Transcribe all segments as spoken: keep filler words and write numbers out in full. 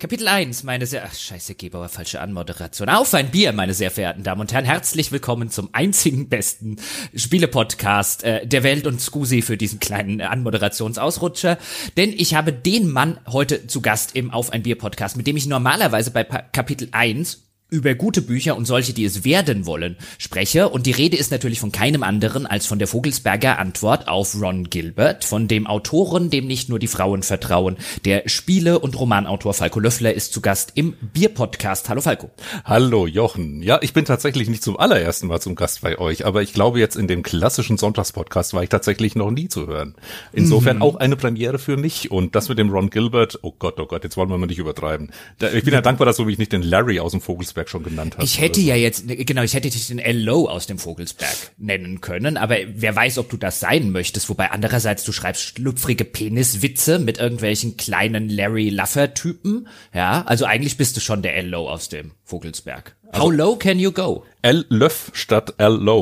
Kapitel eins, meine sehr, ach, scheiße, Gebauer, falsche Anmoderation. Auf ein Bier, meine sehr verehrten Damen und Herren. Herzlich willkommen zum einzigen besten Spiele-Podcast äh, der Welt und Scusi für diesen kleinen Anmoderationsausrutscher. Denn ich habe den Mann heute zu Gast im Auf ein Bier-Podcast, mit dem ich normalerweise bei pa- Kapitel eins über gute Bücher und solche, die es werden wollen, spreche. Und die Rede ist natürlich von keinem anderen als von der Vogelsberger Antwort auf Ron Gilbert, von dem Autoren, dem nicht nur die Frauen vertrauen. Der Spiele- und Romanautor Falco Löffler ist zu Gast im Bier-Podcast. Hallo Falco. Hallo Jochen. Ja, ich bin tatsächlich nicht zum allerersten Mal zum Gast bei euch, aber ich glaube jetzt in dem klassischen Sonntagspodcast war ich tatsächlich noch nie zu hören. Insofern mhm. auch eine Premiere für mich. Und das mit dem Ron Gilbert, oh Gott, oh Gott, jetzt wollen wir mal nicht übertreiben. Ich bin ja dankbar, dass du mich nicht den Larry aus dem Vogelsberg schon genannt hast. Ich hätte so. ja jetzt, genau, ich hätte dich den L. Lowe aus dem Vogelsberg nennen können, aber wer weiß, ob du das sein möchtest, wobei andererseits du schreibst schlüpfrige Peniswitze mit irgendwelchen kleinen Larry Laffer-Typen, ja, also eigentlich bist du schon der L. Lowe aus dem Vogelsberg. How also, low can you go? L. Löff statt L. Low.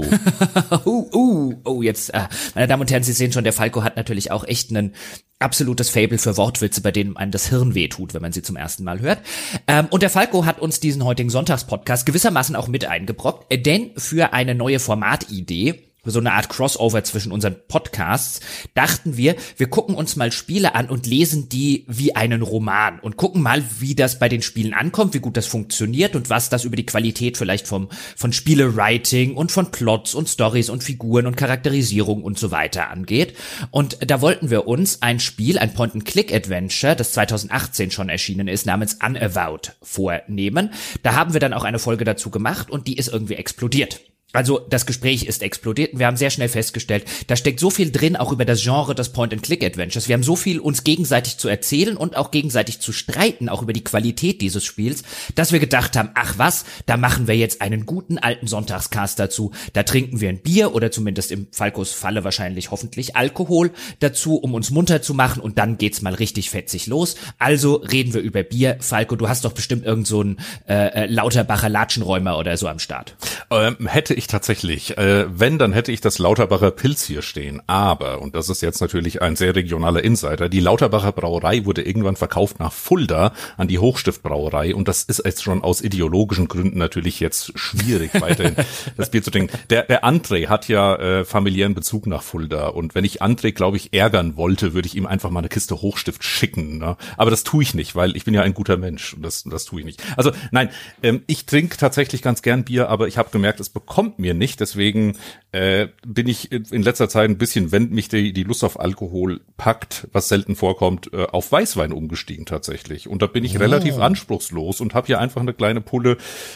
uh, uh, oh, jetzt, äh, meine Damen und Herren, Sie sehen schon, der Falco hat natürlich auch echt ein absolutes Faible für Wortwitze, bei denen einem das Hirn wehtut, wenn man sie zum ersten Mal hört. Ähm, und der Falco hat uns diesen heutigen Sonntagspodcast gewissermaßen auch mit eingebrockt, äh, denn für eine neue Formatidee, so eine Art Crossover zwischen unseren Podcasts, dachten wir, wir gucken uns mal Spiele an und lesen die wie einen Roman und gucken mal, wie das bei den Spielen ankommt, wie gut das funktioniert und was das über die Qualität vielleicht vom von Spielewriting und von Plots und Stories und Figuren und Charakterisierung und so weiter angeht. Und da wollten wir uns ein Spiel, ein Point-and-Click-Adventure, das zwanzig achtzehn schon erschienen ist, namens Unavowed vornehmen. Da haben wir dann auch eine Folge dazu gemacht und die ist irgendwie explodiert. Also das Gespräch ist explodiert und wir haben sehr schnell festgestellt, da steckt so viel drin, auch über das Genre des Point-and-Click-Adventures. Wir haben so viel uns gegenseitig zu erzählen und auch gegenseitig zu streiten, auch über die Qualität dieses Spiels, dass wir gedacht haben, ach was, da machen wir jetzt einen guten alten Sonntagscast dazu. Da trinken wir ein Bier oder zumindest im Falcos Falle wahrscheinlich hoffentlich Alkohol dazu, um uns munter zu machen und dann geht's mal richtig fetzig los. Also reden wir über Bier. Falco, du hast doch bestimmt irgend so einen äh, Lauterbacher Latschenräumer oder so am Start. Ähm, hätte ich tatsächlich. Äh, wenn, dann hätte ich das Lauterbacher Pilz hier stehen. Aber, und das ist jetzt natürlich ein sehr regionaler Insider, die Lauterbacher Brauerei wurde irgendwann verkauft nach Fulda an die Hochstift-Brauerei und das ist jetzt schon aus ideologischen Gründen natürlich jetzt schwierig, weiterhin das Bier zu trinken. Der, der André hat ja äh, familiären Bezug nach Fulda und wenn ich André, glaube ich, ärgern wollte, würde ich ihm einfach mal eine Kiste Hochstift schicken. Ne? Aber das tue ich nicht, weil ich bin ja ein guter Mensch und das, das tue ich nicht. Also nein, ähm, ich trinke tatsächlich ganz gern Bier, aber ich habe gemerkt, es bekommt mir nicht, deswegen äh, bin ich in letzter Zeit ein bisschen, wenn mich die, die Lust auf Alkohol packt, was selten vorkommt, äh, auf Weißwein umgestiegen tatsächlich. Und da bin ich oh. relativ anspruchslos und habe hier einfach eine kleine Pulle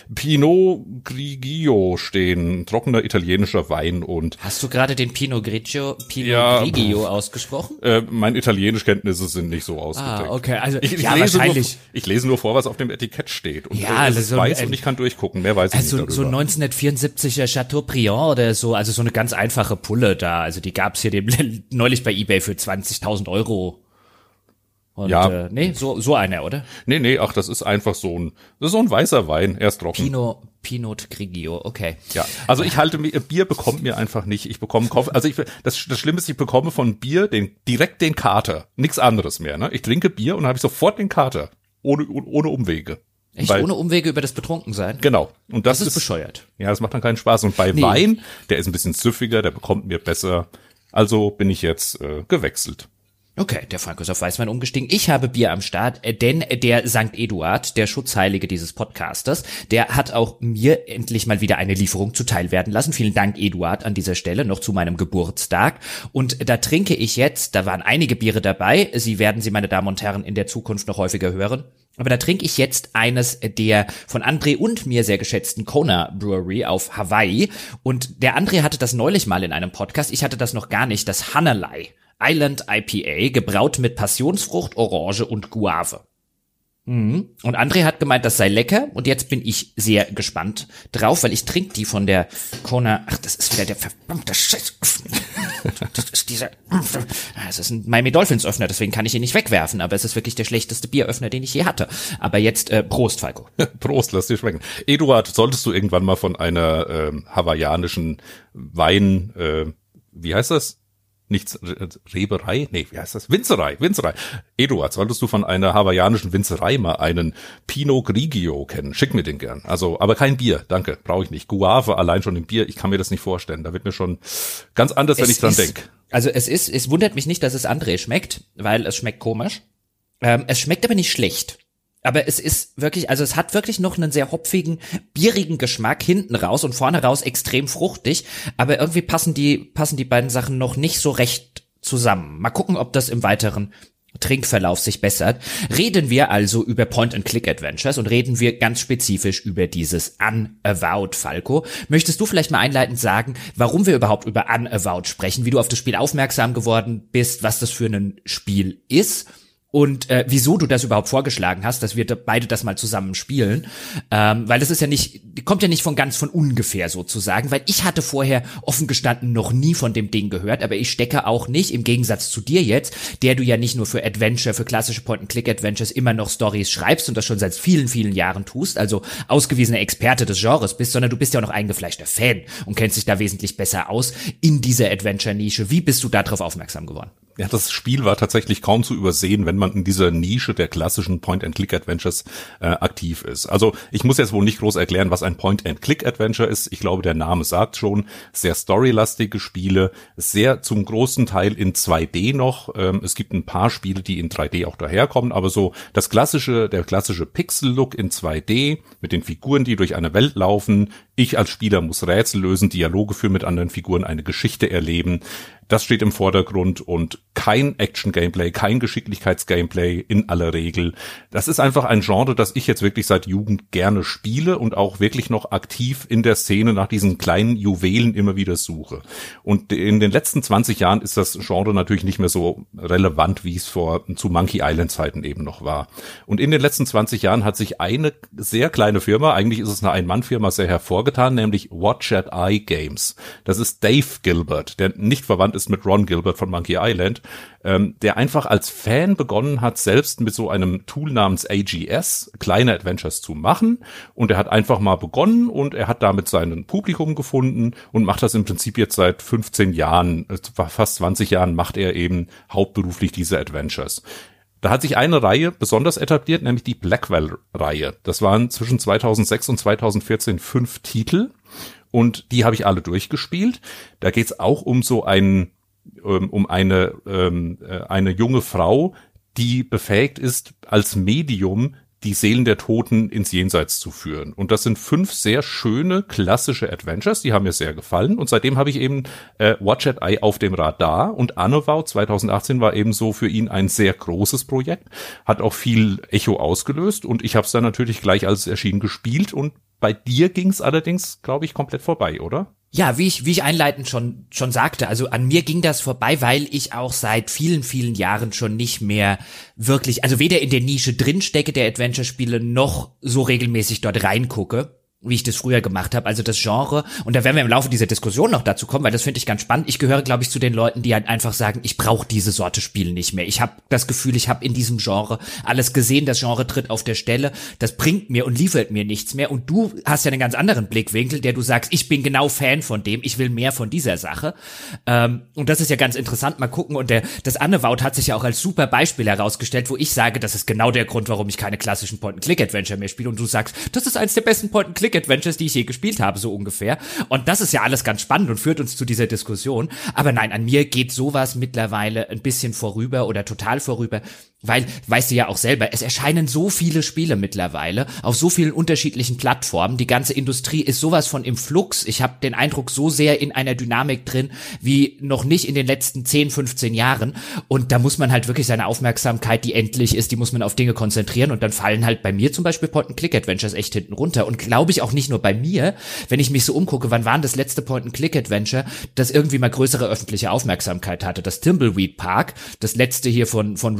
Pinot Grigio stehen, trockener italienischer Wein. Und hast du gerade den Pinot Grigio, Pinot ja, Grigio ausgesprochen? Äh, meine Italienischkenntnisse sind nicht so ausgeprägt. Ah, okay, also ich, ich ja, lese wahrscheinlich. Nur, ich lese nur vor, was auf dem Etikett steht. Und ja, es ist so weiß ein, und ich kann durchgucken. Mehr weiß ich also nicht darüber. So neunzehnhundertvierundsiebziger Chateaubriand oder so, also so eine ganz einfache Pulle da. Also die gab's hier dem, neulich bei eBay für zwanzigtausend Euro. Und, ja. Äh, nee, so, so einer, oder? Nee, nee, ach, das ist einfach so ein, das ist so ein weißer Wein, erst trocken. Pinot, Pinot Grigio, okay. Ja, also ich halte mir, Bier bekommt mir einfach nicht, ich bekomme, also ich, das, das Schlimme ist, ich bekomme von Bier den, direkt den Kater, nichts anderes mehr, ne? Ich trinke Bier und dann habe ich sofort den Kater, ohne, ohne Umwege. Echt, Weil, ohne Umwege über das Betrunkensein? Genau. Und das, das ist, ist bescheuert. Ja, das macht dann keinen Spaß. Und bei nee. Wein, der ist ein bisschen süffiger, der bekommt mir besser. Also bin ich jetzt äh, gewechselt. Okay, der Falco ist auf Weißwein umgestiegen. Ich habe Bier am Start, denn der Sankt Eduard, der Schutzheilige dieses Podcasters, der hat auch mir endlich mal wieder eine Lieferung zuteil werden lassen. Vielen Dank, Eduard, an dieser Stelle, noch zu meinem Geburtstag. Und da trinke ich jetzt, da waren einige Biere dabei, Sie werden sie, meine Damen und Herren, in der Zukunft noch häufiger hören. Aber da trinke ich jetzt eines der von André und mir sehr geschätzten Kona Brewery auf Hawaii. Und der André hatte das neulich mal in einem Podcast, ich hatte das noch gar nicht, das Hanalei Island I P A, gebraut mit Passionsfrucht, Orange und Guave. Mhm. Und André hat gemeint, das sei lecker und jetzt bin ich sehr gespannt drauf, weil ich trinke die von der Kona, ach, das ist wieder der verdammte Scheißöffner. Das ist dieser, es ist ein Miami Dolphins Öffner, deswegen kann ich ihn nicht wegwerfen, aber es ist wirklich der schlechteste Bieröffner, den ich je hatte. Aber jetzt, äh, Prost, Falco. Prost, lass dir schmecken. Eduard, solltest du irgendwann mal von einer ähm, hawaiianischen Wein, äh, wie heißt das? nichts, Reberei? Nee, wie heißt das? Winzerei, Winzerei. Eduard, solltest du von einer hawaiianischen Winzerei mal einen Pinot Grigio kennen? Schick mir den gern. Also, aber kein Bier, danke, brauche ich nicht. Guave allein schon im Bier, ich kann mir das nicht vorstellen. Da wird mir schon ganz anders, wenn es ich dran denke. Also es ist, es wundert mich nicht, dass es André schmeckt, weil es schmeckt komisch. Ähm, es schmeckt aber nicht schlecht. Aber es ist wirklich, also es hat wirklich noch einen sehr hopfigen, bierigen Geschmack hinten raus und vorne raus extrem fruchtig. Aber irgendwie passen die, passen die beiden Sachen noch nicht so recht zusammen. Mal gucken, ob das im weiteren Trinkverlauf sich bessert. Reden wir also über Point-and-Click-Adventures und reden wir ganz spezifisch über dieses Unavowed, Falco. Möchtest du vielleicht mal einleitend sagen, warum wir überhaupt über Unavowed sprechen, wie du auf das Spiel aufmerksam geworden bist, was das für ein Spiel ist? Und äh, wieso du das überhaupt vorgeschlagen hast, dass wir da beide das mal zusammen spielen, ähm, weil das ist ja nicht, kommt ja nicht von ganz von ungefähr sozusagen, weil ich hatte vorher offen gestanden noch nie von dem Ding gehört, aber ich stecke auch nicht, im Gegensatz zu dir jetzt, der du ja nicht nur für Adventure, für klassische Point-and-Click-Adventures immer noch Stories schreibst und das schon seit vielen, vielen Jahren tust, also ausgewiesener Experte des Genres bist, sondern du bist ja auch noch eingefleischter Fan und kennst dich da wesentlich besser aus in dieser Adventure-Nische. Wie bist du darauf aufmerksam geworden? Ja, das Spiel war tatsächlich kaum zu übersehen, wenn man in dieser Nische der klassischen Point-and-Click-Adventures äh, aktiv ist. Also ich muss jetzt wohl nicht groß erklären, was ein Point-and-Click-Adventure ist. Ich glaube, der Name sagt schon, sehr storylastige Spiele, sehr zum großen Teil in zwei D noch. Ähm, es gibt ein paar Spiele, die in drei D auch daherkommen, aber so das klassische, der klassische Pixel-Look in zwei D mit den Figuren, die durch eine Welt laufen. Ich als Spieler muss Rätsel lösen, Dialoge führen mit anderen Figuren, eine Geschichte erleben. Das steht im Vordergrund und kein Action-Gameplay, kein Geschicklichkeits-Gameplay in aller Regel. Das ist einfach ein Genre, das ich jetzt wirklich seit Jugend gerne spiele und auch wirklich noch aktiv in der Szene nach diesen kleinen Juwelen immer wieder suche. Und in den letzten zwanzig Jahren ist das Genre natürlich nicht mehr so relevant, wie es vor zu Monkey Island Zeiten eben noch war. Und in den letzten zwanzig Jahren hat sich eine sehr kleine Firma, eigentlich ist es eine Ein-Mann-Firma, sehr hervorgetan, nämlich Watch at Eye Games. Das ist Dave Gilbert, der nicht verwandt ist mit Ron Gilbert von Monkey Island, ähm, der einfach als Fan begonnen hat, selbst mit so einem Tool namens A G S kleine Adventures zu machen. Und er hat einfach mal begonnen und er hat damit sein Publikum gefunden und macht das im Prinzip jetzt seit fünfzehn Jahren, fast zwanzig Jahren macht er eben hauptberuflich diese Adventures. Da hat sich eine Reihe besonders etabliert, nämlich die Blackwell-Reihe. Das waren zwischen zweitausendsechs und zweitausendvierzehn fünf Titel. Und die habe ich alle durchgespielt. Da geht's auch um so ein, um eine, eine junge Frau, die befähigt ist, als Medium die Seelen der Toten ins Jenseits zu führen. Und das sind fünf sehr schöne, klassische Adventures, die haben mir sehr gefallen. Und seitdem habe ich eben äh, Watch at Eye auf dem Radar. Und Unavowed zweitausendachtzehn war eben so für ihn ein sehr großes Projekt, hat auch viel Echo ausgelöst. Und ich habe es dann natürlich gleich, als es erschien, gespielt. Und bei dir ging es allerdings, glaube ich, komplett vorbei, oder? Ja, wie ich, wie ich einleitend schon, schon sagte, also an mir ging das vorbei, weil ich auch seit vielen, vielen Jahren schon nicht mehr wirklich, also weder in der Nische drinstecke der Adventure-Spiele noch so regelmäßig dort reingucke, wie ich das früher gemacht habe, also das Genre, und da werden wir im Laufe dieser Diskussion noch dazu kommen, weil das finde ich ganz spannend. Ich gehöre, glaube ich, zu den Leuten, die halt einfach sagen, ich brauche diese Sorte Spiel nicht mehr. Ich habe das Gefühl, ich habe in diesem Genre alles gesehen, das Genre tritt auf der Stelle, das bringt mir und liefert mir nichts mehr, und du hast ja einen ganz anderen Blickwinkel, der du sagst, ich bin genau Fan von dem, ich will mehr von dieser Sache, ähm, und das ist ja ganz interessant, mal gucken, und der, das Unavowed hat sich ja auch als super Beispiel herausgestellt, wo ich sage, das ist genau der Grund, warum ich keine klassischen Point-and-Click-Adventure mehr spiele, und du sagst, das ist eins der besten Point-and-Click Adventures, die ich je gespielt habe, so ungefähr. Und das ist ja alles ganz spannend und führt uns zu dieser Diskussion. Aber nein, an mir geht sowas mittlerweile ein bisschen vorüber oder total vorüber, weil, weißt du ja auch selber, es erscheinen so viele Spiele mittlerweile auf so vielen unterschiedlichen Plattformen. Die ganze Industrie ist sowas von im Flux. Ich habe den Eindruck, so sehr in einer Dynamik drin wie noch nicht in den letzten zehn, fünfzehn Jahren. Und da muss man halt wirklich seine Aufmerksamkeit, die endlich ist, die muss man auf Dinge konzentrieren. Und dann fallen halt bei mir zum Beispiel Point-and-Click-Adventures echt hinten runter. Und glaube ich auch nicht nur bei mir, wenn ich mich so umgucke, wann war das letzte Point-and-Click-Adventure, das irgendwie mal größere öffentliche Aufmerksamkeit hatte? Das Thimbleweed Park, das letzte hier von von Ron Gilbert,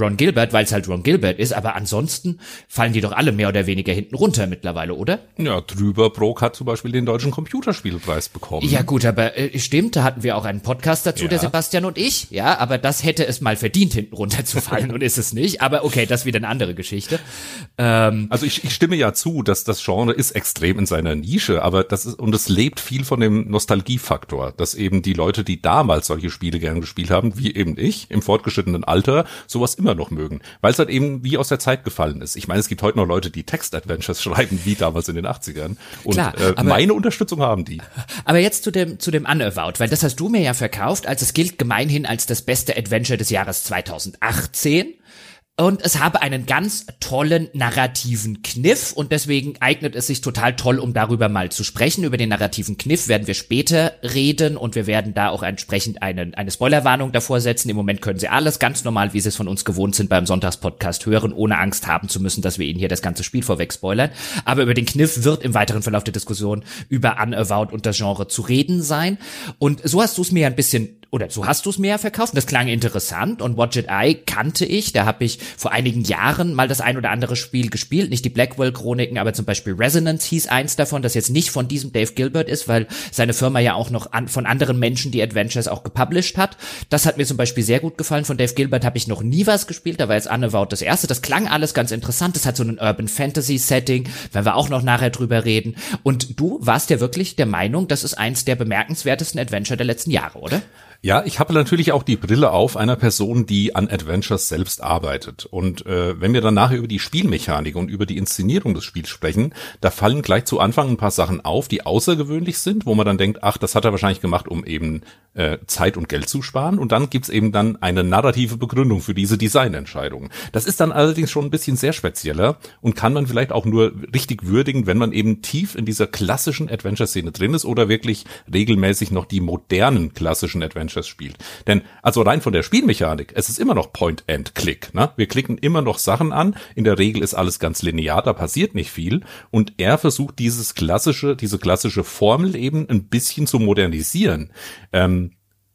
Gilbert, weil es halt Ron Gilbert ist, aber ansonsten fallen die doch alle mehr oder weniger hinten runter mittlerweile, oder? Ja, Trüberbrook hat zum Beispiel den Deutschen Computerspielpreis bekommen. Ja gut, aber äh, stimmt, da hatten wir auch einen Podcast dazu, ja. der Sebastian und ich, ja, aber das hätte es mal verdient, hinten runterzufallen und ist es nicht, aber okay, das ist wieder eine andere Geschichte. Ähm, also ich, ich stimme ja zu, dass das Genre ist extrem in seiner Nische, aber das ist, und es lebt viel von dem Nostalgiefaktor, dass eben die Leute, die damals solche Spiele gerne gespielt haben, wie eben ich, im fortgeschrittenen Alter, sowas immer noch mögen, weil es halt eben wie aus der Zeit gefallen ist. Ich meine, es gibt heute noch Leute, die Text-Adventures schreiben, wie damals in den achtzigern und Klar, äh, aber, meine Unterstützung haben die. Aber jetzt zu dem zu dem Unavowed, weil das hast du mir ja verkauft, als es gilt gemeinhin als das beste Adventure des Jahres zweitausendachtzehn. Und es habe einen ganz tollen narrativen Kniff und deswegen eignet es sich total toll, um darüber mal zu sprechen. Über den narrativen Kniff werden wir später reden und wir werden da auch entsprechend eine, eine Spoilerwarnung davor setzen. Im Moment können Sie alles ganz normal, wie Sie es von uns gewohnt sind, beim Sonntagspodcast hören, ohne Angst haben zu müssen, dass wir Ihnen hier das ganze Spiel vorweg spoilern. Aber über den Kniff wird im weiteren Verlauf der Diskussion über Unavowed und das Genre zu reden sein. Und so hast du es mir ein bisschen Oder so hast du es mir ja verkauft. Das klang interessant und Watch It Eye kannte ich. Da habe ich vor einigen Jahren mal das ein oder andere Spiel gespielt. Nicht die Blackwell-Chroniken, aber zum Beispiel Resonance hieß eins davon, das jetzt nicht von diesem Dave Gilbert ist, weil seine Firma ja auch noch an, von anderen Menschen die Adventures auch gepublished hat. Das hat mir zum Beispiel sehr gut gefallen. Von Dave Gilbert habe ich noch nie was gespielt. Da war jetzt Unavowed das erste. Das klang alles ganz interessant. Das hat so einen Urban-Fantasy-Setting, werden wir auch noch nachher drüber reden. Und du warst ja wirklich der Meinung, das ist eins der bemerkenswertesten Adventure der letzten Jahre, oder? Ja, ich habe natürlich auch die Brille auf einer Person, die an Adventures selbst arbeitet. Und äh, wenn wir dann nachher über die Spielmechanik und über die Inszenierung des Spiels sprechen, da fallen gleich zu Anfang ein paar Sachen auf, die außergewöhnlich sind, wo man dann denkt, ach, das hat er wahrscheinlich gemacht, um eben äh, Zeit und Geld zu sparen. Und dann gibt's eben dann eine narrative Begründung für diese Designentscheidung. Das ist dann allerdings schon ein bisschen sehr spezieller und kann man vielleicht auch nur richtig würdigen, wenn man eben tief in dieser klassischen Adventure-Szene drin ist oder wirklich regelmäßig noch die modernen klassischen Adventures spielt. Denn also rein von der Spielmechanik, es ist immer noch Point-and-Click. Ne? Wir klicken immer noch Sachen an. In der Regel ist alles ganz linear, da passiert nicht viel. Und er versucht dieses klassische, diese klassische Formel eben ein bisschen zu modernisieren. Ähm,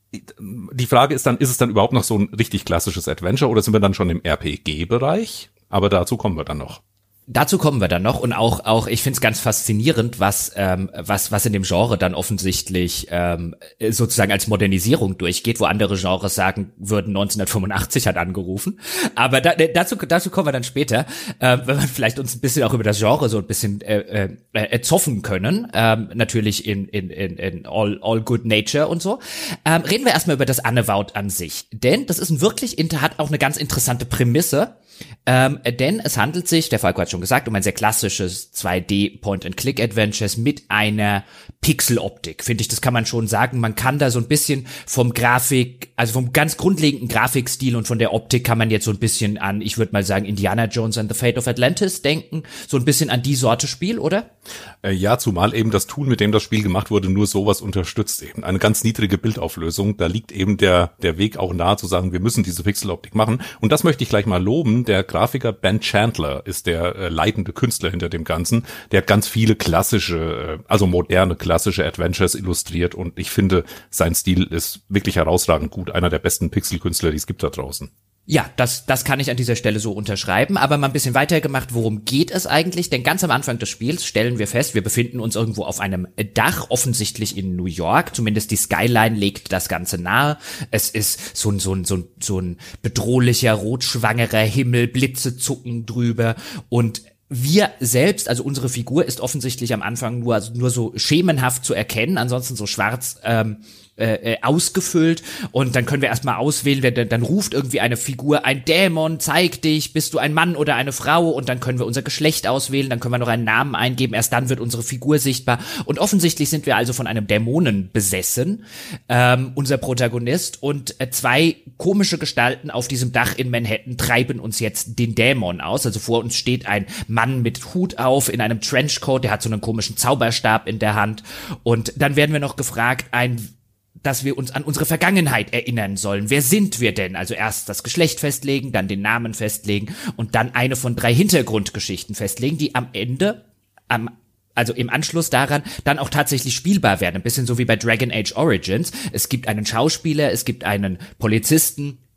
die Frage ist dann, ist es dann überhaupt noch so ein richtig klassisches Adventure oder sind wir dann schon im R P G-Bereich? Aber dazu kommen wir dann noch. Dazu kommen wir dann noch und auch auch ich find's ganz faszinierend, was ähm, was was in dem Genre dann offensichtlich ähm, sozusagen als Modernisierung durchgeht, wo andere Genres sagen würden, neunzehnhundertfünfundachtzig hat angerufen. Aber da, dazu dazu kommen wir dann später, äh, wenn wir vielleicht uns ein bisschen auch über das Genre so ein bisschen äh, äh, zoffen können, ähm, natürlich in in in in all all good nature und so. Ähm, reden wir erstmal über das Unavowed an sich, denn das ist ein wirklich hat auch eine ganz interessante Prämisse. Ähm, denn es handelt sich, der Falco hat schon gesagt, um ein sehr klassisches zwei D Point-and-Click-Adventures mit einer Pixeloptik, finde ich, das kann man schon sagen. Man kann da so ein bisschen vom Grafik, also vom ganz grundlegenden Grafikstil und von der Optik kann man jetzt so ein bisschen an, ich würde mal sagen, Indiana Jones and the Fate of Atlantis denken. So ein bisschen an die Sorte Spiel, oder? Äh, ja, zumal eben das Tool, mit dem das Spiel gemacht wurde, nur sowas unterstützt eben. Eine ganz niedrige Bildauflösung. Da liegt eben der der Weg auch nahe zu sagen, wir müssen diese Pixeloptik machen. Und das möchte ich gleich mal loben. Der Grafiker Ben Chandler ist der äh, leitende Künstler hinter dem Ganzen. Der hat ganz viele klassische, äh, also moderne klassische Adventures illustriert und ich finde, sein Stil ist wirklich herausragend gut. Einer der besten Pixelkünstler, die es gibt da draußen. Ja, das, das kann ich an dieser Stelle so unterschreiben, aber mal ein bisschen weiter gemacht, worum geht es eigentlich? Denn ganz am Anfang des Spiels stellen wir fest, wir befinden uns irgendwo auf einem Dach, offensichtlich in New York, zumindest die Skyline legt das Ganze nahe. Es ist so ein, so ein, so ein, so ein bedrohlicher, rotschwangerer Himmel, Blitze zucken drüber und wir selbst, also unsere Figur ist offensichtlich am Anfang nur, also nur so schemenhaft zu erkennen, ansonsten so schwarz, ähm, Äh, ausgefüllt und dann können wir erstmal auswählen, dann, dann ruft irgendwie eine Figur, ein Dämon, zeig dich, bist du ein Mann oder eine Frau und dann können wir unser Geschlecht auswählen, dann können wir noch einen Namen eingeben, erst dann wird unsere Figur sichtbar und offensichtlich sind wir also von einem Dämonen besessen, ähm, unser Protagonist und äh, zwei komische Gestalten auf diesem Dach in Manhattan treiben uns jetzt den Dämon aus, also vor uns steht ein Mann mit Hut auf, in einem Trenchcoat, der hat so einen komischen Zauberstab in der Hand und dann werden wir noch gefragt, ein dass wir uns an unsere Vergangenheit erinnern sollen. Wer sind wir denn? Also erst das Geschlecht festlegen, dann den Namen festlegen und dann eine von drei Hintergrundgeschichten festlegen, die am Ende, am also im Anschluss daran, dann auch tatsächlich spielbar werden. Ein bisschen so wie bei Dragon Age Origins. Es gibt einen Schauspieler, es gibt einen Polizisten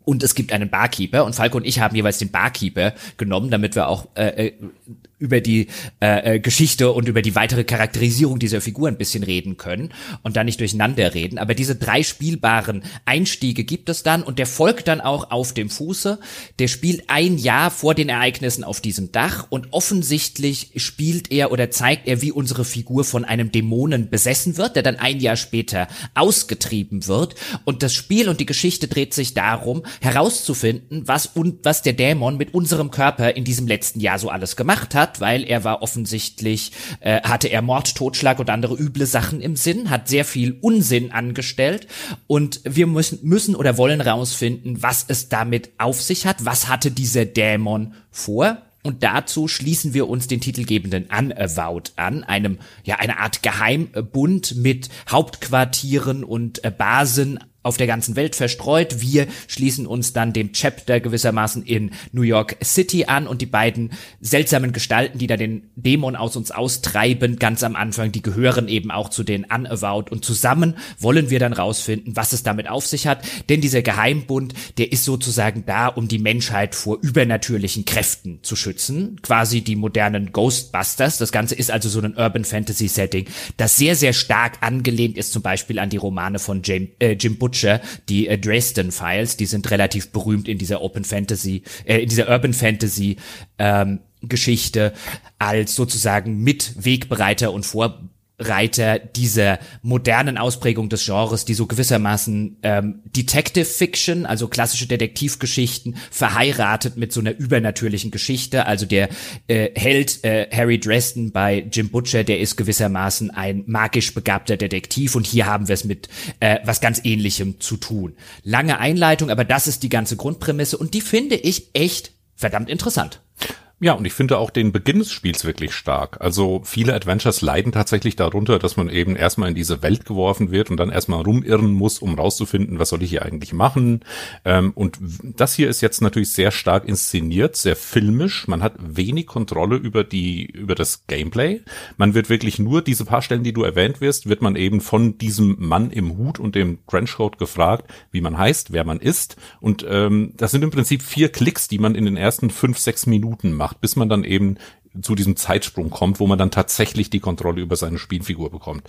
Und es gibt einen Barkeeper und Falco und ich haben jeweils den Barkeeper genommen, damit wir auch äh, über die äh, Geschichte und über die weitere Charakterisierung dieser Figur ein bisschen reden können und dann nicht durcheinander reden. Aber diese drei spielbaren Einstiege gibt es dann und der folgt dann auch auf dem Fuße. Der spielt ein Jahr vor den Ereignissen auf diesem Dach und offensichtlich spielt er oder zeigt er, wie unsere Figur von einem Dämonen besessen wird, der dann ein Jahr später ausgetrieben wird. Und das Spiel und die Geschichte dreht sich darum, herauszufinden, was und was der Dämon mit unserem Körper in diesem letzten Jahr so alles gemacht hat, weil er war offensichtlich, äh, hatte er Mord, Totschlag und andere üble Sachen im Sinn, hat sehr viel Unsinn angestellt und wir müssen, müssen oder wollen rausfinden, was es damit auf sich hat, was hatte dieser Dämon vor. Und dazu schließen wir uns den titelgebenden Unavowed an, einem, ja, eine Art Geheimbund mit Hauptquartieren und äh, Basen auf der ganzen Welt verstreut. Wir schließen uns dann dem Chapter gewissermaßen in New York City an und die beiden seltsamen Gestalten, die da den Dämon aus uns austreiben, ganz am Anfang, die gehören eben auch zu den Unavowed und zusammen wollen wir dann rausfinden, was es damit auf sich hat, denn dieser Geheimbund, der ist sozusagen da, um die Menschheit vor übernatürlichen Kräften zu schützen, quasi die modernen Ghostbusters. Das Ganze ist also so ein Urban Fantasy Setting, das sehr, sehr stark angelehnt ist zum Beispiel an die Romane von Jim, äh, Jim Butcher, die äh, Dresden Files, die sind relativ berühmt in dieser Open Fantasy, äh, in dieser Urban Fantasy ähm, Geschichte als sozusagen Mitwegbereiter und Vorreiter dieser modernen Ausprägung des Genres, die so gewissermaßen ähm, Detective Fiction, also klassische Detektivgeschichten, verheiratet mit so einer übernatürlichen Geschichte. Also der äh, Held äh, Harry Dresden bei Jim Butcher, der ist gewissermaßen ein magisch begabter Detektiv und hier haben wir es mit äh, was ganz Ähnlichem zu tun. Lange Einleitung, aber das ist die ganze Grundprämisse und die finde ich echt verdammt interessant. Ja, und ich finde auch den Beginn des Spiels wirklich stark. Also viele Adventures leiden tatsächlich darunter, dass man eben erstmal in diese Welt geworfen wird und dann erstmal rumirren muss, um rauszufinden, was soll ich hier eigentlich machen. Und das hier ist jetzt natürlich sehr stark inszeniert, sehr filmisch. Man hat wenig Kontrolle über die, über das Gameplay. Man wird wirklich nur diese paar Stellen, die du erwähnt wirst, wird man eben von diesem Mann im Hut und dem Trenchcoat gefragt, wie man heißt, wer man ist. Und ähm, das sind im Prinzip vier Klicks, die man in den ersten fünf, sechs Minuten macht, bis man dann eben zu diesem Zeitsprung kommt, wo man dann tatsächlich die Kontrolle über seine Spielfigur bekommt.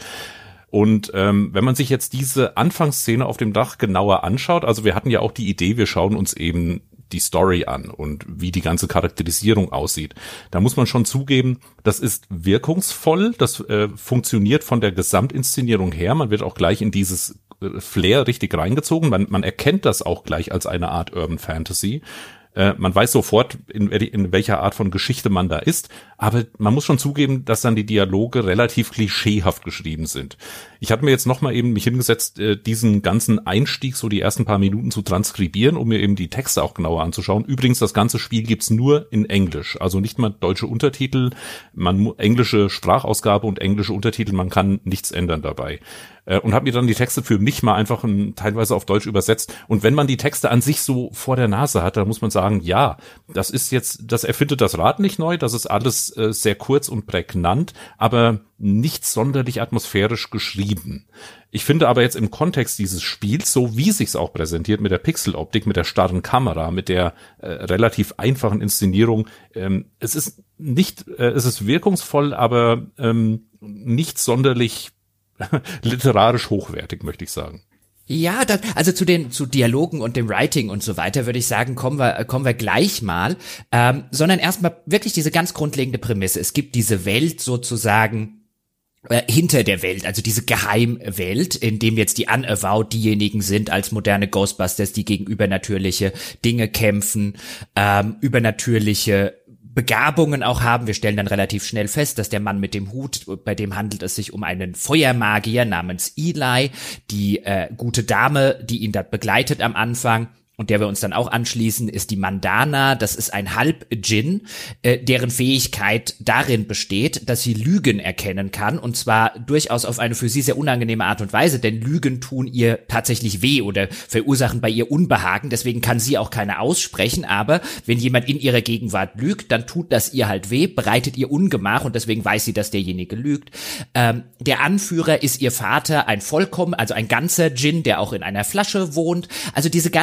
Und ähm, wenn man sich jetzt diese Anfangsszene auf dem Dach genauer anschaut, also wir hatten ja auch die Idee, wir schauen uns eben die Story an und wie die ganze Charakterisierung aussieht. Da muss man schon zugeben, das ist wirkungsvoll, das äh, funktioniert von der Gesamtinszenierung her, man wird auch gleich in dieses Flair richtig reingezogen, man, man erkennt das auch gleich als eine Art Urban Fantasy. Man weiß sofort, in, in welcher Art von Geschichte man da ist, aber man muss schon zugeben, dass dann die Dialoge relativ klischeehaft geschrieben sind. Ich hatte mir jetzt nochmal eben mich hingesetzt, diesen ganzen Einstieg, so die ersten paar Minuten zu transkribieren, um mir eben die Texte auch genauer anzuschauen. Übrigens, das ganze Spiel gibt's nur in Englisch, also nicht mal deutsche Untertitel, man englische Sprachausgabe und englische Untertitel, man kann nichts ändern dabei. Und habe mir dann die Texte für mich mal einfach ein, teilweise auf Deutsch übersetzt. Und wenn man die Texte an sich so vor der Nase hat, dann muss man sagen, ja, das ist jetzt, das erfindet das Rad nicht neu, das ist alles äh, sehr kurz und prägnant, aber nicht sonderlich atmosphärisch geschrieben. Ich finde aber jetzt im Kontext dieses Spiels, so wie sich's auch präsentiert, mit der Pixeloptik, mit der starren Kamera, mit der äh, relativ einfachen Inszenierung, ähm, es ist nicht, äh, es ist wirkungsvoll, aber ähm, nicht sonderlich literarisch hochwertig, möchte ich sagen. Ja, das, also zu den zu Dialogen und dem Writing und so weiter würde ich sagen, kommen wir kommen wir gleich mal, ähm, sondern erstmal wirklich diese ganz grundlegende Prämisse. Es gibt diese Welt sozusagen äh, hinter der Welt, also diese Geheimwelt, in dem jetzt die Unavowed diejenigen sind als moderne Ghostbusters, die gegen übernatürliche Dinge kämpfen, ähm, übernatürliche Begabungen auch haben. Wir stellen dann relativ schnell fest, dass der Mann mit dem Hut, bei dem handelt es sich um einen Feuermagier namens Eli, die äh, gute Dame, die ihn dort begleitet am Anfang und der wir uns dann auch anschließen, ist die Mandana. Das ist ein Halb-Djinn, äh, deren Fähigkeit darin besteht, dass sie Lügen erkennen kann, und zwar durchaus auf eine für sie sehr unangenehme Art und Weise, denn Lügen tun ihr tatsächlich weh oder verursachen bei ihr Unbehagen, deswegen kann sie auch keine aussprechen, aber wenn jemand in ihrer Gegenwart lügt, dann tut das ihr halt weh, bereitet ihr Ungemach und deswegen weiß sie, dass derjenige lügt. Ähm, der Anführer ist ihr Vater, ein vollkommen, also ein ganzer Djinn, der auch in einer Flasche wohnt. Also diese ganzen An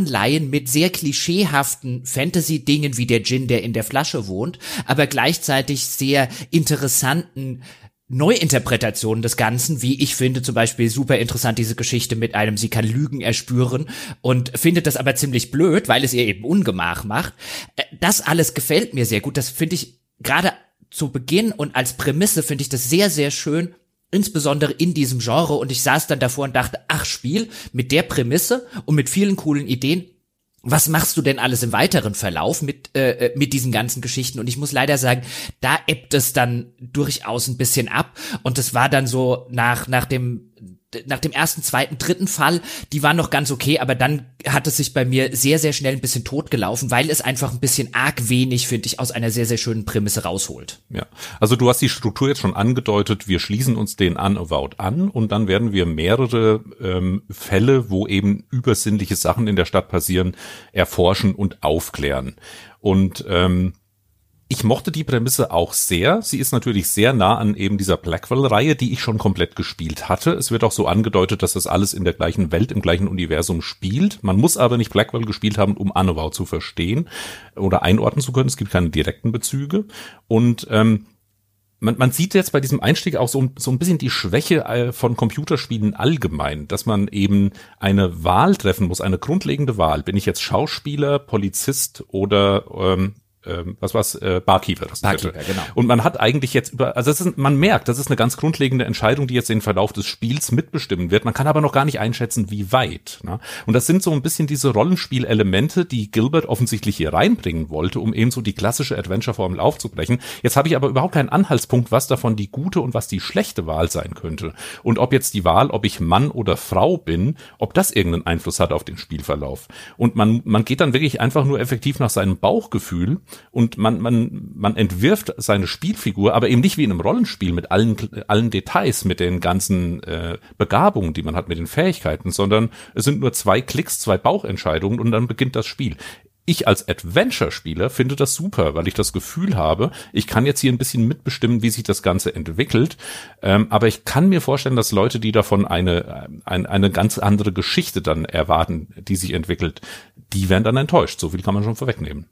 Anleihen mit sehr klischeehaften Fantasy-Dingen wie der Djinn, der in der Flasche wohnt, aber gleichzeitig sehr interessanten Neuinterpretationen des Ganzen, wie ich finde zum Beispiel super interessant diese Geschichte mit einem, sie kann Lügen erspüren und findet das aber ziemlich blöd, weil es ihr eben Ungemach macht. Das alles gefällt mir sehr gut. Das finde ich gerade zu Beginn und als Prämisse finde ich das sehr, sehr schön, insbesondere in diesem Genre. Und ich saß dann davor und dachte, ach Spiel, mit der Prämisse und mit vielen coolen Ideen, was machst du denn alles im weiteren Verlauf mit äh, mit diesen ganzen Geschichten? Und ich muss leider sagen, da ebbt es dann durchaus ein bisschen ab. Und es war dann so nach nach dem nach dem ersten, zweiten, dritten Fall, die waren noch ganz okay, aber dann hat es sich bei mir sehr, sehr schnell ein bisschen totgelaufen, weil es einfach ein bisschen arg wenig, finde ich, aus einer sehr, sehr schönen Prämisse rausholt. Ja, also du hast die Struktur jetzt schon angedeutet, wir schließen uns den Unavowed an und dann werden wir mehrere ähm, Fälle, wo eben übersinnliche Sachen in der Stadt passieren, erforschen und aufklären. Und ähm, ich mochte die Prämisse auch sehr. Sie ist natürlich sehr nah an eben dieser Blackwell-Reihe, die ich schon komplett gespielt hatte. Es wird auch so angedeutet, dass das alles in der gleichen Welt, im gleichen Universum spielt. Man muss aber nicht Blackwell gespielt haben, um Unavowed zu verstehen oder einordnen zu können. Es gibt keine direkten Bezüge. Und ähm, man, man sieht jetzt bei diesem Einstieg auch so, so ein bisschen die Schwäche von Computerspielen allgemein, dass man eben eine Wahl treffen muss, eine grundlegende Wahl. Bin ich jetzt Schauspieler, Polizist oder ähm, Ähm, was war's, äh, Barkeeper. Das Barkeeper, genau. Und man hat eigentlich jetzt über, also das ist, man merkt, das ist eine ganz grundlegende Entscheidung, die jetzt den Verlauf des Spiels mitbestimmen wird. Man kann aber noch gar nicht einschätzen, wie weit. Ne? Und das sind so ein bisschen diese Rollenspielelemente, die Gilbert offensichtlich hier reinbringen wollte, um eben so die klassische Adventure-Formel aufzubrechen. Jetzt habe ich aber überhaupt keinen Anhaltspunkt, was davon die gute und was die schlechte Wahl sein könnte. Und ob jetzt die Wahl, ob ich Mann oder Frau bin, ob das irgendeinen Einfluss hat auf den Spielverlauf. Und man, man geht dann wirklich einfach nur effektiv nach seinem Bauchgefühl. Und man, man, man entwirft seine Spielfigur, aber eben nicht wie in einem Rollenspiel mit allen, allen Details, mit den ganzen äh, Begabungen, die man hat, mit den Fähigkeiten, sondern es sind nur zwei Klicks, zwei Bauchentscheidungen und dann beginnt das Spiel. Ich als Adventure-Spieler finde das super, weil ich das Gefühl habe, ich kann jetzt hier ein bisschen mitbestimmen, wie sich das Ganze entwickelt. Ähm, aber ich kann mir vorstellen, dass Leute, die davon eine, eine, eine ganz andere Geschichte dann erwarten, die sich entwickelt, die werden dann enttäuscht. So viel kann man schon vorwegnehmen.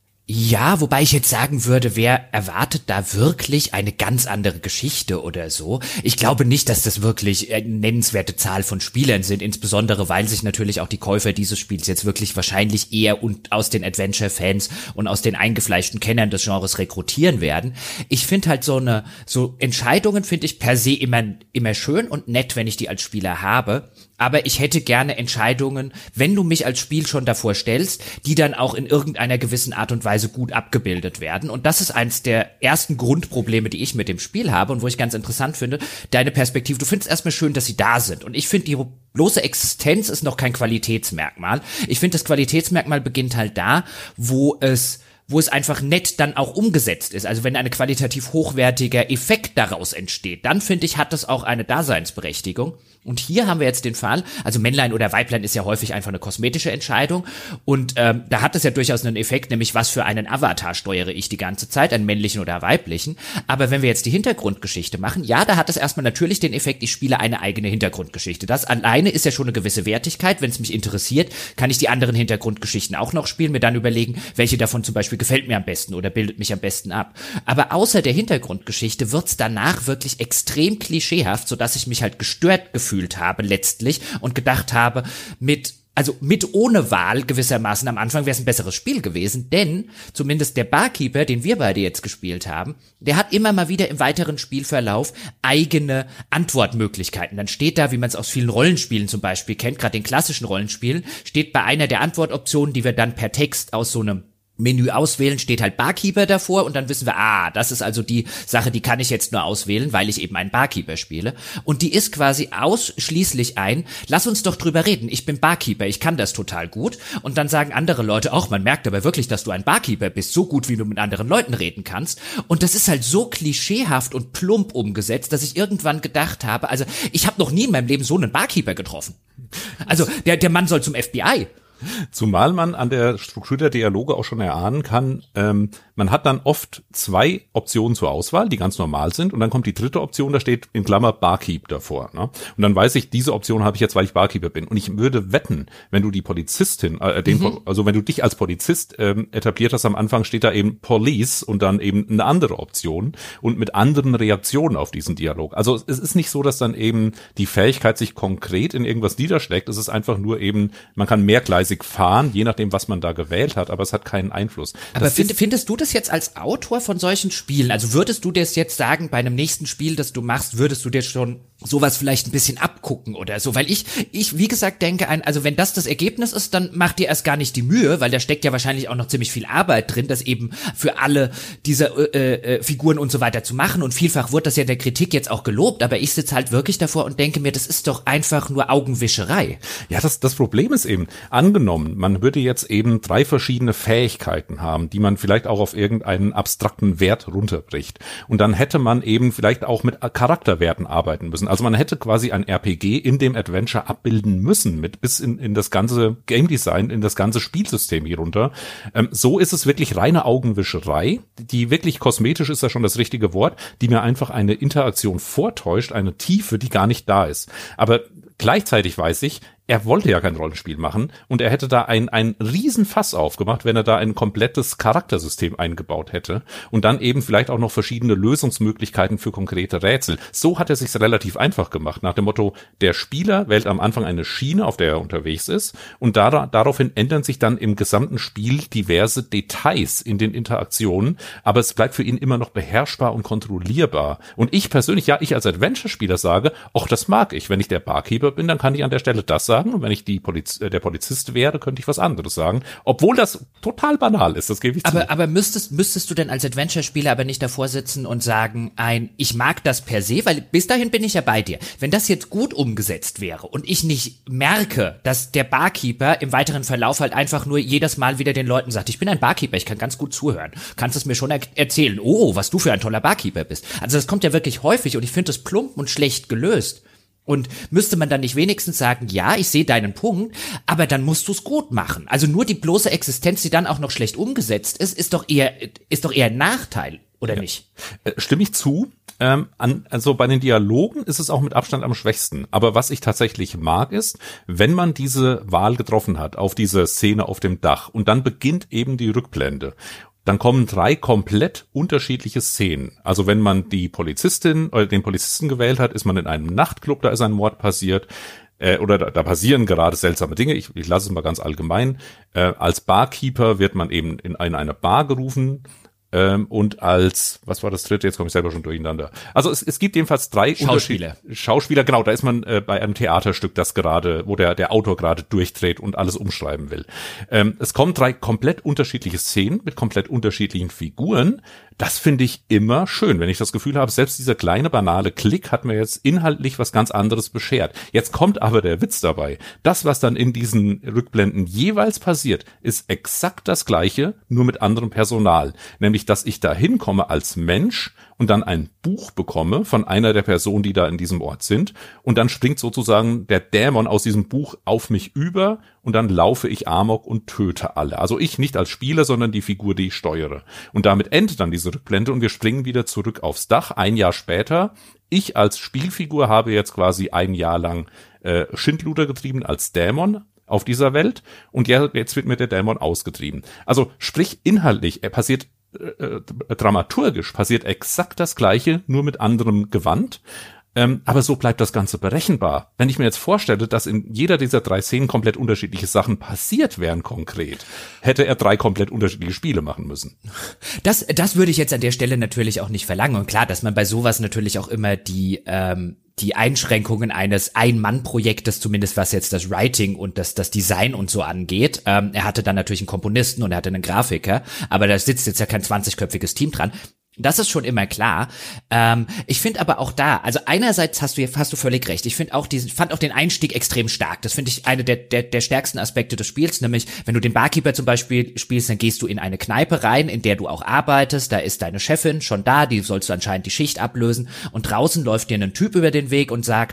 Ja, wobei ich jetzt sagen würde, wer erwartet da wirklich eine ganz andere Geschichte oder so? Ich glaube nicht, dass das wirklich eine nennenswerte Zahl von Spielern sind, insbesondere weil sich natürlich auch die Käufer dieses Spiels jetzt wirklich wahrscheinlich eher und aus den Adventure-Fans und aus den eingefleischten Kennern des Genres rekrutieren werden. Ich finde halt so eine, so Entscheidungen finde ich per se immer, immer schön und nett, wenn ich die als Spieler habe. Aber ich hätte gerne Entscheidungen, wenn du mich als Spiel schon davor stellst, die dann auch in irgendeiner gewissen Art und Weise gut abgebildet werden. Und das ist eins der ersten Grundprobleme, die ich mit dem Spiel habe und wo ich ganz interessant finde, deine Perspektive. Du findest erstmal schön, dass sie da sind. Und ich finde, die bloße Existenz ist noch kein Qualitätsmerkmal. Ich finde, das Qualitätsmerkmal beginnt halt da, wo es wo es einfach nett dann auch umgesetzt ist. Also wenn ein qualitativ hochwertiger Effekt daraus entsteht, dann finde ich, hat das auch eine Daseinsberechtigung. Und hier haben wir jetzt den Fall, also Männlein oder Weiblein ist ja häufig einfach eine kosmetische Entscheidung und ähm, da hat es ja durchaus einen Effekt, nämlich was für einen Avatar steuere ich die ganze Zeit, einen männlichen oder weiblichen. Aber wenn wir jetzt die Hintergrundgeschichte machen, ja, da hat es erstmal natürlich den Effekt, ich spiele eine eigene Hintergrundgeschichte. Das alleine ist ja schon eine gewisse Wertigkeit. Wenn es mich interessiert, kann ich die anderen Hintergrundgeschichten auch noch spielen, mir dann überlegen, welche davon zum Beispiel gefällt mir am besten oder bildet mich am besten ab. Aber außer der Hintergrundgeschichte wird's danach wirklich extrem klischeehaft, sodass ich mich halt gestört gefühlt habe letztlich und gedacht habe, mit also mit ohne Wahl gewissermaßen am Anfang wäre es ein besseres Spiel gewesen, denn zumindest der Barkeeper, den wir beide jetzt gespielt haben, der hat immer mal wieder im weiteren Spielverlauf eigene Antwortmöglichkeiten. Dann steht da, wie man es aus vielen Rollenspielen zum Beispiel kennt, gerade den klassischen Rollenspielen, steht bei einer der Antwortoptionen, die wir dann per Text aus so einem Menü auswählen, steht halt Barkeeper davor und dann wissen wir, ah, das ist also die Sache, die kann ich jetzt nur auswählen, weil ich eben einen Barkeeper spiele. Und die ist quasi ausschließlich ein, lass uns doch drüber reden, ich bin Barkeeper, ich kann das total gut. Und dann sagen andere Leute, auch man merkt aber wirklich, dass du ein Barkeeper bist, so gut, wie du mit anderen Leuten reden kannst. Und das ist halt so klischeehaft und plump umgesetzt, dass ich irgendwann gedacht habe, also ich habe noch nie in meinem Leben so einen Barkeeper getroffen. Also der, der Mann soll zum F B I. Zumal man an der Struktur der Dialoge auch schon erahnen kann, ähm, man hat dann oft zwei Optionen zur Auswahl, die ganz normal sind, und dann kommt die dritte Option, da steht in Klammer Barkeep davor. Ne? Und dann weiß ich, diese Option habe ich jetzt, weil ich Barkeeper bin. Und ich würde wetten, wenn du die Polizistin, äh, den, mhm. also wenn du dich als Polizist ähm, etabliert hast, am Anfang steht da eben Police und dann eben eine andere Option und mit anderen Reaktionen auf diesen Dialog. Also es ist nicht so, dass dann eben die Fähigkeit sich konkret in irgendwas niederschlägt. Es ist einfach nur eben, man kann mehrgleisig fahren, je nachdem, was man da gewählt hat, aber es hat keinen Einfluss. Aber find, findest du das jetzt als Autor von solchen Spielen? Also würdest du das jetzt sagen, bei einem nächsten Spiel, das du machst, würdest du dir schon sowas vielleicht ein bisschen abgucken oder so? Weil ich, ich, wie gesagt, denke, ein, also wenn das das Ergebnis ist, dann mach dir erst gar nicht die Mühe, weil da steckt ja wahrscheinlich auch noch ziemlich viel Arbeit drin, das eben für alle diese äh, äh, Figuren und so weiter zu machen. Und vielfach wird das ja der Kritik jetzt auch gelobt, aber ich sitze halt wirklich davor und denke mir, das ist doch einfach nur Augenwischerei. Ja, das, das Problem ist eben, angenommen, man würde jetzt eben drei verschiedene Fähigkeiten haben, die man vielleicht auch auf irgendeinen abstrakten Wert runterbricht. Und dann hätte man eben vielleicht auch mit Charakterwerten arbeiten müssen. Also man hätte quasi ein R P G in dem Adventure abbilden müssen, mit bis in, in das ganze Game Design, in das ganze Spielsystem hier runter. Ähm, so ist es wirklich reine Augenwischerei, die wirklich kosmetisch ist ja schon das richtige Wort, die mir einfach eine Interaktion vortäuscht, eine Tiefe, die gar nicht da ist. Aber gleichzeitig weiß ich, er wollte ja kein Rollenspiel machen und er hätte da ein, ein Riesenfass aufgemacht, wenn er da ein komplettes Charaktersystem eingebaut hätte und dann eben vielleicht auch noch verschiedene Lösungsmöglichkeiten für konkrete Rätsel. So hat er sich's relativ einfach gemacht, nach dem Motto, der Spieler wählt am Anfang eine Schiene, auf der er unterwegs ist und dar- daraufhin ändern sich dann im gesamten Spiel diverse Details in den Interaktionen, aber es bleibt für ihn immer noch beherrschbar und kontrollierbar. Und ich persönlich, ja, ich als Adventure-Spieler sage, ach, das mag ich. Wenn ich der Barkeeper bin, dann kann ich an der Stelle das sagen. Und wenn ich die Poliz- der Polizist wäre, könnte ich was anderes sagen. Obwohl das total banal ist, das gebe ich zu. Aber, aber müsstest, müsstest du denn als Adventure-Spieler aber nicht davor sitzen und sagen, ein, ich mag das per se, weil bis dahin bin ich ja bei dir. Wenn das jetzt gut umgesetzt wäre und ich nicht merke, dass der Barkeeper im weiteren Verlauf halt einfach nur jedes Mal wieder den Leuten sagt, ich bin ein Barkeeper, ich kann ganz gut zuhören. Kannst es mir schon er- erzählen, oh, was du für ein toller Barkeeper bist. Also das kommt ja wirklich häufig und ich finde das plump und schlecht gelöst. Und müsste man dann nicht wenigstens sagen, ja, ich sehe deinen Punkt, aber dann musst du es gut machen. Also nur die bloße Existenz, die dann auch noch schlecht umgesetzt ist, ist doch eher, ist doch eher ein Nachteil, oder ja. nicht? Äh, stimme ich zu. Ähm, an, also bei den Dialogen ist es auch mit Abstand am schwächsten. Aber was ich tatsächlich mag ist, wenn man diese Wahl getroffen hat auf diese Szene auf dem Dach und dann beginnt eben die Rückblende. Dann kommen drei komplett unterschiedliche Szenen. Also wenn man die Polizistin oder den Polizisten gewählt hat, ist man in einem Nachtclub, da ist ein Mord passiert. Äh, oder da, da passieren gerade seltsame Dinge. Ich, ich lasse es mal ganz allgemein. Äh, als Barkeeper wird man eben in eine, eine Bar gerufen. Ähm, und als, was war das dritte? Jetzt komme ich selber schon durcheinander. Also es, es gibt jedenfalls drei Schauspieler. Schauspieler, genau, da ist man äh, bei einem Theaterstück, das gerade, wo der der Autor gerade durchdreht und alles umschreiben will. Ähm, es kommen drei komplett unterschiedliche Szenen mit komplett unterschiedlichen Figuren. Das finde ich immer schön, wenn ich das Gefühl habe, selbst dieser kleine banale Klick hat mir jetzt inhaltlich was ganz anderes beschert. Jetzt kommt aber der Witz dabei. Das, was dann in diesen Rückblenden jeweils passiert, ist exakt das Gleiche, nur mit anderem Personal. Nämlich, dass ich da hinkomme als Mensch und dann ein Buch bekomme von einer der Personen, die da in diesem Ort sind. Und dann springt sozusagen der Dämon aus diesem Buch auf mich über und dann laufe ich Amok und töte alle. Also ich nicht als Spieler, sondern die Figur, die ich steuere. Und damit endet dann diese Rückblende und wir springen wieder zurück aufs Dach, ein Jahr später. Ich als Spielfigur habe jetzt quasi ein Jahr lang äh, Schindluder getrieben als Dämon auf dieser Welt und ja, jetzt wird mir der Dämon ausgetrieben. Also sprich inhaltlich, er passiert äh, dramaturgisch, passiert exakt das Gleiche, nur mit anderem Gewand. Ähm, aber so bleibt das Ganze berechenbar. Wenn ich mir jetzt vorstelle, dass in jeder dieser drei Szenen komplett unterschiedliche Sachen passiert wären konkret, hätte er drei komplett unterschiedliche Spiele machen müssen. Das, das würde ich jetzt an der Stelle natürlich auch nicht verlangen. Und klar, dass man bei sowas natürlich auch immer die, ähm, die Einschränkungen eines Ein-Mann-Projektes, zumindest was jetzt das Writing und das, das Design und so angeht. Ähm, er hatte dann natürlich einen Komponisten und er hatte einen Grafiker, aber da sitzt jetzt ja kein zwanzigköpfiges Team dran. Das ist schon immer klar. Ähm, ich finde aber auch da, also einerseits hast du hast du völlig recht. Ich finde auch diesen, fand auch den Einstieg extrem stark. Das finde ich eine der, der der stärksten Aspekte des Spiels, nämlich wenn du den Barkeeper zum Beispiel spielst, dann gehst du in eine Kneipe rein, in der du auch arbeitest. Da ist deine Chefin schon da, die sollst du anscheinend die Schicht ablösen und draußen läuft dir ein Typ über den Weg und sagt: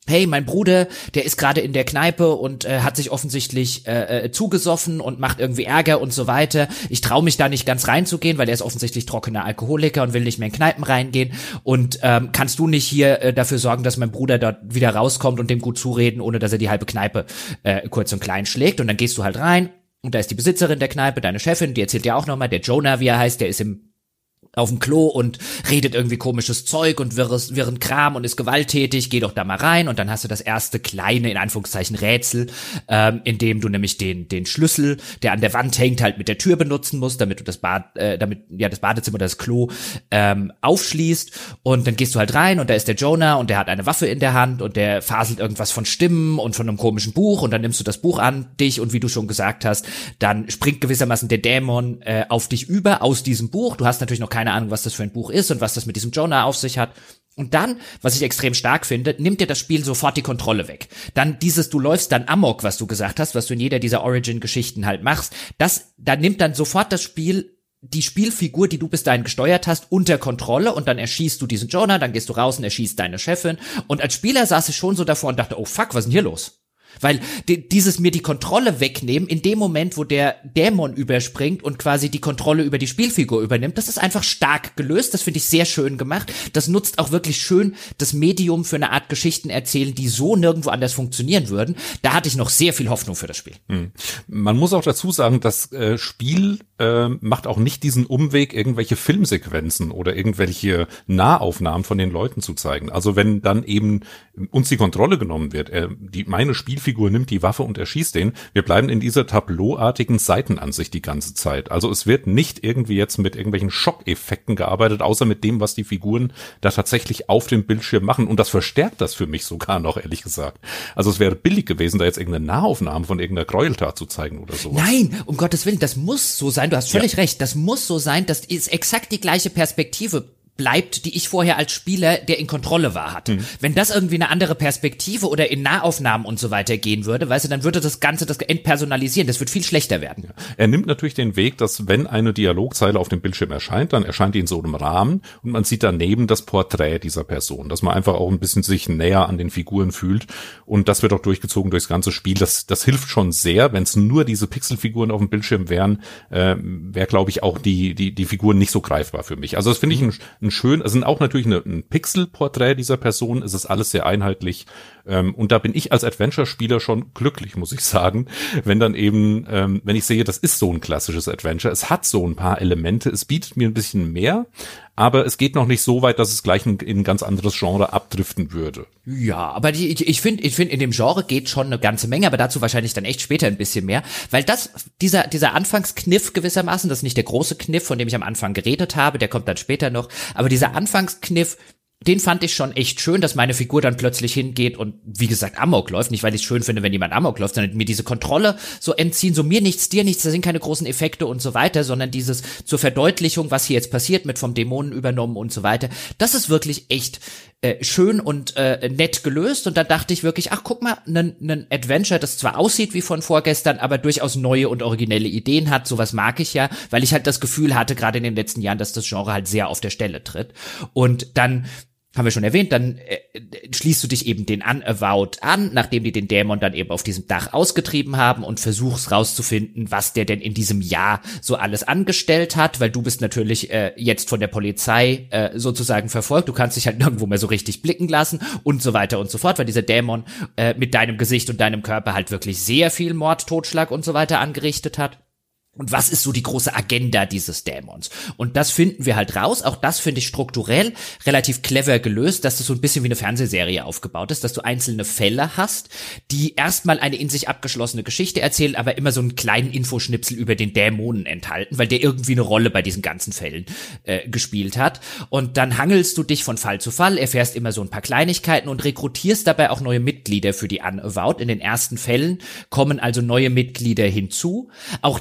hey, mein Bruder, der ist gerade in der Kneipe und äh, hat sich offensichtlich äh, äh, zugesoffen und macht irgendwie Ärger und so weiter. Ich traue mich da nicht ganz reinzugehen, weil er ist offensichtlich trockener Alkoholiker und will nicht mehr in Kneipen reingehen. Und ähm, kannst du nicht hier äh, dafür sorgen, dass mein Bruder dort wieder rauskommt und dem gut zureden, ohne dass er die halbe Kneipe äh, kurz und klein schlägt? Und dann gehst du halt rein und da ist die Besitzerin der Kneipe, deine Chefin, die erzählt dir auch nochmal, der Jonah, wie er heißt, der ist im auf dem Klo und redet irgendwie komisches Zeug und wirres, wirren Kram und ist gewalttätig, geh doch da mal rein. Und dann hast du das erste kleine, in Anführungszeichen, Rätsel, ähm, in dem du nämlich den den Schlüssel, der an der Wand hängt, halt mit der Tür benutzen musst, damit du das Bad, äh, damit ja das Badezimmer oder das Klo ähm, aufschließt. Und dann gehst du halt rein und da ist der Jonah und der hat eine Waffe in der Hand und der faselt irgendwas von Stimmen und von einem komischen Buch. Und dann nimmst du das Buch an dich und wie du schon gesagt hast, dann springt gewissermaßen der Dämon äh, auf dich über aus diesem Buch. Du hast natürlich noch keine Ahnung, was das für ein Buch ist und was das mit diesem Jonah auf sich hat. Und dann, was ich extrem stark finde, nimmt dir das Spiel sofort die Kontrolle weg. Dann dieses, du läufst dann amok, was du gesagt hast, was du in jeder dieser Origin-Geschichten halt machst, das, da nimmt dann sofort das Spiel die Spielfigur, die du bis dahin gesteuert hast, unter Kontrolle und dann erschießt du diesen Jonah, dann gehst du raus und erschießt deine Chefin. Und als Spieler saß ich schon so davor und dachte, oh fuck, was ist denn hier los? Weil die, dieses mir die Kontrolle wegnehmen, in dem Moment, wo der Dämon überspringt und quasi die Kontrolle über die Spielfigur übernimmt, das ist einfach stark gelöst, das finde ich sehr schön gemacht. Das nutzt auch wirklich schön das Medium für eine Art Geschichten erzählen, die so nirgendwo anders funktionieren würden. Da hatte ich noch sehr viel Hoffnung für das Spiel. Hm. Man muss auch dazu sagen, das äh, Spiel äh, macht auch nicht diesen Umweg, irgendwelche Filmsequenzen oder irgendwelche Nahaufnahmen von den Leuten zu zeigen. Also wenn dann eben uns die Kontrolle genommen wird, äh, die meine Spiel Figur nimmt die Waffe und erschießt den. Wir bleiben in dieser tableauartigen Seitenansicht die ganze Zeit. Also es wird nicht irgendwie jetzt mit irgendwelchen Schockeffekten gearbeitet, außer mit dem, was die Figuren da tatsächlich auf dem Bildschirm machen. Und das verstärkt das für mich sogar noch, ehrlich gesagt. Also es wäre billig gewesen, da jetzt irgendeine Nahaufnahme von irgendeiner Gräueltat zu zeigen oder sowas. Nein, um Gottes Willen, das muss so sein. Du hast völlig ja. recht. Das muss so sein. Das ist exakt die gleiche Perspektive bleibt, die ich vorher als Spieler, der in Kontrolle war, hatte. Mhm. Wenn das irgendwie eine andere Perspektive oder in Nahaufnahmen und so weiter gehen würde, weißt du, dann würde das Ganze das entpersonalisieren. Das wird viel schlechter werden. Ja. Er nimmt natürlich den Weg, dass wenn eine Dialogzeile auf dem Bildschirm erscheint, dann erscheint die in so einem Rahmen und man sieht daneben das Porträt dieser Person, dass man einfach auch ein bisschen sich näher an den Figuren fühlt und das wird auch durchgezogen durchs ganze Spiel. Das, das hilft schon sehr. Wenn es nur diese Pixelfiguren auf dem Bildschirm wären, äh, wäre, glaube ich, auch die, die, die Figuren nicht so greifbar für mich. Also das finde ich ein, ein schön, es sind auch natürlich eine, ein Pixelporträt dieser Person, es ist alles sehr einheitlich ähm, und da bin ich als Adventure-Spieler schon glücklich, muss ich sagen, wenn dann eben, ähm, wenn ich sehe, das ist so ein klassisches Adventure, es hat so ein paar Elemente, es bietet mir ein bisschen mehr, aber es geht noch nicht so weit, dass es gleich in, in ein ganz anderes Genre abdriften würde. Ja, aber die, ich, ich finde, ich finde, in dem Genre geht schon eine ganze Menge, aber dazu wahrscheinlich dann echt später ein bisschen mehr, weil das, dieser, dieser Anfangskniff gewissermaßen, das ist nicht der große Kniff, von dem ich am Anfang geredet habe, der kommt dann später noch, aber dieser Anfangskniff, den fand ich schon echt schön, dass meine Figur dann plötzlich hingeht und, wie gesagt, Amok läuft. Nicht, weil ich es schön finde, wenn jemand Amok läuft, sondern mir diese Kontrolle so entziehen, so mir nichts, dir nichts, da sind keine großen Effekte und so weiter, sondern dieses zur Verdeutlichung, was hier jetzt passiert, mit vom Dämonen übernommen und so weiter. Das ist wirklich echt äh, schön und äh, nett gelöst und da dachte ich wirklich, ach, guck mal, nen, nen Adventure, das zwar aussieht wie von vorgestern, aber durchaus neue und originelle Ideen hat. Sowas mag ich ja, weil ich halt das Gefühl hatte, gerade in den letzten Jahren, dass das Genre halt sehr auf der Stelle tritt. Und dann haben wir schon erwähnt, dann äh, schließt du dich eben den Unavowed an, nachdem die den Dämon dann eben auf diesem Dach ausgetrieben haben und versuchst rauszufinden, was der denn in diesem Jahr so alles angestellt hat, weil du bist natürlich äh, jetzt von der Polizei äh, sozusagen verfolgt, du kannst dich halt nirgendwo mehr so richtig blicken lassen und so weiter und so fort, weil dieser Dämon äh, mit deinem Gesicht und deinem Körper halt wirklich sehr viel Mord, Totschlag und so weiter angerichtet hat. Und was ist so die große Agenda dieses Dämons? Und das finden wir halt raus. Auch das finde ich strukturell relativ clever gelöst, dass das so ein bisschen wie eine Fernsehserie aufgebaut ist, dass du einzelne Fälle hast, die erstmal eine in sich abgeschlossene Geschichte erzählen, aber immer so einen kleinen Infoschnipsel über den Dämonen enthalten, weil der irgendwie eine Rolle bei diesen ganzen Fällen äh, gespielt hat. Und dann hangelst du dich von Fall zu Fall, erfährst immer so ein paar Kleinigkeiten und rekrutierst dabei auch neue Mitglieder für die Unavowed. In den ersten Fällen kommen also neue Mitglieder hinzu. Auch das ist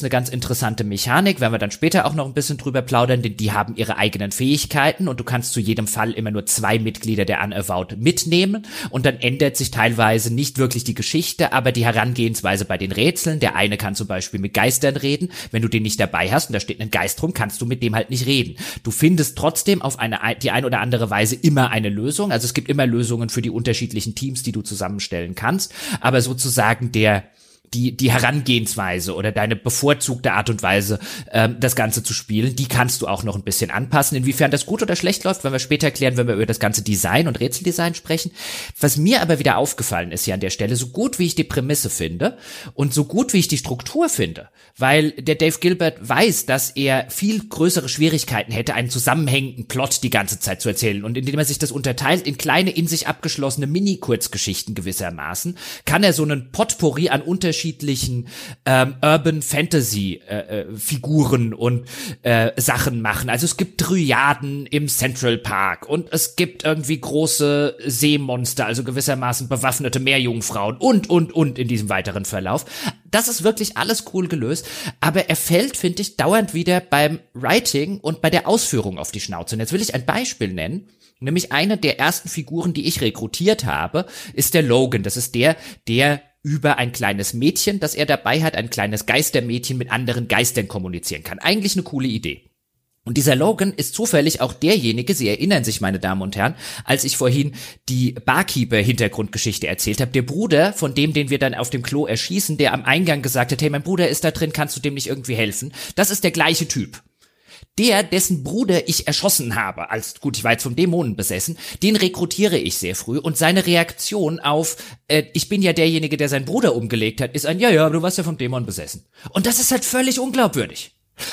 eine ganz interessante Mechanik, werden wir dann später auch noch ein bisschen drüber plaudern, denn die haben ihre eigenen Fähigkeiten und du kannst zu jedem Fall immer nur zwei Mitglieder der Unavowed mitnehmen und dann ändert sich teilweise nicht wirklich die Geschichte, aber die Herangehensweise bei den Rätseln. Der eine kann zum Beispiel mit Geistern reden, wenn du den nicht dabei hast und da steht ein Geist rum, kannst du mit dem halt nicht reden. Du findest trotzdem auf eine die ein oder andere Weise immer eine Lösung, also es gibt immer Lösungen für die unterschiedlichen Teams, die du zusammenstellen kannst, aber sozusagen der die die Herangehensweise oder deine bevorzugte Art und Weise, ähm, das Ganze zu spielen, die kannst du auch noch ein bisschen anpassen. Inwiefern das gut oder schlecht läuft, werden wir später erklären, wenn wir über das ganze Design und Rätseldesign sprechen. Was mir aber wieder aufgefallen ist hier an der Stelle, so gut wie ich die Prämisse finde und so gut wie ich die Struktur finde, weil der Dave Gilbert weiß, dass er viel größere Schwierigkeiten hätte, einen zusammenhängenden Plot die ganze Zeit zu erzählen. Und indem er sich das unterteilt in kleine, in sich abgeschlossene Mini-Kurzgeschichten gewissermaßen, kann er so einen Potpourri an unterschiedlichen ähm, Urban Fantasy äh, äh, Figuren und äh, Sachen machen. Also es gibt Dryaden im Central Park und es gibt irgendwie große Seemonster, also gewissermaßen bewaffnete Meerjungfrauen und, und, und in diesem weiteren Verlauf. Das ist wirklich alles cool gelöst, aber er fällt, finde ich, dauernd wieder beim Writing und bei der Ausführung auf die Schnauze. Und jetzt will ich ein Beispiel nennen. Nämlich eine der ersten Figuren, die ich rekrutiert habe, ist der Logan. Das ist der, der über ein kleines Mädchen, das er dabei hat, ein kleines Geistermädchen mit anderen Geistern kommunizieren kann. Eigentlich eine coole Idee. Und dieser Logan ist zufällig auch derjenige, Sie erinnern sich, meine Damen und Herren, als ich vorhin die Barkeeper-Hintergrundgeschichte erzählt habe, der Bruder von dem, den wir dann auf dem Klo erschießen, der am Eingang gesagt hat, hey, mein Bruder ist da drin, kannst du dem nicht irgendwie helfen? Das ist der gleiche Typ. Der, dessen Bruder ich erschossen habe, als, gut, ich war jetzt vom Dämonen besessen, den rekrutiere ich sehr früh und seine Reaktion auf, äh, ich bin ja derjenige, der seinen Bruder umgelegt hat, ist ein, ja, ja, du warst ja vom Dämon besessen. Und das ist halt völlig unglaubwürdig.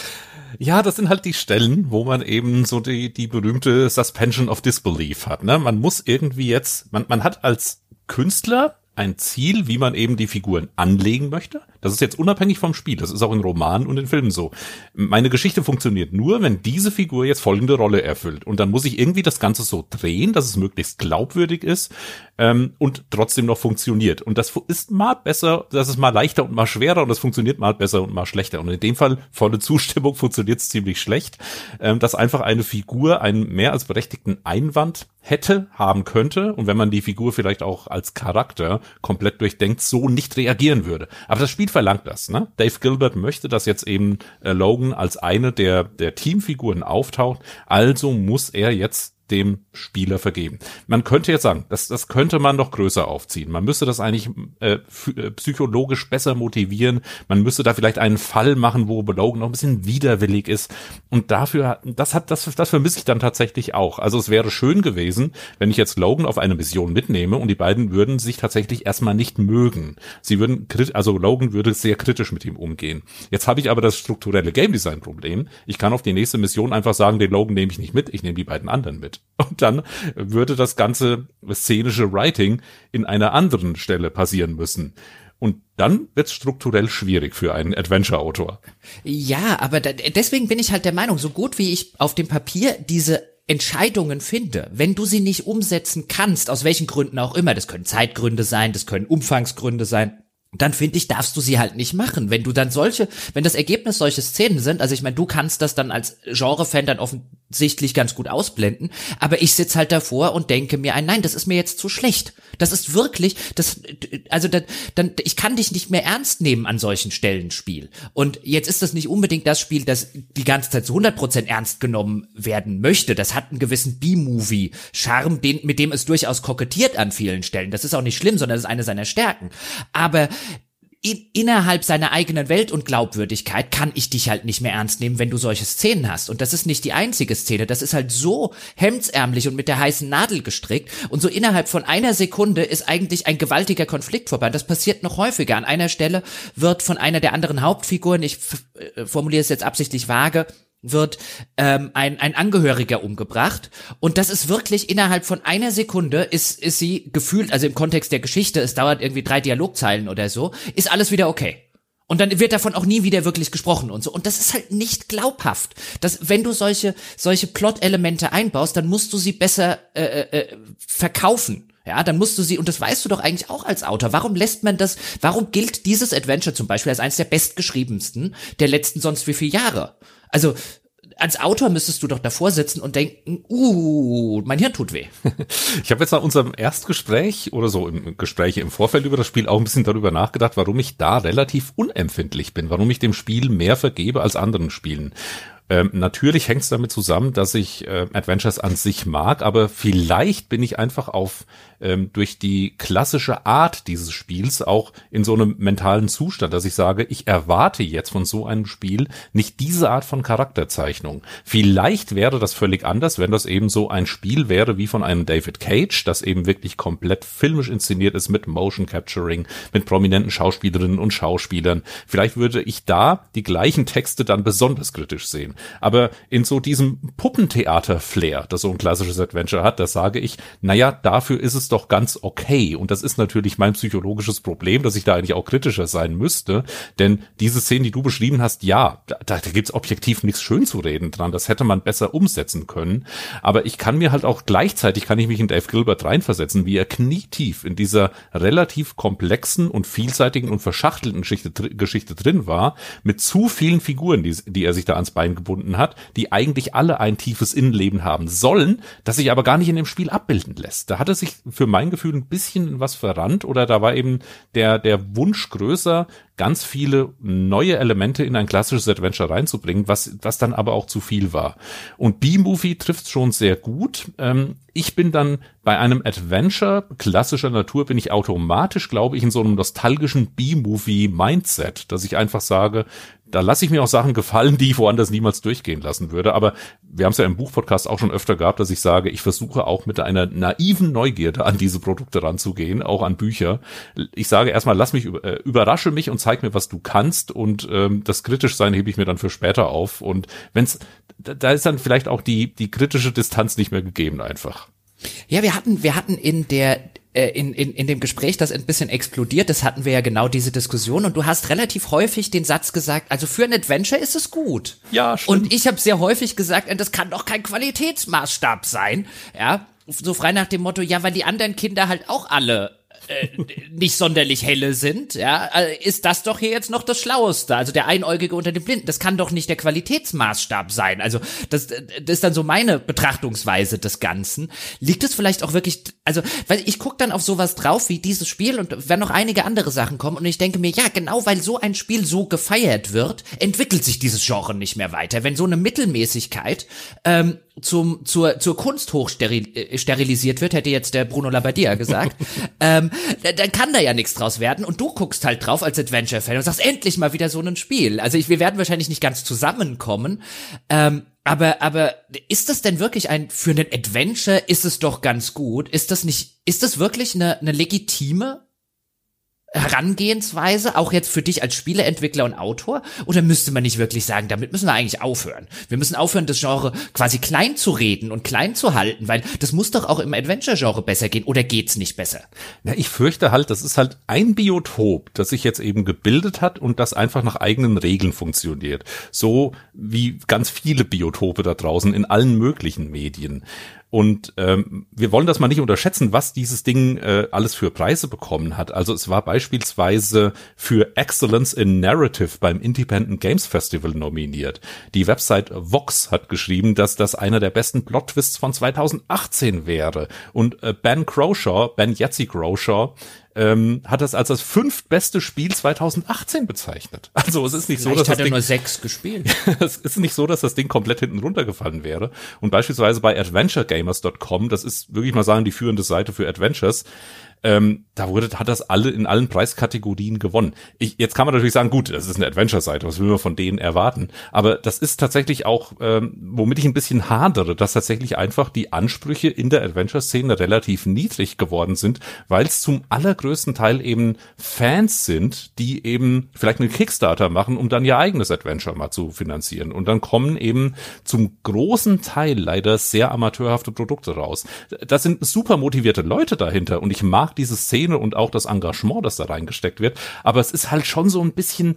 Ja, das sind halt die Stellen, wo man eben so die, die berühmte Suspension of Disbelief hat, ne? Man muss irgendwie jetzt, man, man hat als Künstler ein Ziel, wie man eben die Figuren anlegen möchte. Das ist jetzt unabhängig vom Spiel. Das ist auch in Romanen und in Filmen so. Meine Geschichte funktioniert nur, wenn diese Figur jetzt folgende Rolle erfüllt. Und dann muss ich irgendwie das Ganze so drehen, dass es möglichst glaubwürdig ist ähm, und trotzdem noch funktioniert. Und das ist mal besser, das ist mal leichter und mal schwerer und das funktioniert mal besser und mal schlechter. Und in dem Fall, volle Zustimmung, funktioniert es ziemlich schlecht, ähm, dass einfach eine Figur einen mehr als berechtigten Einwand hätte, haben könnte und wenn man die Figur vielleicht auch als Charakter komplett durchdenkt, so nicht reagieren würde. Aber das Spiel verlangt das, ne? Dave Gilbert möchte, dass jetzt eben äh, Logan als eine der der Teamfiguren auftaucht, also muss er jetzt dem Spieler vergeben. Man könnte jetzt sagen, das, das könnte man noch größer aufziehen. Man müsste das eigentlich äh, psychologisch besser motivieren. Man müsste da vielleicht einen Fall machen, wo Logan noch ein bisschen widerwillig ist. Und dafür, das hat, das, das vermisse ich dann tatsächlich auch. Also es wäre schön gewesen, wenn ich jetzt Logan auf eine Mission mitnehme und die beiden würden sich tatsächlich erstmal nicht mögen. Sie würden, also Logan würde sehr kritisch mit ihm umgehen. Jetzt habe ich aber das strukturelle Game Design Problem. Ich kann auf die nächste Mission einfach sagen, den Logan nehme ich nicht mit, ich nehme die beiden anderen mit. Und dann würde das ganze szenische Writing in einer anderen Stelle passieren müssen. Und dann wird es strukturell schwierig für einen Adventure-Autor. Ja, aber da, deswegen bin ich halt der Meinung, so gut wie ich auf dem Papier diese Entscheidungen finde, wenn du sie nicht umsetzen kannst, aus welchen Gründen auch immer, das können Zeitgründe sein, das können Umfangsgründe sein, dann finde ich, darfst du sie halt nicht machen. Wenn du dann solche, wenn das Ergebnis solche Szenen sind, also ich meine, du kannst das dann als Genre-Fan dann offensichtlich ganz gut ausblenden, aber ich sitze halt davor und denke mir ein, nein, das ist mir jetzt zu schlecht. Das ist wirklich, das, also dann, dann, ich kann dich nicht mehr ernst nehmen an solchen Stellen, Spiel. Und jetzt ist das nicht unbedingt das Spiel, das die ganze Zeit zu hundert Prozent ernst genommen werden möchte. Das hat einen gewissen B-Movie-Charme, den, mit dem es durchaus kokettiert an vielen Stellen. Das ist auch nicht schlimm, sondern das ist eine seiner Stärken. Aber In, innerhalb seiner eigenen Welt und Glaubwürdigkeit kann ich dich halt nicht mehr ernst nehmen, wenn du solche Szenen hast. Und das ist nicht die einzige Szene. Das ist halt so hemdsärmlich und mit der heißen Nadel gestrickt. Und so innerhalb von einer Sekunde ist eigentlich ein gewaltiger Konflikt vorbei. Das passiert noch häufiger. An einer Stelle wird von einer der anderen Hauptfiguren, ich f- formuliere es jetzt absichtlich vage, wird ähm, ein ein Angehöriger umgebracht und das ist wirklich innerhalb von einer Sekunde ist ist sie gefühlt, also im Kontext der Geschichte, es dauert irgendwie drei Dialogzeilen oder so, ist alles wieder okay. Und dann wird davon auch nie wieder wirklich gesprochen und so. Und das ist halt nicht glaubhaft. Dass, wenn du solche solche Plot-Elemente einbaust, dann musst du sie besser äh, äh, verkaufen. Ja, dann musst du sie, und das weißt du doch eigentlich auch als Autor, warum lässt man das, warum gilt dieses Adventure zum Beispiel als eines der bestgeschriebensten der letzten sonst wie viele Jahre? Also, als Autor müsstest du doch davor sitzen und denken, uh, mein Hirn tut weh. Ich habe jetzt nach unserem Erstgespräch oder so im Gespräch im Vorfeld über das Spiel auch ein bisschen darüber nachgedacht, warum ich da relativ unempfindlich bin, warum ich dem Spiel mehr vergebe als anderen Spielen. Ähm, natürlich hängt es damit zusammen, dass ich äh, Adventures an sich mag, aber vielleicht bin ich einfach auf ähm, durch die klassische Art dieses Spiels auch in so einem mentalen Zustand, dass ich sage, ich erwarte jetzt von so einem Spiel nicht diese Art von Charakterzeichnung. Vielleicht wäre das völlig anders, wenn das eben so ein Spiel wäre wie von einem David Cage, das eben wirklich komplett filmisch inszeniert ist mit Motion Capturing, mit prominenten Schauspielerinnen und Schauspielern. Vielleicht würde ich da die gleichen Texte dann besonders kritisch sehen. Aber in so diesem Puppentheater-Flair, das so ein klassisches Adventure hat, da sage ich, naja, dafür ist es doch ganz okay. Und das ist natürlich mein psychologisches Problem, dass ich da eigentlich auch kritischer sein müsste. Denn diese Szene, die du beschrieben hast, ja, da, da gibt's objektiv nichts schön zu reden dran. Das hätte man besser umsetzen können. Aber ich kann mir halt auch gleichzeitig, kann ich mich in Dave Gilbert reinversetzen, wie er knietief in dieser relativ komplexen und vielseitigen und verschachtelten Geschichte, Geschichte drin war, mit zu vielen Figuren, die, die er sich da ans Bein gebunden hat, die eigentlich alle ein tiefes Innenleben haben sollen, das sich aber gar nicht in dem Spiel abbilden lässt. Da hat es sich für mein Gefühl ein bisschen was verrannt oder da war eben der, der Wunsch größer, ganz viele neue Elemente in ein klassisches Adventure reinzubringen, was, was dann aber auch zu viel war. Und B-Movie trifft es schon sehr gut. Ähm, ich bin dann bei einem Adventure klassischer Natur bin ich automatisch, glaube ich, in so einem nostalgischen B-Movie-Mindset, dass ich einfach sage, da lasse ich mir auch Sachen gefallen, die ich woanders niemals durchgehen lassen würde. Aber wir haben es ja im Buchpodcast auch schon öfter gehabt, dass ich sage, ich versuche auch mit einer naiven Neugierde an diese Produkte ranzugehen, auch an Bücher. Ich sage erstmal, lass mich, äh, überrasche mich und zeig mir, was du kannst. Und ähm, das Kritischsein hebe ich mir dann für später auf. Und wenn's, da ist dann vielleicht auch die die kritische Distanz nicht mehr gegeben einfach. Ja, wir hatten wir hatten in der In, in, in dem Gespräch, das ein bisschen explodiert, das hatten wir ja genau diese Diskussion und du hast relativ häufig den Satz gesagt, also für ein Adventure ist es gut. Ja, stimmt. Und ich habe sehr häufig gesagt, das kann doch kein Qualitätsmaßstab sein, ja, so frei nach dem Motto, ja, weil die anderen Kinder halt auch alle äh, nicht sonderlich helle sind, ja, ist das doch hier jetzt noch das Schlaueste, also der Einäugige unter den Blinden, das kann doch nicht der Qualitätsmaßstab sein, also das, das ist dann so meine Betrachtungsweise des Ganzen. Liegt es vielleicht auch wirklich, also, weil ich gucke dann auf sowas drauf wie dieses Spiel und wenn noch einige andere Sachen kommen und ich denke mir, ja, genau weil so ein Spiel so gefeiert wird, entwickelt sich dieses Genre nicht mehr weiter. Wenn so eine Mittelmäßigkeit ähm, zum zur zur Kunst hochsterilisiert wird, hätte jetzt der Bruno Labbadia gesagt, ähm, dann kann da ja nichts draus werden und du guckst halt drauf als Adventure-Fan und sagst, endlich mal wieder so ein Spiel. Also ich, wir werden wahrscheinlich nicht ganz zusammenkommen, ähm, aber aber ist das denn wirklich ein, für ein Adventure ist es doch ganz gut, ist das nicht, ist das wirklich eine, eine legitime Herangehensweise, auch jetzt für dich als Spieleentwickler und Autor? Oder müsste man nicht wirklich sagen, damit müssen wir eigentlich aufhören? Wir müssen aufhören, das Genre quasi klein zu reden und klein zu halten, weil das muss doch auch im Adventure-Genre besser gehen, oder geht's nicht besser? Ja, ich fürchte halt, das ist halt ein Biotop, das sich jetzt eben gebildet hat und das einfach nach eigenen Regeln funktioniert. So wie ganz viele Biotope da draußen in allen möglichen Medien. Und ähm, wir wollen das mal nicht unterschätzen, was dieses Ding äh, alles für Preise bekommen hat. Also es war beispielsweise für Excellence in Narrative beim Independent Games Festival nominiert. Die Website Vox hat geschrieben, dass das einer der besten Plot-Twists von zweitausendachtzehn wäre. Und äh, Ben Croshaw, Ben Yetzi Croshaw, ähm, hat das als das fünftbeste Spiel zweitausendachtzehn bezeichnet. Also es ist nicht Vielleicht so, dass hat das er Ding, nur sechs gespielt. es ist nicht so, dass das Ding komplett hinten runtergefallen wäre. Und beispielsweise bei adventure gamers Punkt com, das ist wirklich mal sagen die führende Seite für Adventures, Ähm, da wurde, hat das alle in allen Preiskategorien gewonnen. Ich, jetzt kann man natürlich sagen, gut, das ist eine Adventure-Seite, was will man von denen erwarten? Aber das ist tatsächlich auch, ähm, womit ich ein bisschen hadere, dass tatsächlich einfach die Ansprüche in der Adventure-Szene relativ niedrig geworden sind, weil es zum allergrößten Teil eben Fans sind, die eben vielleicht einen Kickstarter machen, um dann ihr eigenes Adventure mal zu finanzieren. Und dann kommen eben zum großen Teil leider sehr amateurhafte Produkte raus. Das sind super motivierte Leute dahinter und ich mag mag diese Szene und auch das Engagement, das da reingesteckt wird, aber es ist halt schon so ein bisschen,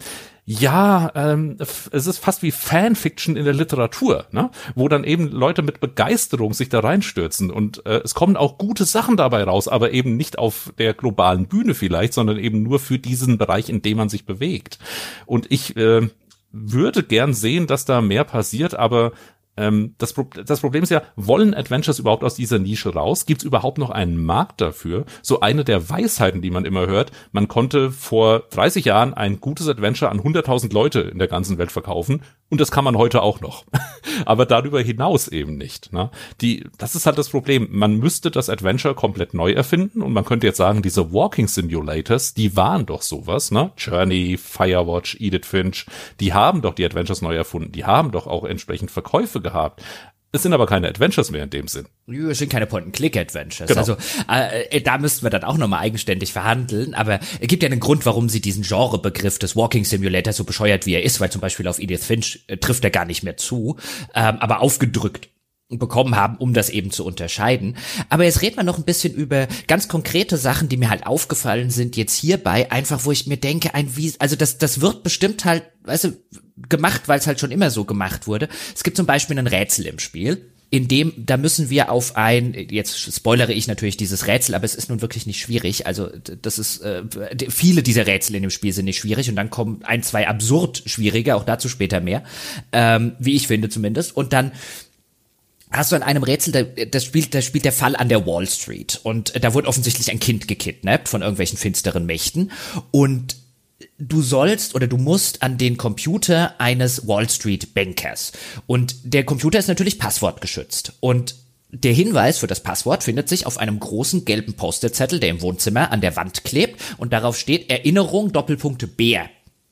ja, ähm, es ist fast wie Fanfiction in der Literatur, ne? Wo dann eben Leute mit Begeisterung sich da reinstürzen und äh, es kommen auch gute Sachen dabei raus, aber eben nicht auf der globalen Bühne vielleicht, sondern eben nur für diesen Bereich, in dem man sich bewegt. Und ich äh, würde gern sehen, dass da mehr passiert, aber Ähm, das, Pro- das Problem ist ja, wollen Adventures überhaupt aus dieser Nische raus? Gibt es überhaupt noch einen Markt dafür? So eine der Weisheiten, die man immer hört, man konnte vor dreißig Jahren ein gutes Adventure an hunderttausend Leute in der ganzen Welt verkaufen und das kann man heute auch noch. Aber darüber hinaus eben nicht. Ne? Die, das ist halt das Problem. Man müsste das Adventure komplett neu erfinden und man könnte jetzt sagen, diese Walking Simulators, die waren doch sowas. Ne? Journey, Firewatch, Edith Finch, die haben doch die Adventures neu erfunden. Die haben doch auch entsprechend Verkäufe gehabt. Es sind aber keine Adventures mehr in dem Sinn. Es sind keine Point-and-Click-Adventures. Genau. Also äh, da müssten wir dann auch nochmal eigenständig verhandeln. Aber es gibt ja einen Grund, warum sie diesen Genrebegriff des Walking Simulators, so bescheuert wie er ist, weil zum Beispiel auf Edith Finch äh, trifft er gar nicht mehr zu, ähm, aber aufgedrückt bekommen haben, um das eben zu unterscheiden. Aber jetzt reden wir noch ein bisschen über ganz konkrete Sachen, die mir halt aufgefallen sind jetzt hierbei, einfach wo ich mir denke, ein wie, also das das wird bestimmt halt, weißt du, gemacht, weil es halt schon immer so gemacht wurde. Es gibt zum Beispiel ein Rätsel im Spiel, in dem, da müssen wir auf ein, jetzt spoilere ich natürlich dieses Rätsel, aber es ist nun wirklich nicht schwierig, also das ist, äh, viele dieser Rätsel in dem Spiel sind nicht schwierig und dann kommen ein, zwei absurd schwierige, auch dazu später mehr, ähm, wie ich finde zumindest, und dann hast du an einem Rätsel, das spielt, das spielt der Fall an der Wall Street und da wurde offensichtlich ein Kind gekidnappt von irgendwelchen finsteren Mächten und du sollst oder du musst an den Computer eines Wall Street Bankers und der Computer ist natürlich passwortgeschützt und der Hinweis für das Passwort findet sich auf einem großen gelben Post-it-Zettel, der im Wohnzimmer an der Wand klebt und darauf steht Erinnerung Doppelpunkt Bär.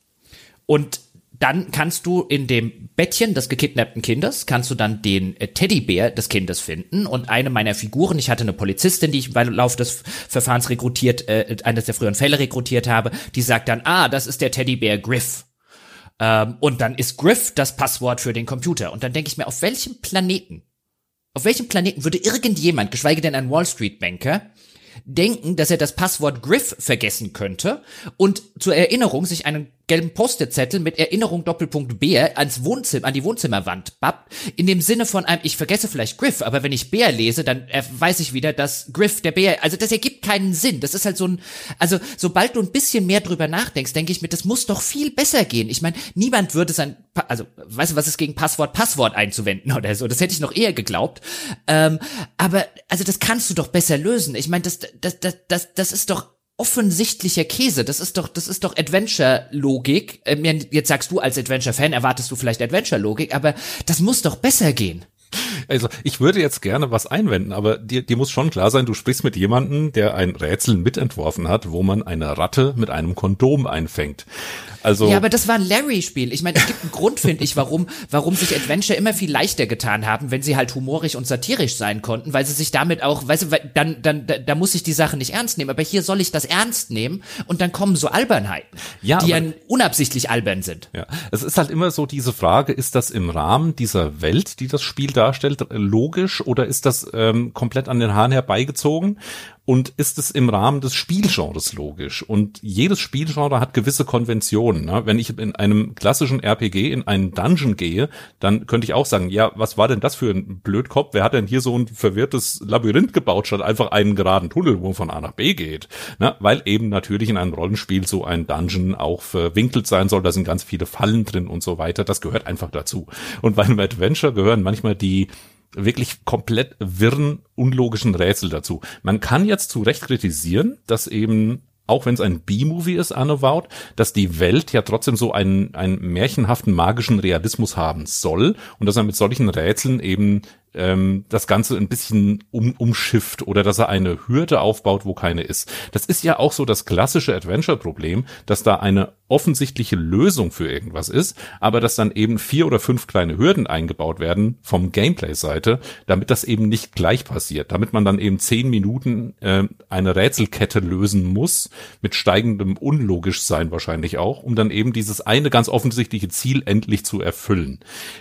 Und dann kannst du in dem Bettchen des gekidnappten Kindes, kannst du dann den äh, Teddybär des Kindes finden und eine meiner Figuren, ich hatte eine Polizistin, die ich im Laufe des Verfahrens rekrutiert, äh, eines der früheren Fälle rekrutiert habe, die sagt dann, ah, das ist der Teddybär Griff. Ähm, und dann ist Griff das Passwort für den Computer. Und dann denke ich mir, auf welchem Planeten, auf welchem Planeten würde irgendjemand, geschweige denn ein Wall Street Banker, denken, dass er das Passwort Griff vergessen könnte und zur Erinnerung sich einen gelben Post-it-Zettel mit Erinnerung Doppelpunkt Bär ans Wohnzimmer, an die Wohnzimmerwand bappt, in dem Sinne von einem, ich vergesse vielleicht Griff, aber wenn ich Bär lese, dann äh, weiß ich wieder, dass Griff der Bär, also das ergibt keinen Sinn. Das ist halt so ein, also sobald du ein bisschen mehr drüber nachdenkst, denke ich mir, das muss doch viel besser gehen. Ich meine, niemand würde sein, also weißt du, was ist gegen Passwort, Passwort einzuwenden oder so, das hätte ich noch eher geglaubt. Ähm, aber, also das kannst du doch besser lösen. Ich meine, das, das, das, das, das ist doch offensichtlicher Käse. Das ist doch, das ist doch Adventure-Logik. Ähm, jetzt sagst du als Adventure-Fan, erwartest du vielleicht Adventure-Logik, aber das muss doch besser gehen. Also ich würde jetzt gerne was einwenden, aber dir, dir muss schon klar sein, du sprichst mit jemandem, der ein Rätsel mitentworfen hat, wo man eine Ratte mit einem Kondom einfängt. Also ja, aber das war ein Larry-Spiel. Ich meine, es gibt einen Grund, finde ich, warum warum sich Adventure immer viel leichter getan haben, wenn sie halt humorig und satirisch sein konnten, weil sie sich damit auch, weißt du, weil dann dann da, da muss ich die Sache nicht ernst nehmen, aber hier soll ich das ernst nehmen und dann kommen so Albernheiten, ja, die aber, ja unabsichtlich albern sind. Ja, es ist halt immer so diese Frage, ist das im Rahmen dieser Welt, die das Spiel darstellt, logisch oder ist das ähm, komplett an den Haaren herbeigezogen? Und ist es im Rahmen des Spielgenres logisch? Und jedes Spielgenre hat gewisse Konventionen. Ne? Wenn ich in einem klassischen R P G in einen Dungeon gehe, dann könnte ich auch sagen, ja, was war denn das für ein Blödkopf? Wer hat denn hier so ein verwirrtes Labyrinth gebaut, statt einfach einen geraden Tunnel, wo man von A nach B geht? Ne? Weil eben natürlich in einem Rollenspiel so ein Dungeon auch verwinkelt sein soll. Da sind ganz viele Fallen drin und so weiter. Das gehört einfach dazu. Und bei einem Adventure gehören manchmal die wirklich komplett wirren, unlogischen Rätsel dazu. Man kann jetzt zu Recht kritisieren, dass eben, auch wenn es ein B-Movie ist, Unavowed, dass die Welt ja trotzdem so einen, einen märchenhaften, magischen Realismus haben soll und dass er mit solchen Rätseln eben ähm, das Ganze ein bisschen um, umschifft oder dass er eine Hürde aufbaut, wo keine ist. Das ist ja auch so das klassische Adventure-Problem, dass da eine offensichtliche Lösung für irgendwas ist, aber dass dann eben vier oder fünf kleine Hürden eingebaut werden vom Gameplay-Seite, damit das eben nicht gleich passiert, damit man dann eben zehn Minuten äh, eine Rätselkette lösen muss, mit steigendem Unlogischsein wahrscheinlich auch, um dann eben dieses eine ganz offensichtliche Ziel endlich zu erfüllen.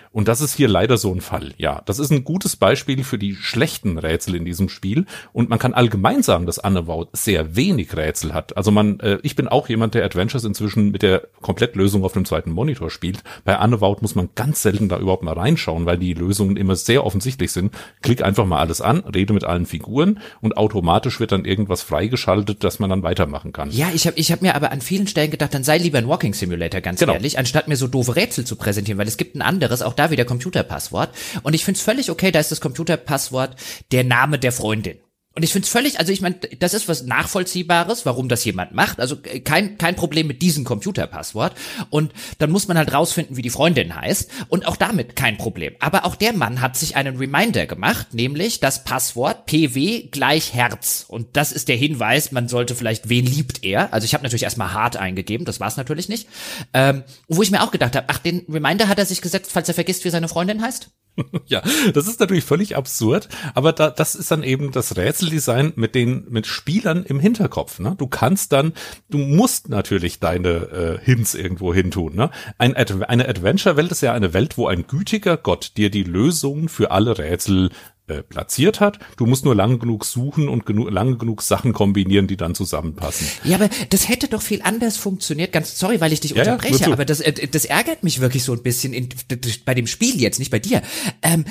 Und das ist hier leider so ein Fall. Ja, das ist ein gutes Beispiel für die schlechten Rätsel in diesem Spiel. Und man kann allgemein sagen, dass Undervout sehr wenig Rätsel hat. Also man, äh, ich bin auch jemand, der Adventures inzwischen mit der Komplettlösung auf dem zweiten Monitor spielt. Bei Undervout muss man ganz selten da überhaupt mal reinschauen, weil die Lösungen immer sehr offensichtlich sind. Klick einfach mal alles an, rede mit allen Figuren und automatisch wird dann irgendwas freigeschaltet, dass man dann weitermachen kann. Ja, ich habe ich hab mir aber an vielen Stellen gedacht, dann sei lieber ein Walking Simulator, ganz genau. ehrlich, anstatt mir so doofe Rätsel zu präsentieren, weil es gibt ein anderes, auch da wieder Computerpasswort. Und ich find's völlig okay, da ist das Computerpasswort der Name der Freundin. Und ich finde es völlig, also ich meine, das ist was Nachvollziehbares, warum das jemand macht. Also kein kein Problem mit diesem Computerpasswort. Und dann muss man halt rausfinden, wie die Freundin heißt. Und auch damit kein Problem. Aber auch der Mann hat sich einen Reminder gemacht, nämlich das Passwort P W gleich Herz. Und das ist der Hinweis, man sollte vielleicht, wen liebt er? Also ich habe natürlich erstmal hart eingegeben, das war es natürlich nicht. Ähm, wo ich mir auch gedacht habe, ach, den Reminder hat er sich gesetzt, falls er vergisst, wie seine Freundin heißt? Ja, das ist natürlich völlig absurd, aber da, das ist dann eben das Rätseldesign mit den mit Spielern im Hinterkopf. Ne? Du kannst dann, du musst natürlich deine äh, Hints irgendwo hin tun. Ne? Ein Ad, eine Adventure-Welt ist ja eine Welt, wo ein gütiger Gott dir die Lösungen für alle Rätsel äh, platziert hat. Du musst nur lange genug suchen und genu- lange genug Sachen kombinieren, die dann zusammenpassen. Ja, aber das hätte doch viel anders funktioniert. Ganz sorry, weil ich dich ja, unterbreche, ja, aber das, äh, das ärgert mich wirklich so ein bisschen in, bei dem Spiel jetzt, nicht bei dir. Ähm,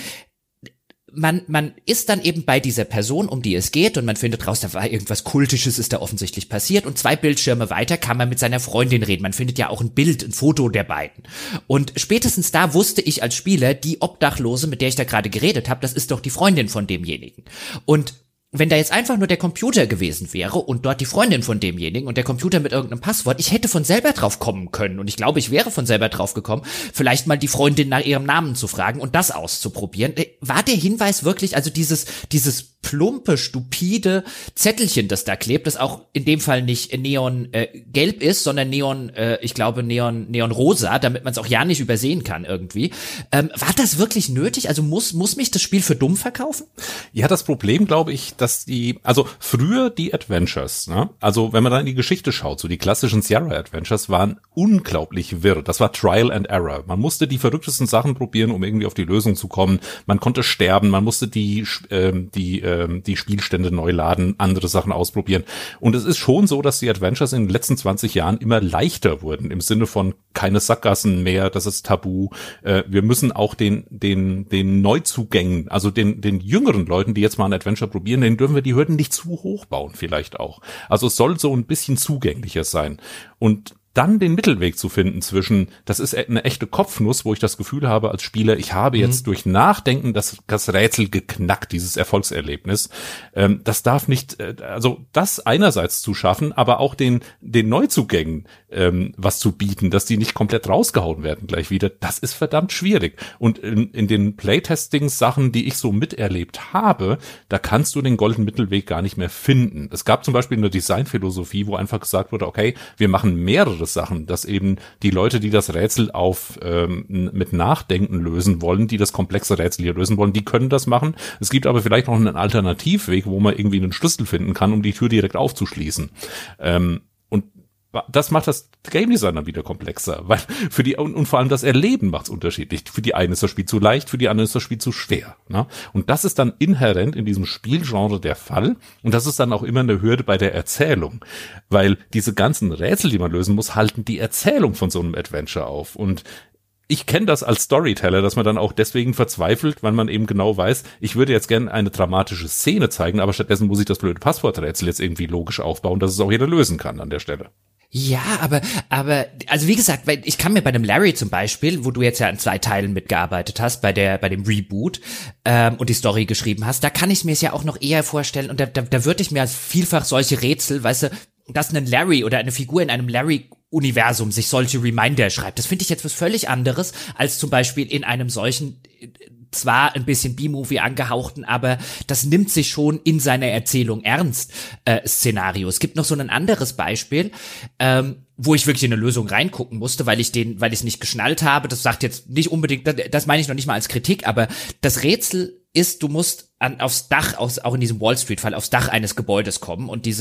Man, man ist dann eben bei dieser Person, um die es geht, und man findet raus, da war irgendwas Kultisches, ist da offensichtlich passiert, und zwei Bildschirme weiter kann man mit seiner Freundin reden. Man findet ja auch ein Bild, ein Foto der beiden. Und spätestens da wusste ich als Spieler, die Obdachlose, mit der ich da gerade geredet habe, das ist doch die Freundin von demjenigen. Und wenn da jetzt einfach nur der Computer gewesen wäre und dort die Freundin von demjenigen und der Computer mit irgendeinem Passwort, ich hätte von selber drauf kommen können, und ich glaube, ich wäre von selber drauf gekommen, vielleicht mal die Freundin nach ihrem Namen zu fragen und das auszuprobieren. War der Hinweis wirklich, also dieses dieses plumpe, stupide Zettelchen, das da klebt, das auch in dem Fall nicht neon äh, gelb ist, sondern neon, äh, ich glaube neon neon rosa, damit man es auch ja nicht übersehen kann irgendwie. Ähm, war das wirklich nötig? Also muss muss mich das Spiel für dumm verkaufen? Ja, das Problem, glaube ich, dass die, also früher die Adventures, ne? Also wenn man da in die Geschichte schaut, so die klassischen Sierra Adventures waren unglaublich wirr. Das war Trial and Error. Man musste die verrücktesten Sachen probieren, um irgendwie auf die Lösung zu kommen. Man konnte sterben, man musste die ähm, die ähm, die Spielstände neu laden, andere Sachen ausprobieren. Und es ist schon so, dass die Adventures in den letzten zwanzig Jahren immer leichter wurden, im Sinne von keine Sackgassen mehr, das ist tabu. Äh, wir müssen auch den den den Neuzugängen, also den den jüngeren Leuten, die jetzt mal ein Adventure probieren, denen dürfen wir die Hürden nicht zu hoch bauen, vielleicht auch. Also es soll so ein bisschen zugänglicher sein. Und dann den Mittelweg zu finden zwischen, das ist eine echte Kopfnuss, wo ich das Gefühl habe als Spieler, ich habe jetzt mhm. durch Nachdenken das, das Rätsel geknackt, dieses Erfolgserlebnis. Ähm, das darf nicht, äh, also das einerseits zu schaffen, aber auch den den Neuzugängen ähm, was zu bieten, dass die nicht komplett rausgehauen werden gleich wieder, das ist verdammt schwierig. Und in, in den Playtesting-Sachen, die ich so miterlebt habe, da kannst du den goldenen Mittelweg gar nicht mehr finden. Es gab zum Beispiel eine Designphilosophie, wo einfach gesagt wurde, okay, wir machen mehrere Sachen, dass eben die Leute, die das Rätsel auf ähm, mit Nachdenken lösen wollen, die das komplexe Rätsel hier lösen wollen, die können das machen. Es gibt aber vielleicht noch einen Alternativweg, wo man irgendwie einen Schlüssel finden kann, um die Tür direkt aufzuschließen. Ähm, und das macht das Game Design dann wieder komplexer, weil für die und, und vor allem das Erleben macht es unterschiedlich. Für die eine ist das Spiel zu leicht, für die andere ist das Spiel zu schwer. Ne? Und das ist dann inhärent in diesem Spielgenre der Fall. Und das ist dann auch immer eine Hürde bei der Erzählung, weil diese ganzen Rätsel, die man lösen muss, halten die Erzählung von so einem Adventure auf. Und ich kenne das als Storyteller, dass man dann auch deswegen verzweifelt, weil man eben genau weiß, ich würde jetzt gerne eine dramatische Szene zeigen, aber stattdessen muss ich das blöde Passworträtsel jetzt irgendwie logisch aufbauen, dass es auch jeder lösen kann an der Stelle. Ja, aber, aber, also wie gesagt, weil ich kann mir bei dem Larry zum Beispiel, wo du jetzt ja in zwei Teilen mitgearbeitet hast, bei der, bei dem Reboot, ähm, und die Story geschrieben hast, da kann ich mir es ja auch noch eher vorstellen, und da, da, da würde ich mir vielfach solche Rätsel, weißt du, dass ein Larry oder eine Figur in einem Larry-Universum sich solche Reminder schreibt, das finde ich jetzt was völlig anderes, als zum Beispiel in einem solchen, zwar ein bisschen B-Movie angehauchten, aber das nimmt sich schon in seiner Erzählung ernst, äh, Szenario. Es gibt noch so ein anderes Beispiel, ähm, wo ich wirklich in eine Lösung reingucken musste, weil ich den, weil ich es nicht geschnallt habe. Das sagt jetzt nicht unbedingt, das, das meine ich noch nicht mal als Kritik, aber das Rätsel ist, du musst an, aufs Dach, aus, auch in diesem Wall Street Fall, aufs Dach eines Gebäudes kommen, und dieses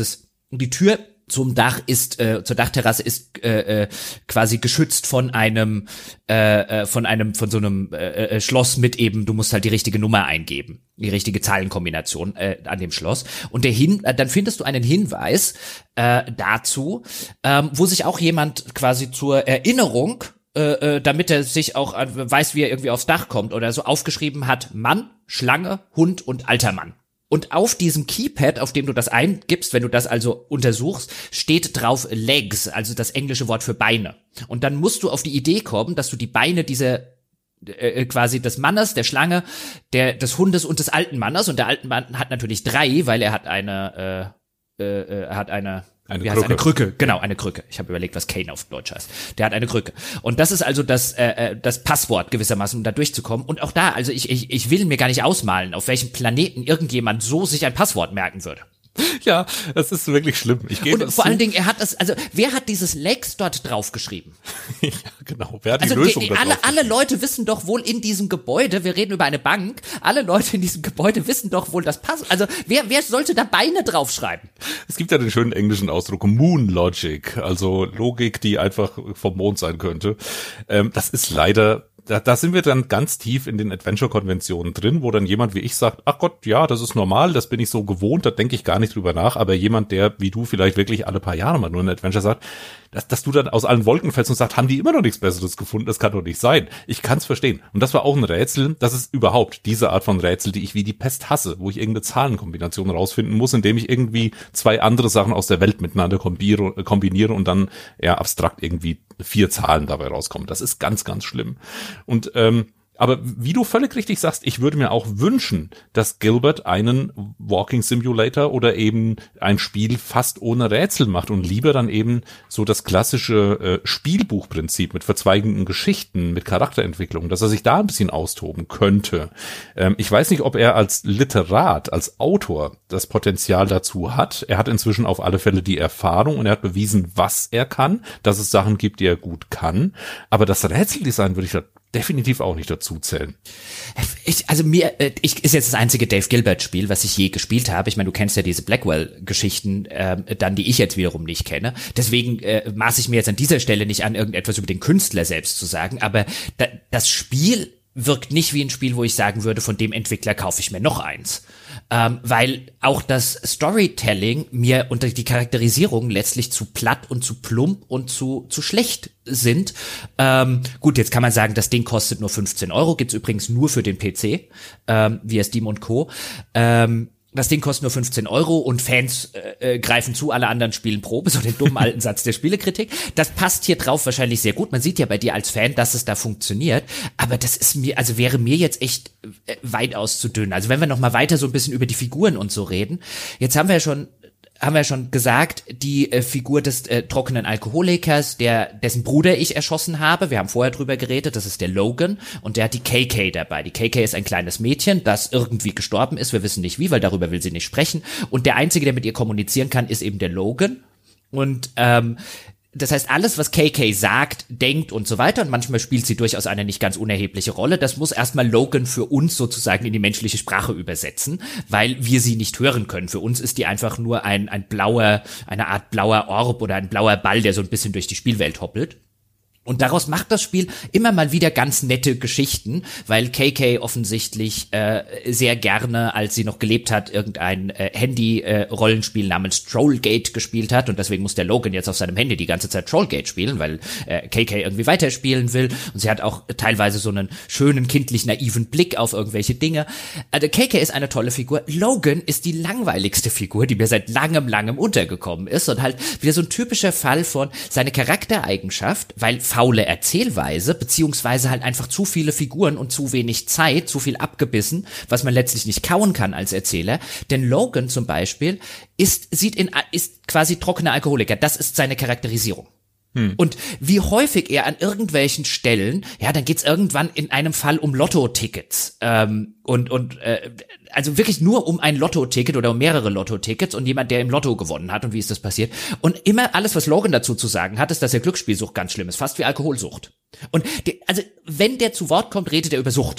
die Tür zum Dach ist, äh, zur Dachterrasse ist äh, äh, quasi geschützt von einem, äh, äh, von einem, von so einem äh, äh, Schloss mit eben, du musst halt die richtige Nummer eingeben, die richtige Zahlenkombination äh, an dem Schloss. Und der Hin, äh, dann findest du einen Hinweis äh, dazu, ähm, wo sich auch jemand quasi zur Erinnerung, äh, äh, damit er sich auch äh, weiß, wie er irgendwie aufs Dach kommt oder so, aufgeschrieben hat: Mann, Schlange, Hund und alter Mann. Und auf diesem Keypad, auf dem du das eingibst, wenn du das also untersuchst, steht drauf Legs, also das englische Wort für Beine. Und dann musst du auf die Idee kommen, dass du die Beine dieser äh, quasi des Mannes, der Schlange, der des Hundes und des alten Mannes, und der alten Mann hat natürlich drei, weil er hat eine äh, äh, er hat eine Eine Wie Krücke. heißt eine Krücke, genau, eine Krücke. Ich habe überlegt, was Kane auf Deutsch heißt. Der hat eine Krücke. Und das ist also das äh, das Passwort gewissermaßen, um da durchzukommen. Und auch da, also ich, ich ich will mir gar nicht ausmalen, auf welchem Planeten irgendjemand so sich ein Passwort merken würde. Ja, das ist wirklich schlimm. Ich gebe Und vor allen Dingen, er hat das, also wer hat dieses Lex dort draufgeschrieben? Ja, genau. Wer hat die Also Lösung die, da alle, drauf alle Leute wissen doch wohl in diesem Gebäude, wir reden über eine Bank, alle Leute in diesem Gebäude wissen doch wohl das Passwort. Also wer wer sollte da Beine draufschreiben? Es gibt ja den schönen englischen Ausdruck Moon Logic, also Logik, die einfach vom Mond sein könnte. Ähm, das ist leider, da, da sind wir dann ganz tief in den Adventure-Konventionen drin, wo dann jemand wie ich sagt: Ach Gott, ja, das ist normal, das bin ich so gewohnt, da denke ich gar nicht drüber nach. Aber jemand, der wie du vielleicht wirklich alle paar Jahre mal nur ein Adventure sagt, dass, dass du dann aus allen Wolken fällst und sagst, haben die immer noch nichts Besseres gefunden? Das kann doch nicht sein. Ich kann es verstehen. Und das war auch ein Rätsel. Das ist überhaupt diese Art von Rätsel, die ich wie die Pest hasse, wo ich irgendeine Zahlenkombination rausfinden muss, indem ich irgendwie zwei andere Sachen aus der Welt miteinander kombiniere, kombiniere und dann eher abstrakt irgendwie vier Zahlen dabei rauskommen. Das ist ganz, ganz schlimm. Und ähm, aber wie du völlig richtig sagst, ich würde mir auch wünschen, dass Gilbert einen Walking Simulator oder eben ein Spiel fast ohne Rätsel macht und lieber dann eben so das klassische äh, Spielbuchprinzip mit verzweigenden Geschichten, mit Charakterentwicklung, dass er sich da ein bisschen austoben könnte. Ähm, ich weiß nicht, ob er als Literat, als Autor das Potenzial dazu hat. Er hat inzwischen auf alle Fälle die Erfahrung und er hat bewiesen, was er kann, dass es Sachen gibt, die er gut kann. Aber das Rätseldesign würde ich da definitiv auch nicht dazu zählen. Ich, also mir, ich ist jetzt das einzige Dave Gilbert-Spiel, was ich je gespielt habe. Ich meine, du kennst ja diese Blackwell-Geschichten, äh, dann die ich jetzt wiederum nicht kenne. Deswegen äh, maße ich mir jetzt an dieser Stelle nicht an, irgendetwas über den Künstler selbst zu sagen. Aber da, das Spiel wirkt nicht wie ein Spiel, wo ich sagen würde, von dem Entwickler kaufe ich mir noch eins. Ähm, weil auch das Storytelling mir und die Charakterisierung letztlich zu platt und zu plump und zu zu schlecht sind. Ähm, gut, jetzt kann man sagen, das Ding kostet nur fünfzehn Euro, gibt's übrigens nur für den P C, ähm, via Steam und Co. Ähm, Das Ding kostet nur fünfzehn Euro und Fans äh, äh, greifen zu, alle anderen spielen Probe, so den dummen alten Satz der Spielekritik. Das passt hier drauf wahrscheinlich sehr gut. Man sieht ja bei dir als Fan, dass es da funktioniert. Aber das ist mir, also wäre mir jetzt echt äh, weitaus zu dünn. Also wenn wir noch mal weiter so ein bisschen über die Figuren und so reden. Jetzt haben wir ja schon haben wir schon gesagt, die äh, Figur des äh, trockenen Alkoholikers, der dessen Bruder ich erschossen habe. Wir haben vorher drüber geredet, das ist der Logan und der hat die K K dabei. Die K K ist ein kleines Mädchen, das irgendwie gestorben ist. Wir wissen nicht wie, weil darüber will sie nicht sprechen. Und der Einzige, der mit ihr kommunizieren kann, ist eben der Logan. Und ähm, das heißt, alles, was K K sagt, denkt und so weiter, und manchmal spielt sie durchaus eine nicht ganz unerhebliche Rolle, das muss erstmal Logan für uns sozusagen in die menschliche Sprache übersetzen, weil wir sie nicht hören können. Für uns ist die einfach nur ein, ein blauer, eine Art blauer Orb oder ein blauer Ball, der so ein bisschen durch die Spielwelt hoppelt. Und daraus macht das Spiel immer mal wieder ganz nette Geschichten, weil K K offensichtlich äh, sehr gerne, als sie noch gelebt hat, irgendein äh, Handy-Rollenspiel äh, namens Trollgate gespielt hat. Und deswegen muss der Logan jetzt auf seinem Handy die ganze Zeit Trollgate spielen, weil äh, K K irgendwie weiterspielen will. Und sie hat auch teilweise so einen schönen, kindlich naiven Blick auf irgendwelche Dinge. Also K K ist eine tolle Figur. Logan ist die langweiligste Figur, die mir seit langem, langem untergekommen ist. Und halt wieder so ein typischer Fall von seine Charaktereigenschaft, weil faule Erzählweise, beziehungsweise halt einfach zu viele Figuren und zu wenig Zeit, zu viel abgebissen, was man letztlich nicht kauen kann als Erzähler. Denn Logan zum Beispiel ist, sieht in, ist quasi trockener Alkoholiker. Das ist seine Charakterisierung. Hm. Und wie häufig er an irgendwelchen Stellen, ja, dann geht's irgendwann in einem Fall um Lotto-Tickets ähm, und und äh, also wirklich nur um ein Lotto-Ticket oder um mehrere Lotto-Tickets und jemand, der im Lotto gewonnen hat und wie ist das passiert. Und immer alles, was Logan dazu zu sagen hat, ist, dass er Glücksspielsucht ganz schlimm ist, fast wie Alkoholsucht. Und die, also wenn der zu Wort kommt, redet er über Sucht.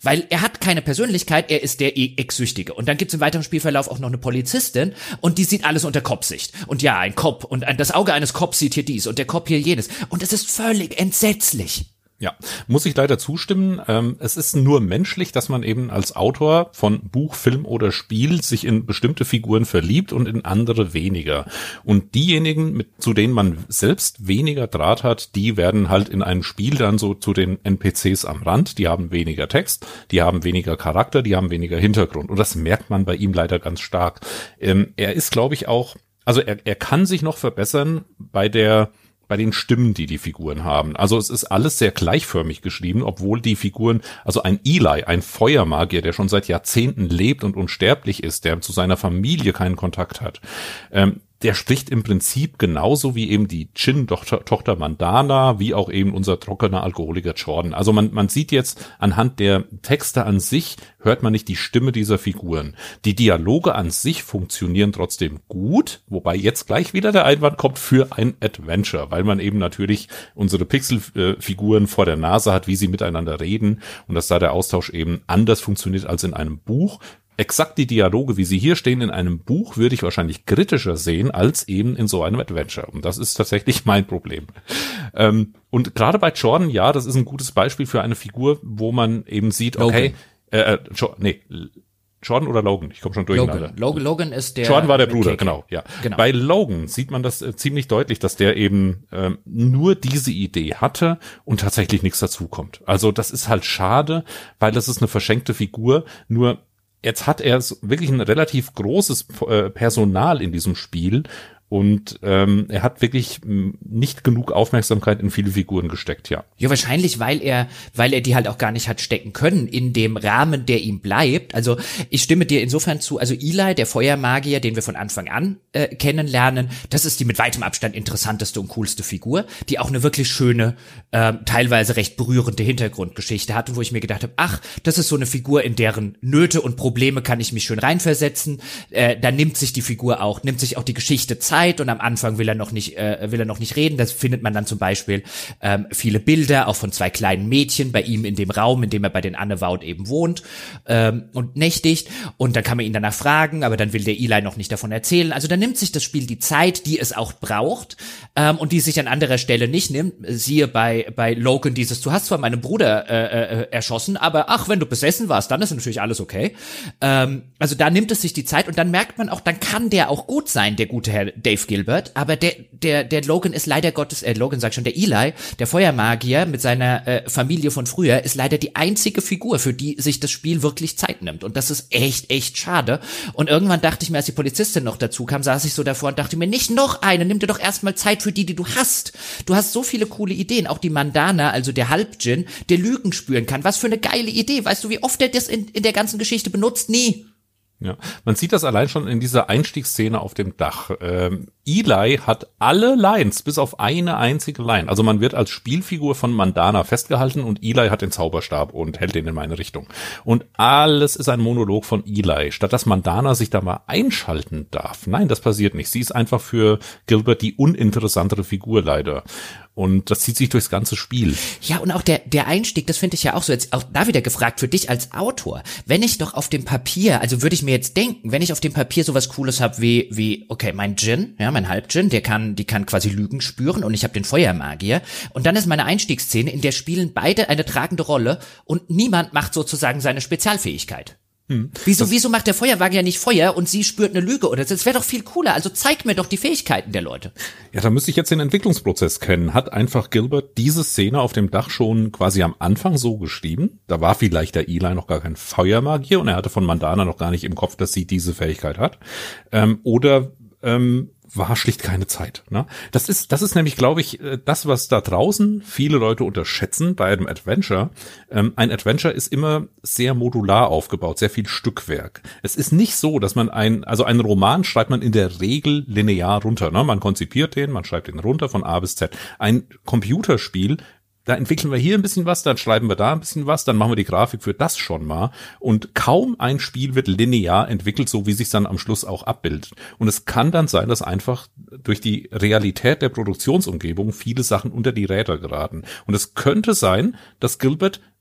Weil er hat keine Persönlichkeit, er ist der Ex-Süchtige. Und dann gibt's im weiteren Spielverlauf auch noch eine Polizistin und die sieht alles unter Kopfsicht. Und ja, ein Kopf und ein, das Auge eines Kopfs sieht hier dies und der Kopf hier jenes. Und es ist völlig entsetzlich. Ja, muss ich leider zustimmen. Ähm, es ist nur menschlich, dass man eben als Autor von Buch, Film oder Spiel sich in bestimmte Figuren verliebt und in andere weniger. Und diejenigen, mit, zu denen man selbst weniger Draht hat, die werden halt in einem Spiel dann so zu den N P Cs am Rand. Die haben weniger Text, die haben weniger Charakter, die haben weniger Hintergrund. Und das merkt man bei ihm leider ganz stark. Ähm, er ist, glaube ich, auch, also er, er kann sich noch verbessern bei der bei den Stimmen, die die Figuren haben. Also es ist alles sehr gleichförmig geschrieben, obwohl die Figuren, also ein Eli, ein Feuermagier, der schon seit Jahrzehnten lebt und unsterblich ist, der zu seiner Familie keinen Kontakt hat, ähm, der spricht im Prinzip genauso wie eben die Djinn-Tochter Tochter Mandana, wie auch eben unser trockener Alkoholiker Jordan. Also man, man sieht jetzt anhand der Texte an sich, hört man nicht die Stimme dieser Figuren. Die Dialoge an sich funktionieren trotzdem gut, wobei jetzt gleich wieder der Einwand kommt für ein Adventure, weil man eben natürlich unsere Pixelfiguren vor der Nase hat, wie sie miteinander reden und dass da der Austausch eben anders funktioniert als in einem Buch. Exakt die Dialoge, wie sie hier stehen in einem Buch, würde ich wahrscheinlich kritischer sehen als eben in so einem Adventure. Und das ist tatsächlich mein Problem. Ähm, und gerade bei Jordan, ja, das ist ein gutes Beispiel für eine Figur, wo man eben sieht, okay, äh, jo- nee, Jordan oder Logan? Ich komme schon durcheinander. Logan. Logan, Logan ist der. Jordan war der Bruder, K K. genau, ja. Genau. Bei Logan sieht man das äh, ziemlich deutlich, dass der eben ähm, nur diese Idee hatte und tatsächlich nichts dazukommt. Also das ist halt schade, weil das ist eine verschenkte Figur, nur jetzt hat er wirklich ein relativ großes Personal in diesem Spiel und ähm, er hat wirklich nicht genug Aufmerksamkeit in viele Figuren gesteckt, ja. Ja, wahrscheinlich, weil er, weil er die halt auch gar nicht hat stecken können in dem Rahmen, der ihm bleibt. Also ich stimme dir insofern zu, also Eli, der Feuermagier, den wir von Anfang an äh, kennenlernen, das ist die mit weitem Abstand interessanteste und coolste Figur, die auch eine wirklich schöne, äh, teilweise recht berührende Hintergrundgeschichte hatte, wo ich mir gedacht habe, ach, das ist so eine Figur, in deren Nöte und Probleme kann ich mich schön reinversetzen. Äh, da nimmt sich die Figur auch, nimmt sich auch die Geschichte Zeit. Und am Anfang will er noch nicht, äh, will er noch nicht reden. Das findet man dann zum Beispiel ähm, viele Bilder, auch von zwei kleinen Mädchen bei ihm in dem Raum, in dem er bei den Annewoud eben wohnt ähm, und nächtigt. Und dann kann man ihn danach fragen, aber dann will der Eli noch nicht davon erzählen. Also dann nimmt sich das Spiel die Zeit, die es auch braucht ähm, und die sich an anderer Stelle nicht nimmt. Siehe bei bei Logan dieses, du hast zwar meinen Bruder äh, äh, erschossen, aber ach, wenn du besessen warst, dann ist natürlich alles okay. Ähm, also da nimmt es sich die Zeit und dann merkt man auch, dann kann der auch gut sein, der gute Herr Dave Gilbert, aber der der der Logan ist leider Gottes, äh, Logan sagt schon, der Eli, der Feuermagier mit seiner äh, Familie von früher, ist leider die einzige Figur, für die sich das Spiel wirklich Zeit nimmt und das ist echt, echt schade. Und irgendwann dachte ich mir, als die Polizistin noch dazu kam, saß ich so davor und dachte mir, nicht noch eine, nimm dir doch erstmal Zeit für die, die du hast. Du hast so viele coole Ideen, auch die Mandana, also der Halbdjinn, der Lügen spüren kann. Was für eine geile Idee, weißt du, wie oft er das in, in der ganzen Geschichte benutzt? Nie. Ja, man sieht das allein schon in dieser Einstiegsszene auf dem Dach. Ähm, Eli hat alle Lines, bis auf eine einzige Line. Also man wird als Spielfigur von Mandana festgehalten und Eli hat den Zauberstab und hält den in meine Richtung. Und alles ist ein Monolog von Eli, statt dass Mandana sich da mal einschalten darf. Nein, das passiert nicht. Sie ist einfach für Gilbert die uninteressantere Figur leider. Und das zieht sich durchs ganze Spiel. Ja, und auch der der Einstieg, das finde ich ja auch so, jetzt auch da wieder gefragt für dich als Autor. Wenn ich doch auf dem Papier, also würde ich mir jetzt denken, wenn ich auf dem Papier sowas Cooles habe wie, wie, okay, mein Djinn, ja, mein Halbdjinn, der kann, die kann quasi Lügen spüren und ich habe den Feuermagier. Und dann ist meine Einstiegsszene, in der spielen beide eine tragende Rolle und niemand macht sozusagen seine Spezialfähigkeit. Hm. Wieso, wieso macht der Feuerwagen ja nicht Feuer und sie spürt eine Lüge oder so? Das wäre doch viel cooler. Also zeig mir doch die Fähigkeiten der Leute. Ja, da müsste ich jetzt den Entwicklungsprozess kennen. Hat einfach Gilbert diese Szene auf dem Dach schon quasi am Anfang so geschrieben? Da war vielleicht der Eli noch gar kein Feuermagier und er hatte von Mandana noch gar nicht im Kopf, dass sie diese Fähigkeit hat. Ähm, oder ähm, war schlicht keine Zeit. Ne? Das ist, das ist nämlich, glaube ich, das, was da draußen viele Leute unterschätzen bei einem Adventure. Ähm, ein Adventure ist immer sehr modular aufgebaut, sehr viel Stückwerk. Es ist nicht so, dass man ein, also einen Roman schreibt man in der Regel linear runter. Ne? Man konzipiert den, man schreibt den runter von A bis Z. Ein Computerspiel, da entwickeln wir hier ein bisschen was, dann schreiben wir da ein bisschen was, dann machen wir die Grafik für das schon mal. Und kaum ein Spiel wird linear entwickelt, so wie sich dann am Schluss auch abbildet. Und es kann dann sein, dass einfach durch die Realität der Produktionsumgebung viele Sachen unter die Räder geraten. Und es könnte sein, dass Gilbert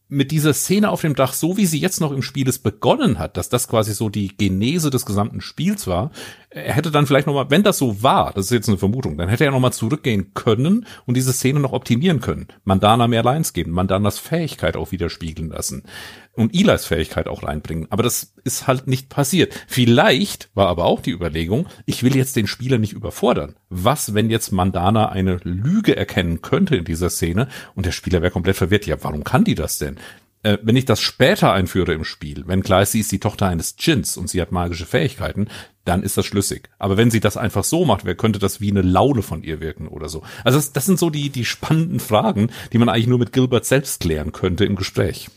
mit dieser Szene auf dem Dach, so wie sie jetzt noch im Spiel ist, begonnen hat, dass das quasi so die Genese des gesamten Spiels war, er hätte dann vielleicht nochmal, wenn das so war, das ist jetzt eine Vermutung, dann hätte er nochmal zurückgehen können und diese Szene noch optimieren können. Mandana mehr Lines geben, Mandanas Fähigkeit auch widerspiegeln lassen und Eli's Fähigkeit auch reinbringen. Aber das ist halt nicht passiert. Vielleicht war aber auch die Überlegung, ich will jetzt den Spieler nicht überfordern. Was, wenn jetzt Mandana eine Lüge erkennen könnte in dieser Szene und der Spieler wäre komplett verwirrt? Ja, warum kann die das denn? Äh, wenn ich das später einführe im Spiel, wenn klar ist, sie ist die Tochter eines Djinns und sie hat magische Fähigkeiten, dann ist das schlüssig. Aber wenn sie das einfach so macht, wer könnte das wie eine Laune von ihr wirken oder so? Also das, das sind so die, die spannenden Fragen, die man eigentlich nur mit Gilbert selbst klären könnte im Gespräch.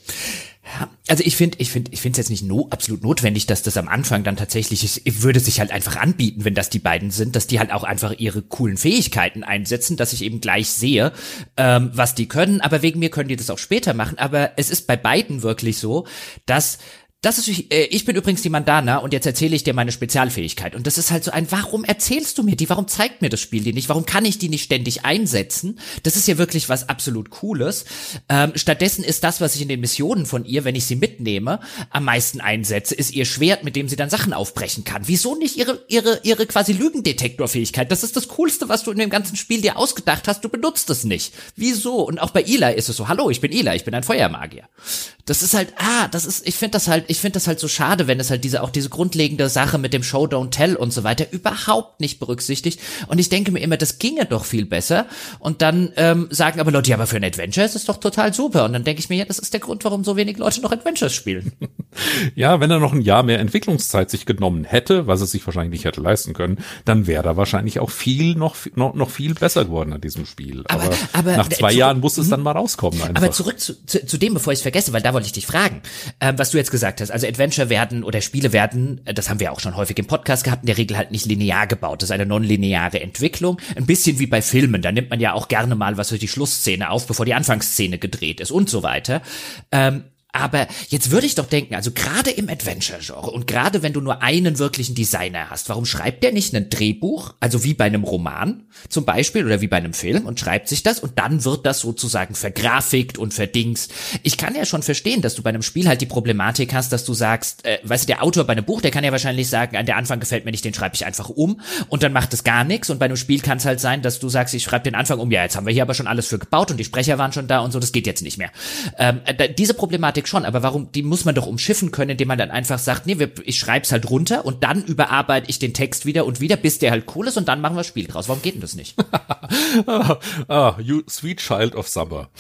Also ich finde, ich finde, ich finde es jetzt nicht no, absolut notwendig, dass das am Anfang dann tatsächlich ist. Ich würde sich halt einfach anbieten, wenn das die beiden sind, dass die halt auch einfach ihre coolen Fähigkeiten einsetzen, dass ich eben gleich sehe, ähm, was die können. Aber wegen mir können die das auch später machen. Aber es ist bei beiden wirklich so, dass Das ist, äh, ich bin übrigens die Mandana und jetzt erzähle ich dir meine Spezialfähigkeit. Und das ist halt so ein, warum erzählst du mir die? Warum zeigt mir das Spiel die nicht? Warum kann ich die nicht ständig einsetzen? Das ist ja wirklich was absolut Cooles. Ähm, stattdessen ist das, was ich in den Missionen von ihr, wenn ich sie mitnehme, am meisten einsetze, ist ihr Schwert, mit dem sie dann Sachen aufbrechen kann. Wieso nicht ihre, ihre, ihre quasi Lügendetektorfähigkeit? Das ist das Coolste, was du in dem ganzen Spiel dir ausgedacht hast. Du benutzt es nicht. Wieso? Und auch bei Eli ist es so, hallo, ich bin Eli, ich bin ein Feuermagier. Das ist halt, ah, das ist, ich finde das halt, ich finde das halt so schade, wenn es halt diese, auch diese grundlegende Sache mit dem Show, Don't Tell und so weiter überhaupt nicht berücksichtigt. Und ich denke mir immer, das ginge doch viel besser. Und dann ähm, sagen aber Leute, ja, aber für ein Adventure ist es doch total super. Und dann denke ich mir, ja, das ist der Grund, warum so wenig Leute noch Adventures spielen. Ja, wenn er noch ein Jahr mehr Entwicklungszeit sich genommen hätte, was es sich wahrscheinlich nicht hätte leisten können, dann wäre er wahrscheinlich auch viel, noch, noch, noch viel besser geworden an diesem Spiel. Aber, aber, aber nach zwei zu, Jahren muss es dann mal rauskommen einfach. Aber zurück zu, zu, zu dem, bevor ich es vergesse, weil da wollte ich dich fragen, ähm, was du jetzt gesagt hast. Also Adventure werden oder Spiele werden, das haben wir auch schon häufig im Podcast gehabt, in der Regel halt nicht linear gebaut. Das ist eine nonlineare Entwicklung. Ein bisschen wie bei Filmen. Da nimmt man ja auch gerne mal was für die Schlussszene auf, bevor die Anfangsszene gedreht ist und so weiter. Ähm, Aber jetzt würde ich doch denken, also gerade im Adventure-Genre und gerade wenn du nur einen wirklichen Designer hast, warum schreibt der nicht ein Drehbuch, also wie bei einem Roman zum Beispiel oder wie bei einem Film und schreibt sich das und dann wird das sozusagen vergrafikt und verdingst. Ich kann ja schon verstehen, dass du bei einem Spiel halt die Problematik hast, dass du sagst, äh, weißt du, der Autor bei einem Buch, der kann ja wahrscheinlich sagen, an der Anfang gefällt mir nicht, den schreibe ich einfach um und dann macht es gar nichts und bei einem Spiel kann es halt sein, dass du sagst, ich schreibe den Anfang um, ja, jetzt haben wir hier aber schon alles für gebaut und die Sprecher waren schon da und so, das geht jetzt nicht mehr. Ähm, äh, diese Problematik schon, aber warum, die muss man doch umschiffen können, indem man dann einfach sagt, nee, wir, ich schreib's halt runter und dann überarbeite ich den Text wieder und wieder, bis der halt cool ist und dann machen wir das Spiel draus. Warum geht denn das nicht? ah, ah, you sweet child of summer.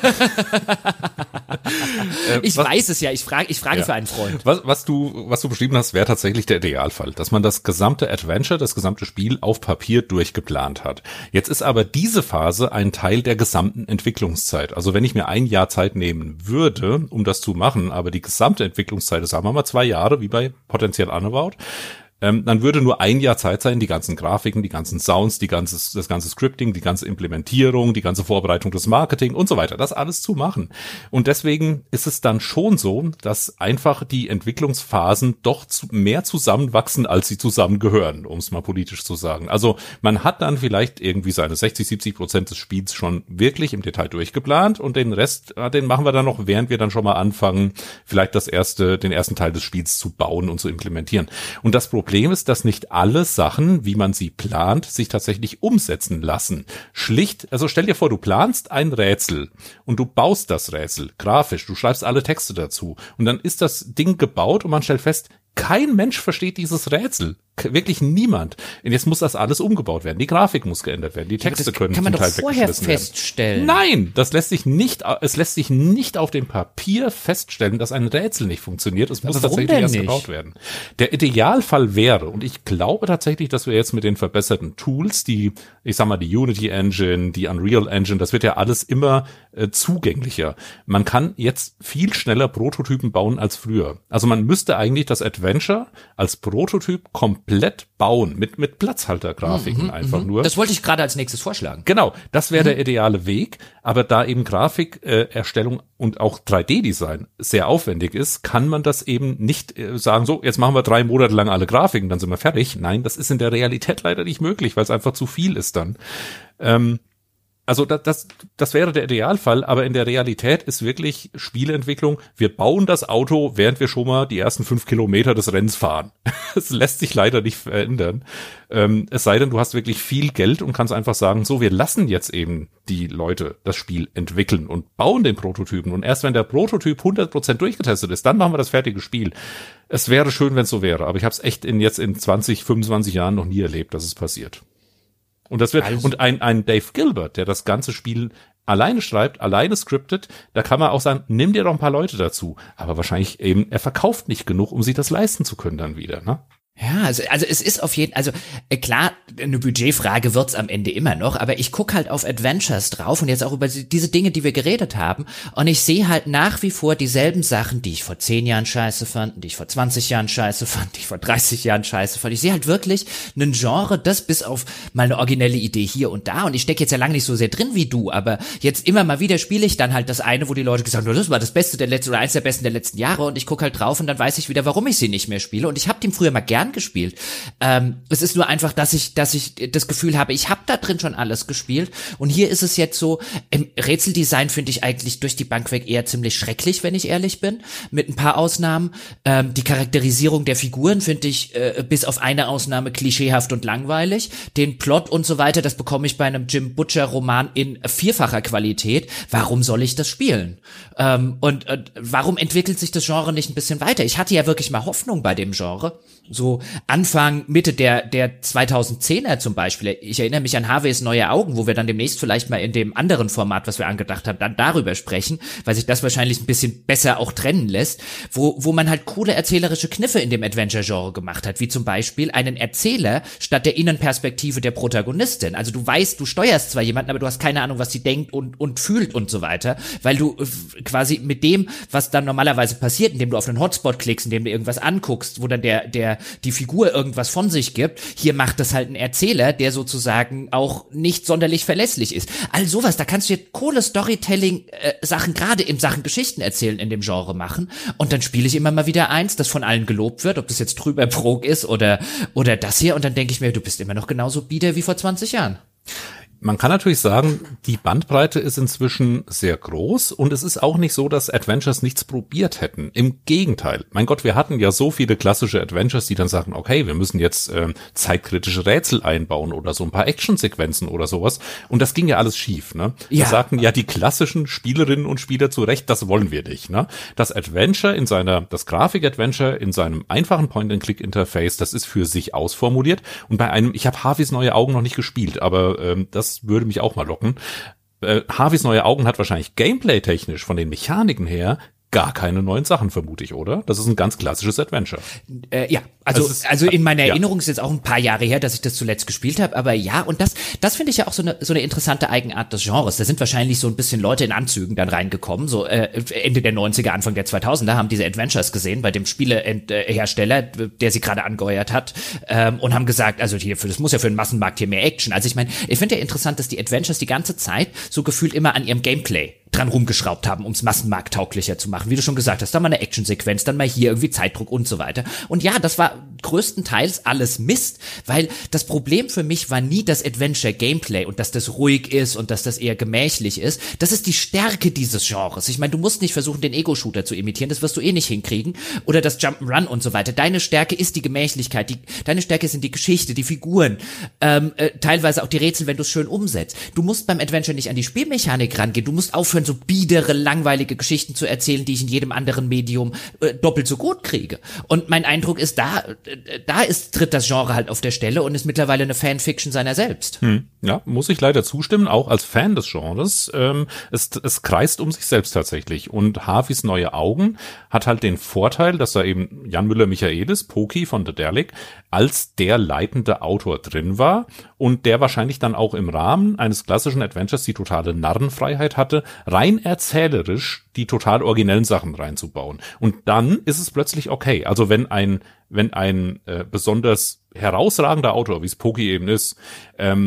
äh, ich was, weiß es ja, ich frage ich frage ja. für einen Freund. Was, was du was du beschrieben hast, wäre tatsächlich der Idealfall, dass man das gesamte Adventure, das gesamte Spiel auf Papier durchgeplant hat. Jetzt ist aber diese Phase ein Teil der gesamten Entwicklungszeit. Also wenn ich mir ein Jahr Zeit nehmen würde, um das zu machen, aber die gesamte Entwicklungszeit ist, sagen wir mal, zwei Jahre, wie bei potenziell Unavowed, ähm, dann würde nur ein Jahr Zeit sein, die ganzen Grafiken, die ganzen Sounds, die ganze, das ganze Scripting, die ganze Implementierung, die ganze Vorbereitung des Marketing und so weiter, das alles zu machen. Und deswegen ist es dann schon so, dass einfach die Entwicklungsphasen doch zu, mehr zusammenwachsen, als sie zusammengehören, um es mal politisch zu sagen. Also man hat dann vielleicht irgendwie seine sechzig, siebzig Prozent des Spiels schon wirklich im Detail durchgeplant und den Rest, den machen wir dann noch, während wir dann schon mal anfangen, vielleicht das erste, den ersten Teil des Spiels zu bauen und zu implementieren. Und das Problem Problem ist, dass nicht alle Sachen, wie man sie plant, sich tatsächlich umsetzen lassen. Schlicht, also stell dir vor, du planst ein Rätsel und du baust das Rätsel grafisch, du schreibst alle Texte dazu und dann ist das Ding gebaut und man stellt fest, kein Mensch versteht dieses Rätsel. Wirklich niemand. Und jetzt muss das alles umgebaut werden. Die Grafik muss geändert werden. Die Texte ja, können kann man zum doch Teil vorher weggeschmissen werden. Feststellen. Nein, das lässt sich nicht, es lässt sich nicht auf dem Papier feststellen, dass ein Rätsel nicht funktioniert. Es muss tatsächlich erst gebaut werden. Der Idealfall wäre, und ich glaube tatsächlich, dass wir jetzt mit den verbesserten Tools, die, ich sag mal, die Unity Engine, die Unreal Engine, das wird ja alles immer äh, zugänglicher. Man kann jetzt viel schneller Prototypen bauen als früher. Also man müsste eigentlich das Adventure als Prototyp komplett bauen, mit mit Platzhaltergrafiken mhm, einfach mhm. nur. Das wollte ich gerade als nächstes vorschlagen. Genau, das wäre mhm. der ideale Weg, aber da eben Grafikerstellung äh, und auch drei D-Design sehr aufwendig ist, kann man das eben nicht äh, sagen, so, jetzt machen wir drei Monate lang alle Grafiken, dann sind wir fertig. Nein, das ist in der Realität leider nicht möglich, weil es einfach zu viel ist dann. Ähm, Also das, das, das wäre der Idealfall, aber in der Realität ist wirklich Spieleentwicklung, wir bauen das Auto, während wir schon mal die ersten fünf Kilometer des Rennens fahren. Es lässt sich leider nicht verändern. Ähm, es sei denn, du hast wirklich viel Geld und kannst einfach sagen, so, wir lassen jetzt eben die Leute das Spiel entwickeln und bauen den Prototypen. Und erst wenn der Prototyp hundert Prozent durchgetestet ist, dann machen wir das fertige Spiel. Es wäre schön, wenn es so wäre, aber ich habe es echt in jetzt in zwanzig, fünfundzwanzig Jahren noch nie erlebt, dass es passiert. Und das wird, also. und ein, ein Dave Gilbert, der das ganze Spiel alleine schreibt, alleine scriptet, da kann man auch sagen, nimm dir doch ein paar Leute dazu. Aber wahrscheinlich eben, er verkauft nicht genug, um sich das leisten zu können dann wieder, ne? Ja, also, also es ist auf jeden, also äh, klar, eine Budgetfrage wird's am Ende immer noch, aber ich guck halt auf Adventures drauf und jetzt auch über diese Dinge, die wir geredet haben, und ich sehe halt nach wie vor dieselben Sachen, die ich vor zehn Jahren scheiße fand, die ich vor zwanzig Jahren scheiße fand, die ich vor dreißig Jahren scheiße fand. Ich sehe halt wirklich ein Genre, das bis auf mal eine originelle Idee hier und da, und ich stecke jetzt ja lange nicht so sehr drin wie du, aber jetzt immer mal wieder spiele ich dann halt das eine, wo die Leute gesagt haben, das war das Beste der letzten oder eins der besten der letzten Jahre, und ich guck halt drauf und dann weiß ich wieder, warum ich sie nicht mehr spiele, und ich habe dem früher mal gern gespielt. Ähm, es ist nur einfach, dass ich, dass ich das Gefühl habe, ich habe da drin schon alles gespielt, und hier ist es jetzt so, im Rätseldesign finde ich eigentlich durch die Bank weg eher ziemlich schrecklich, wenn ich ehrlich bin, mit ein paar Ausnahmen. Ähm, die Charakterisierung der Figuren finde ich äh, bis auf eine Ausnahme klischeehaft und langweilig. Den Plot und so weiter, das bekomme ich bei einem Jim Butcher Roman in vierfacher Qualität. Warum soll ich das spielen? Ähm, und, und warum entwickelt sich das Genre nicht ein bisschen weiter? Ich hatte ja wirklich mal Hoffnung bei dem Genre. So Anfang, Mitte der der zweitausendzehner zum Beispiel. Ich erinnere mich an Harveys Neue Augen, wo wir dann demnächst vielleicht mal in dem anderen Format, was wir angedacht haben, dann darüber sprechen, weil sich das wahrscheinlich ein bisschen besser auch trennen lässt, wo wo man halt coole erzählerische Kniffe in dem Adventure-Genre gemacht hat, wie zum Beispiel einen Erzähler statt der Innenperspektive der Protagonistin. Also du weißt, du steuerst zwar jemanden, aber du hast keine Ahnung, was sie denkt und und fühlt und so weiter, weil du quasi mit dem, was dann normalerweise passiert, indem du auf einen Hotspot klickst, indem du irgendwas anguckst, wo dann der der die Figur irgendwas von sich gibt. Hier macht das halt ein Erzähler, der sozusagen auch nicht sonderlich verlässlich ist. All sowas, da kannst du jetzt coole Storytelling-Sachen, äh, gerade in Sachen Geschichten erzählen in dem Genre machen. Und dann spiele ich immer mal wieder eins, das von allen gelobt wird, ob das jetzt drüber Prog ist oder oder das hier. Und dann denke ich mir, du bist immer noch genauso bieder wie vor zwanzig Jahren. Man kann natürlich sagen, die Bandbreite ist inzwischen sehr groß, und es ist auch nicht so, dass Adventures nichts probiert hätten. Im Gegenteil. Mein Gott, wir hatten ja so viele klassische Adventures, die dann sagen, okay, wir müssen jetzt äh, zeitkritische Rätsel einbauen oder so ein paar Actionsequenzen oder sowas. Und das ging ja alles schief, ne? Ja. Da sagten ja die klassischen Spielerinnen und Spieler zu Recht, das wollen wir nicht, ne? Das Adventure in seiner, das Grafik-Adventure in seinem einfachen Point-and-Click-Interface, das ist für sich ausformuliert. Und bei einem, ich habe Harveys Neue Augen noch nicht gespielt, aber ähm, das würde mich auch mal locken. Äh, Harveys Neue Augen hat wahrscheinlich gameplay-technisch von den Mechaniken her gar keine neuen Sachen, vermute ich, oder? Das ist ein ganz klassisches Adventure. Äh, ja, also also, ist, also in meiner ja. Erinnerung ist jetzt auch ein paar Jahre her, dass ich das zuletzt gespielt habe, aber ja, und das das finde ich ja auch so eine so eine interessante Eigenart des Genres. Da sind wahrscheinlich so ein bisschen Leute in Anzügen dann reingekommen, so äh, Ende der neunziger, Anfang der zweitausender, haben diese Adventures gesehen bei dem Spielehersteller, der sie gerade angeheuert hat, ähm, und haben gesagt, also hier, für, das muss ja für den Massenmarkt hier mehr Action. Also ich meine, ich finde ja interessant, dass die Adventures die ganze Zeit so gefühlt immer an ihrem Gameplay dran rumgeschraubt haben, um es massenmarkttauglicher zu machen. Wie du schon gesagt hast, dann mal eine Actionsequenz, dann mal hier irgendwie Zeitdruck und so weiter. Und ja, das war größtenteils alles Mist, weil das Problem für mich war nie das Adventure-Gameplay und dass das ruhig ist und dass das eher gemächlich ist. Das ist die Stärke dieses Genres. Ich meine, du musst nicht versuchen, den Ego-Shooter zu imitieren, das wirst du eh nicht hinkriegen. Oder das Jump'n'Run und so weiter. Deine Stärke ist die Gemächlichkeit, die, deine Stärke sind die Geschichte, die Figuren, ähm, äh, teilweise auch die Rätsel, wenn du es schön umsetzt. Du musst beim Adventure nicht an die Spielmechanik rangehen, du musst aufhören, so biedere, langweilige Geschichten zu erzählen, die ich in jedem anderen Medium äh, doppelt so gut kriege. Und mein Eindruck ist, da äh, da ist tritt das Genre halt auf der Stelle und ist mittlerweile eine Fanfiction seiner selbst. Hm. Ja, muss ich leider zustimmen, auch als Fan des Genres. Ähm, es, es kreist um sich selbst tatsächlich. Und Harveys Neue Augen hat halt den Vorteil, dass da eben Jan Müller-Michaelis, Poki von Daedalic, als der leitende Autor drin war und der wahrscheinlich dann auch im Rahmen eines klassischen Adventures die totale Narrenfreiheit hatte, rein erzählerisch die total originellen Sachen reinzubauen. Und dann ist es plötzlich okay. Also wenn ein wenn ein äh, besonders herausragender Autor, wie es Poki eben ist, ähm,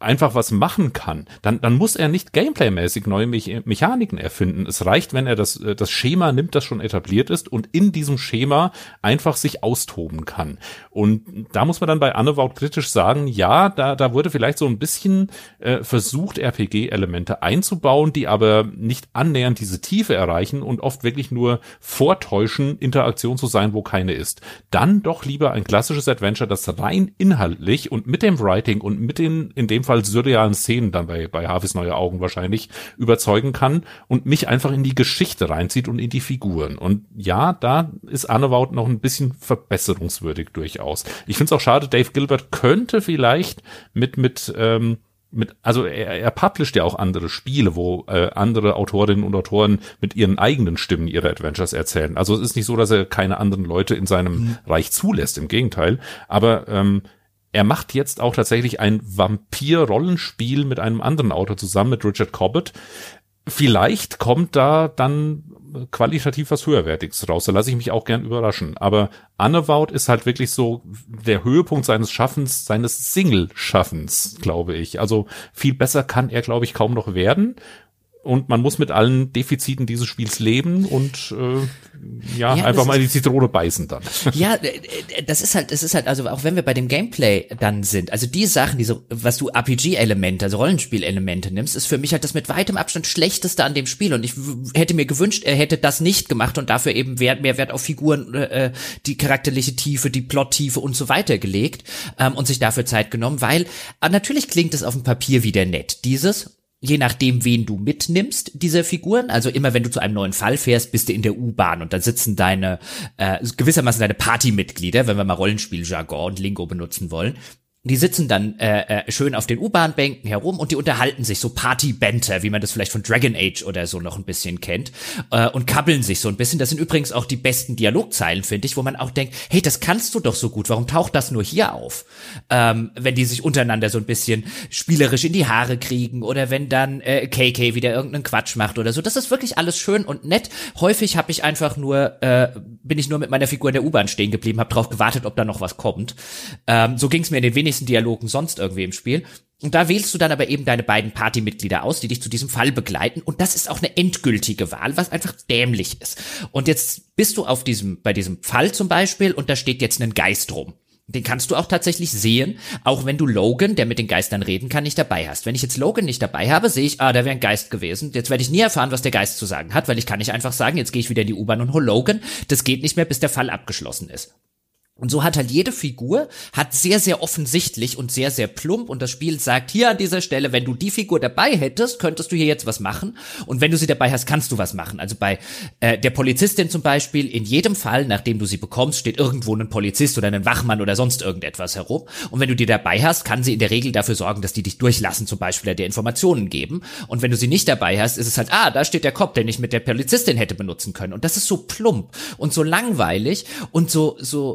einfach was machen kann, dann dann muss er nicht gameplaymäßig neue Me- Mechaniken erfinden. Es reicht, wenn er das das Schema nimmt, das schon etabliert ist und in diesem Schema einfach sich austoben kann. Und da muss man dann bei Anne-Wout kritisch sagen, ja, da da wurde vielleicht so ein bisschen äh, versucht, R P G-Elemente einzubauen, die aber nicht annähernd diese Tiefe erreichen und oft wirklich nur vortäuschen, Interaktion zu sein, wo keine ist. Dann doch lieber ein klassisches Adventure, das rein inhaltlich und mit dem Writing und mit den in dem Fall surrealen Szenen dann bei, bei Harveys neue Augen wahrscheinlich überzeugen kann und mich einfach in die Geschichte reinzieht und in die Figuren. Und ja, da ist Anne-Wout noch ein bisschen verbesserungswürdig durchaus. Ich finde es auch schade, Dave Gilbert könnte vielleicht mit, mit, ähm, mit, also er, er publisht ja auch andere Spiele, wo äh, andere Autorinnen und Autoren mit ihren eigenen Stimmen ihre Adventures erzählen. Also es ist nicht so, dass er keine anderen Leute in seinem mhm. Reich zulässt, im Gegenteil. Aber ähm, er macht jetzt auch tatsächlich ein Vampir-Rollenspiel mit einem anderen Autor zusammen, mit Richard Cobbett. Vielleicht kommt da dann qualitativ was Höherwertiges raus. Da lasse ich mich auch gern überraschen. Aber Anne-Wout ist halt wirklich so der Höhepunkt seines Schaffens, seines Single-Schaffens, glaube ich. Also viel besser kann er, glaube ich, kaum noch werden. Und man muss mit allen Defiziten dieses Spiels leben und äh, ja, ja einfach mal in die Zitrone beißen dann. Ja, das ist halt, das ist halt, also auch wenn wir bei dem Gameplay dann sind, also die Sachen, diese, was du R P G-Elemente, also Rollenspiel-Elemente nimmst, ist für mich halt das mit weitem Abstand schlechteste an dem Spiel. Und ich w- hätte mir gewünscht, er hätte das nicht gemacht und dafür eben Wert, mehr Wert auf Figuren, äh, die charakterliche Tiefe, die Plottiefe und so weiter gelegt ähm, und sich dafür Zeit genommen, weil äh, natürlich klingt es auf dem Papier wieder nett. Dieses je nachdem, wen du mitnimmst, diese Figuren, also immer wenn du zu einem neuen Fall fährst, bist du in der U-Bahn und da sitzen deine, äh, gewissermaßen deine Partymitglieder, wenn wir mal Rollenspieljargon und Lingo benutzen wollen. Die sitzen dann äh, äh, schön auf den U-Bahn-Bänken herum und die unterhalten sich so Party-Banter, wie man das vielleicht von Dragon Age oder so noch ein bisschen kennt, äh, und kabbeln sich so ein bisschen. Das sind übrigens auch die besten Dialogzeilen, finde ich, wo man auch denkt, hey, das kannst du doch so gut, warum taucht das nur hier auf? Ähm, wenn die sich untereinander so ein bisschen spielerisch in die Haare kriegen oder wenn dann äh, K K wieder irgendeinen Quatsch macht oder so. Das ist wirklich alles schön und nett. Häufig habe ich einfach nur, äh, bin ich nur mit meiner Figur in der U-Bahn stehen geblieben, habe drauf gewartet, ob da noch was kommt. Ähm, so ging es mir in den wenigsten Dialogen sonst irgendwie im Spiel. Und da wählst du dann aber eben deine beiden Partymitglieder aus, die dich zu diesem Fall begleiten. Und das ist auch eine endgültige Wahl, was einfach dämlich ist. Und jetzt bist du auf diesem, bei diesem Fall zum Beispiel, und da steht jetzt ein Geist rum. Den kannst du auch tatsächlich sehen, auch wenn du Logan, der mit den Geistern reden kann, nicht dabei hast. Wenn ich jetzt Logan nicht dabei habe, sehe ich, ah, da wäre ein Geist gewesen. Jetzt werde ich nie erfahren, was der Geist zu sagen hat, weil ich kann nicht einfach sagen, jetzt gehe ich wieder in die U-Bahn und hol Logan. Das geht nicht mehr, bis der Fall abgeschlossen ist. Und so hat halt jede Figur, hat sehr, sehr offensichtlich und sehr, sehr plump, und das Spiel sagt hier an dieser Stelle, wenn du die Figur dabei hättest, könntest du hier jetzt was machen, und wenn du sie dabei hast, kannst du was machen. Also bei äh, der Polizistin zum Beispiel, in jedem Fall, nachdem du sie bekommst, steht irgendwo ein Polizist oder ein Wachmann oder sonst irgendetwas herum, und wenn du die dabei hast, kann sie in der Regel dafür sorgen, dass die dich durchlassen, zum Beispiel, oder dir Informationen geben, und wenn du sie nicht dabei hast, ist es halt, ah, da steht der Cop, den ich mit der Polizistin hätte benutzen können, und das ist so plump und so langweilig und so, so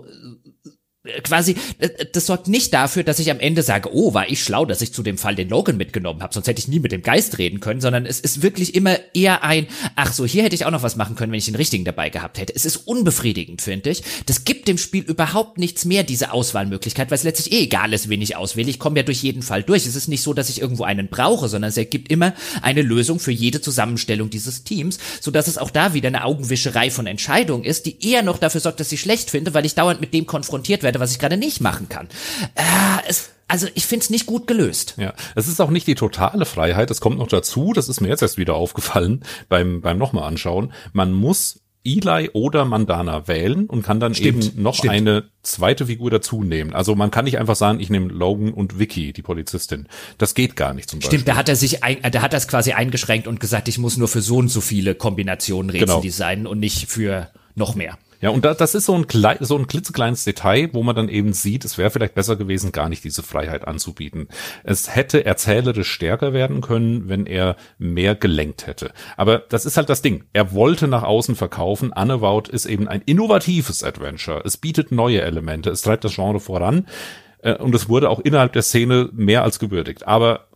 quasi, das sorgt nicht dafür, dass ich am Ende sage, oh, war ich schlau, dass ich zu dem Fall den Logan mitgenommen habe, sonst hätte ich nie mit dem Geist reden können, sondern es ist wirklich immer eher ein, ach so, hier hätte ich auch noch was machen können, wenn ich den richtigen dabei gehabt hätte. Es ist unbefriedigend, finde ich. Das gibt dem Spiel überhaupt nichts mehr, diese Auswahlmöglichkeit, weil es letztlich eh egal ist, wen ich auswähle. Ich komme ja durch jeden Fall durch. Es ist nicht so, dass ich irgendwo einen brauche, sondern es ergibt immer eine Lösung für jede Zusammenstellung dieses Teams, sodass es auch da wieder eine Augenwischerei von Entscheidungen ist, die eher noch dafür sorgt, dass ich schlecht finde, weil ich dauernd mit dem konfrontiert werde, was ich gerade nicht machen kann. Äh, es, also ich finde es nicht gut gelöst. Ja, es ist auch nicht die totale Freiheit. Es kommt noch dazu, das ist mir jetzt erst wieder aufgefallen beim beim nochmal anschauen. Man muss Eli oder Mandana wählen und kann dann stimmt, eben noch stimmt. eine zweite Figur dazu nehmen. Also man kann nicht einfach sagen, ich nehme Logan und Vicky, die Polizistin. Das geht gar nicht zum Beispiel. Stimmt, da hat er sich, ein, da hat er es quasi eingeschränkt und gesagt, ich muss nur für so und so viele Kombinationen Rätsel genau. designen und nicht für noch mehr. Ja, und da, das ist so ein, klei- so ein klitzekleines Detail, wo man dann eben sieht, es wäre vielleicht besser gewesen, gar nicht diese Freiheit anzubieten. Es hätte erzählerisch stärker werden können, wenn er mehr gelenkt hätte. Aber das ist halt das Ding. Er wollte nach außen verkaufen. Anne-Wout ist eben ein innovatives Adventure. Es bietet neue Elemente. Es treibt das Genre voran. Und es wurde auch innerhalb der Szene mehr als gewürdigt. Aber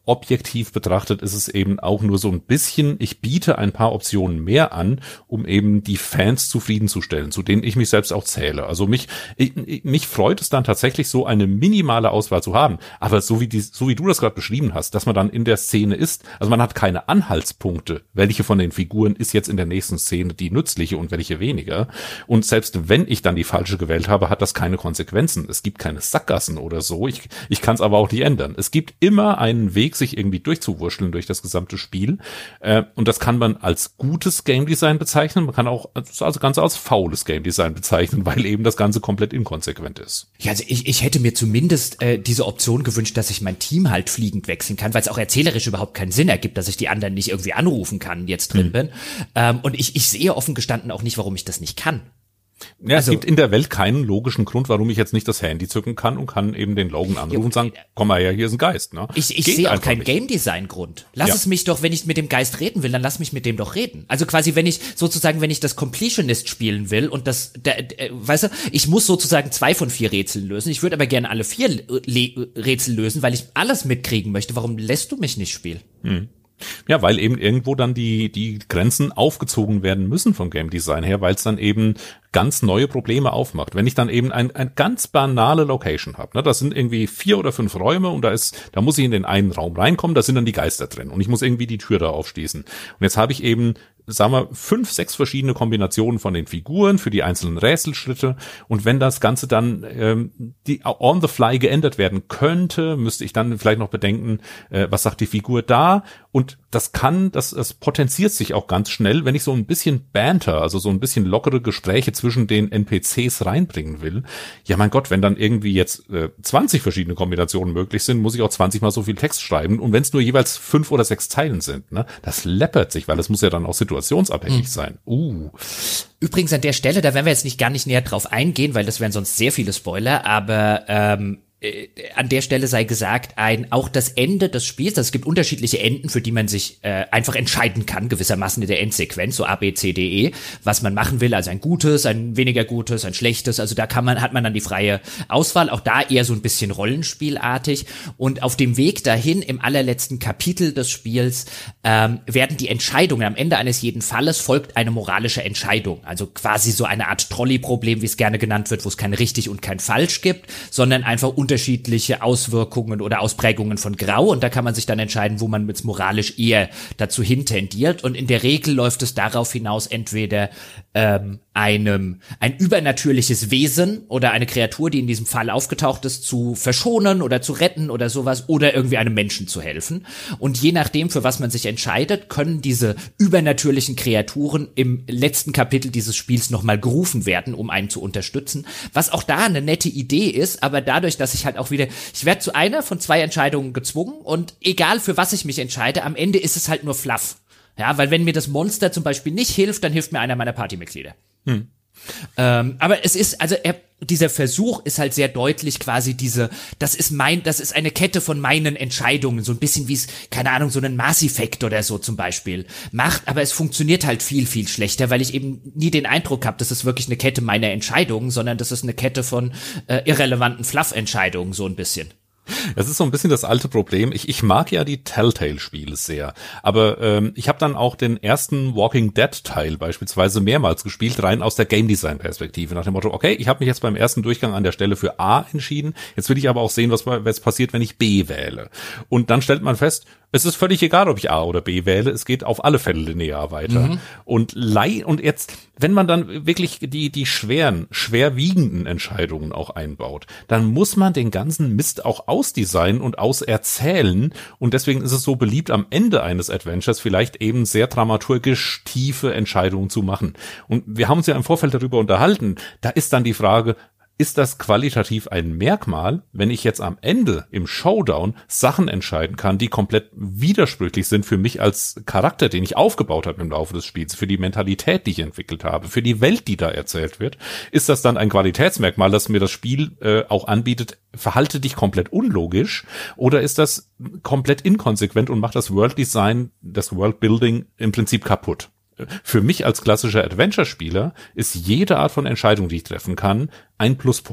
objektiv betrachtet ist es eben auch nur so ein bisschen, ich biete ein paar Optionen mehr an, um eben die Fans zufriedenzustellen, zu denen ich mich selbst auch zähle. Also mich, ich, mich freut es dann tatsächlich so eine minimale Auswahl zu haben. Aber so wie die, so wie du das gerade beschrieben hast, dass man dann in der Szene ist, also man hat keine Anhaltspunkte, welche von den Figuren ist jetzt in der nächsten Szene die nützliche und welche weniger. Und selbst wenn ich dann die falsche gewählt habe, hat das keine Konsequenzen. Es gibt keine Sackgassen oder so. Ich, ich kann es aber auch nicht ändern. Es gibt immer einen Weg, sich irgendwie durchzuwurschteln durch das gesamte Spiel. Äh, und das kann man als gutes Game Design bezeichnen. Man kann auch also ganz als faules Game Design bezeichnen, weil eben das Ganze komplett inkonsequent ist. Ja, also ich, ich hätte mir zumindest äh, diese Option gewünscht, dass ich mein Team halt fliegend wechseln kann, weil es auch erzählerisch überhaupt keinen Sinn ergibt, dass ich die anderen nicht irgendwie anrufen kann, jetzt drin mhm. bin. Ähm, und ich, ich sehe offen gestanden auch nicht, warum ich das nicht kann. Ja, also, es gibt in der Welt keinen logischen Grund, warum ich jetzt nicht das Handy zücken kann und kann eben den Logan anrufen ja, und sagen, komm mal her, hier ist ein Geist. Ne? Ich, ich sehe auch keinen Game Design Grund. Lass ja. es mich doch, wenn ich mit dem Geist reden will, dann lass mich mit dem doch reden. Also quasi, wenn ich sozusagen, wenn ich das Completionist spielen will und das, der, der, weißt du, ich muss sozusagen zwei von vier Rätseln lösen. Ich würde aber gerne alle vier Le- Rätsel lösen, weil ich alles mitkriegen möchte. Warum lässt du mich nicht spielen? Hm. Ja, weil eben irgendwo dann die die Grenzen aufgezogen werden müssen vom Game Design her, weil es dann eben ganz neue Probleme aufmacht. Wenn ich dann eben ein, ein ganz banale Location habe, ne, das sind irgendwie vier oder fünf Räume und da ist, da muss ich in den einen Raum reinkommen, da sind dann die Geister drin und ich muss irgendwie die Tür da aufschließen. Und jetzt habe ich eben, sagen wir, fünf, sechs verschiedene Kombinationen von den Figuren für die einzelnen Rätselschritte und wenn das Ganze dann ähm, die on the fly geändert werden könnte, müsste ich dann vielleicht noch bedenken, äh, was sagt die Figur da und das kann, das, das potenziert sich auch ganz schnell, wenn ich so ein bisschen Banter, also so ein bisschen lockere Gespräche zwischen den N P Cs reinbringen will. Ja, mein Gott, wenn dann irgendwie jetzt äh, zwanzig verschiedene Kombinationen möglich sind, muss ich auch zwanzig mal so viel Text schreiben und wenn es nur jeweils fünf oder sechs Zeilen sind, ne, das läppert sich, weil es muss ja dann auch situationsabhängig mhm. sein. Uh. Übrigens an der Stelle, da werden wir jetzt nicht gar nicht näher drauf eingehen, weil das wären sonst sehr viele Spoiler, aber ähm, äh, an der Stelle sei gesagt, ein auch das Ende des Spiels, also es gibt unterschiedliche Enden, für die man sich äh, einfach entscheiden kann, gewissermaßen in der Endsequenz, so A, B, C, D, E, was man machen will, also ein gutes, ein weniger gutes, ein schlechtes, also da kann man, hat man dann die freie Auswahl, auch da eher so ein bisschen rollenspielartig und auf dem Weg dahin, im allerletzten Kapitel des Spiels, ähm, werden die Entscheidungen, am Ende eines jeden Falles folgt eine moralische Entscheidung, also quasi so eine Art Trolley-Problem, wie es gerne genannt wird, wo es kein richtig und kein falsch gibt, sondern einfach unterschiedliche Auswirkungen oder Ausprägungen von Grau und da kann man sich dann entscheiden, wo man jetzt moralisch eher dazu hintendiert und in der Regel läuft es darauf hinaus, entweder ähm, einem ein übernatürliches Wesen oder eine Kreatur, die in diesem Fall aufgetaucht ist, zu verschonen oder zu retten oder sowas oder irgendwie einem Menschen zu helfen und je nachdem, für was man sich entscheidet, können diese übernatürlichen Kreaturen im letzten Kapitel dieses Spiels nochmal gerufen werden, um einen zu unterstützen, was auch da eine nette Idee ist, aber dadurch, dass ich halt auch wieder, ich werde zu einer von zwei Entscheidungen gezwungen und egal für was ich mich entscheide, am Ende ist es halt nur Fluff. Ja, weil wenn mir das Monster zum Beispiel nicht hilft, dann hilft mir einer meiner Partymitglieder. Hm. Ähm, aber es ist, also er, dieser Versuch ist halt sehr deutlich quasi diese, das ist mein, das ist eine Kette von meinen Entscheidungen, so ein bisschen wie es, keine Ahnung, so einen Mass Effect oder so zum Beispiel macht, aber es funktioniert halt viel, viel schlechter, weil ich eben nie den Eindruck habe, das ist wirklich eine Kette meiner Entscheidungen, sondern das ist eine Kette von äh, irrelevanten Fluff-Entscheidungen, so ein bisschen. Es ist so ein bisschen das alte Problem. Ich, ich mag ja die Telltale-Spiele sehr, aber ähm, ich habe dann auch den ersten Walking Dead-Teil beispielsweise mehrmals gespielt, rein aus der Game-Design-Perspektive, nach dem Motto, okay, ich habe mich jetzt beim ersten Durchgang an der Stelle für A entschieden, jetzt will ich aber auch sehen, was, was passiert, wenn ich B wähle. Und dann stellt man fest, es ist völlig egal, ob ich A oder B wähle, es geht auf alle Fälle linear weiter. Mhm. Und lei und jetzt, wenn man dann wirklich die die schweren, schwerwiegenden Entscheidungen auch einbaut, dann muss man den ganzen Mist auch ausdesignen und auserzählen und deswegen ist es so beliebt, am Ende eines Adventures vielleicht eben sehr dramaturgisch tiefe Entscheidungen zu machen. Und wir haben uns ja im Vorfeld darüber unterhalten, da ist dann die Frage, ist das qualitativ ein Merkmal, wenn ich jetzt am Ende im Showdown Sachen entscheiden kann, die komplett widersprüchlich sind für mich als Charakter, den ich aufgebaut habe im Laufe des Spiels, für die Mentalität, die ich entwickelt habe, für die Welt, die da erzählt wird? Ist das dann ein Qualitätsmerkmal, das mir das Spiel äh, auch anbietet, verhalte dich komplett unlogisch, oder ist das komplett inkonsequent und macht das World Design, das World Building im Prinzip kaputt? Für mich als klassischer Adventure-Spieler ist jede Art von Entscheidung, die ich treffen kann, ein Pluspunkt.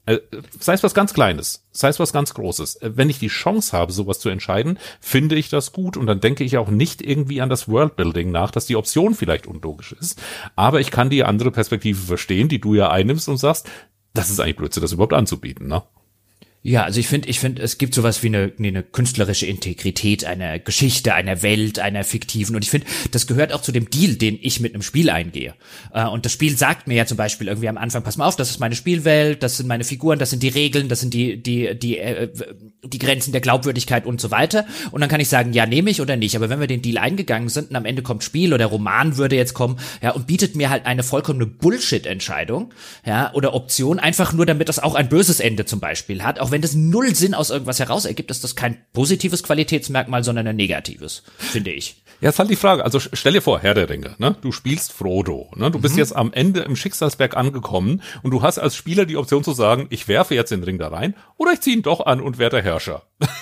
äh, sei es was ganz Kleines, sei es was ganz Großes, äh, wenn ich die Chance habe, sowas zu entscheiden, finde ich das gut und dann denke ich auch nicht irgendwie an das Worldbuilding nach, dass die Option vielleicht unlogisch ist, aber ich kann die andere Perspektive verstehen, die du ja einnimmst und sagst, das ist eigentlich Blödsinn, das überhaupt anzubieten, ne? Ja, also ich finde, ich finde, es gibt sowas wie eine, eine künstlerische Integrität einer Geschichte, einer Welt, einer fiktiven. Und ich finde, das gehört auch zu dem Deal, den ich mit einem Spiel eingehe. Und das Spiel sagt mir ja zum Beispiel irgendwie am Anfang, pass mal auf, das ist meine Spielwelt, das sind meine Figuren, das sind die Regeln, das sind die, die, die, äh, die Grenzen der Glaubwürdigkeit und so weiter. Und dann kann ich sagen, ja, nehme ich oder nicht. Aber wenn wir den Deal eingegangen sind und am Ende kommt Spiel oder Roman würde jetzt kommen, ja, und bietet mir halt eine vollkommene Bullshit-Entscheidung, ja, oder Option, einfach nur, damit das auch ein böses Ende zum Beispiel hat, auch wenn das null Sinn aus irgendwas heraus ergibt, ist das kein positives Qualitätsmerkmal, sondern ein negatives, finde ich. Ja, ist halt die Frage, also stell dir vor, Herr der Ringe, ne? Du spielst Frodo, ne? Du bist mhm. jetzt am Ende im Schicksalsberg angekommen und du hast als Spieler die Option zu sagen, ich werfe jetzt den Ring da rein oder ich ziehe ihn doch an und werde der Herrscher.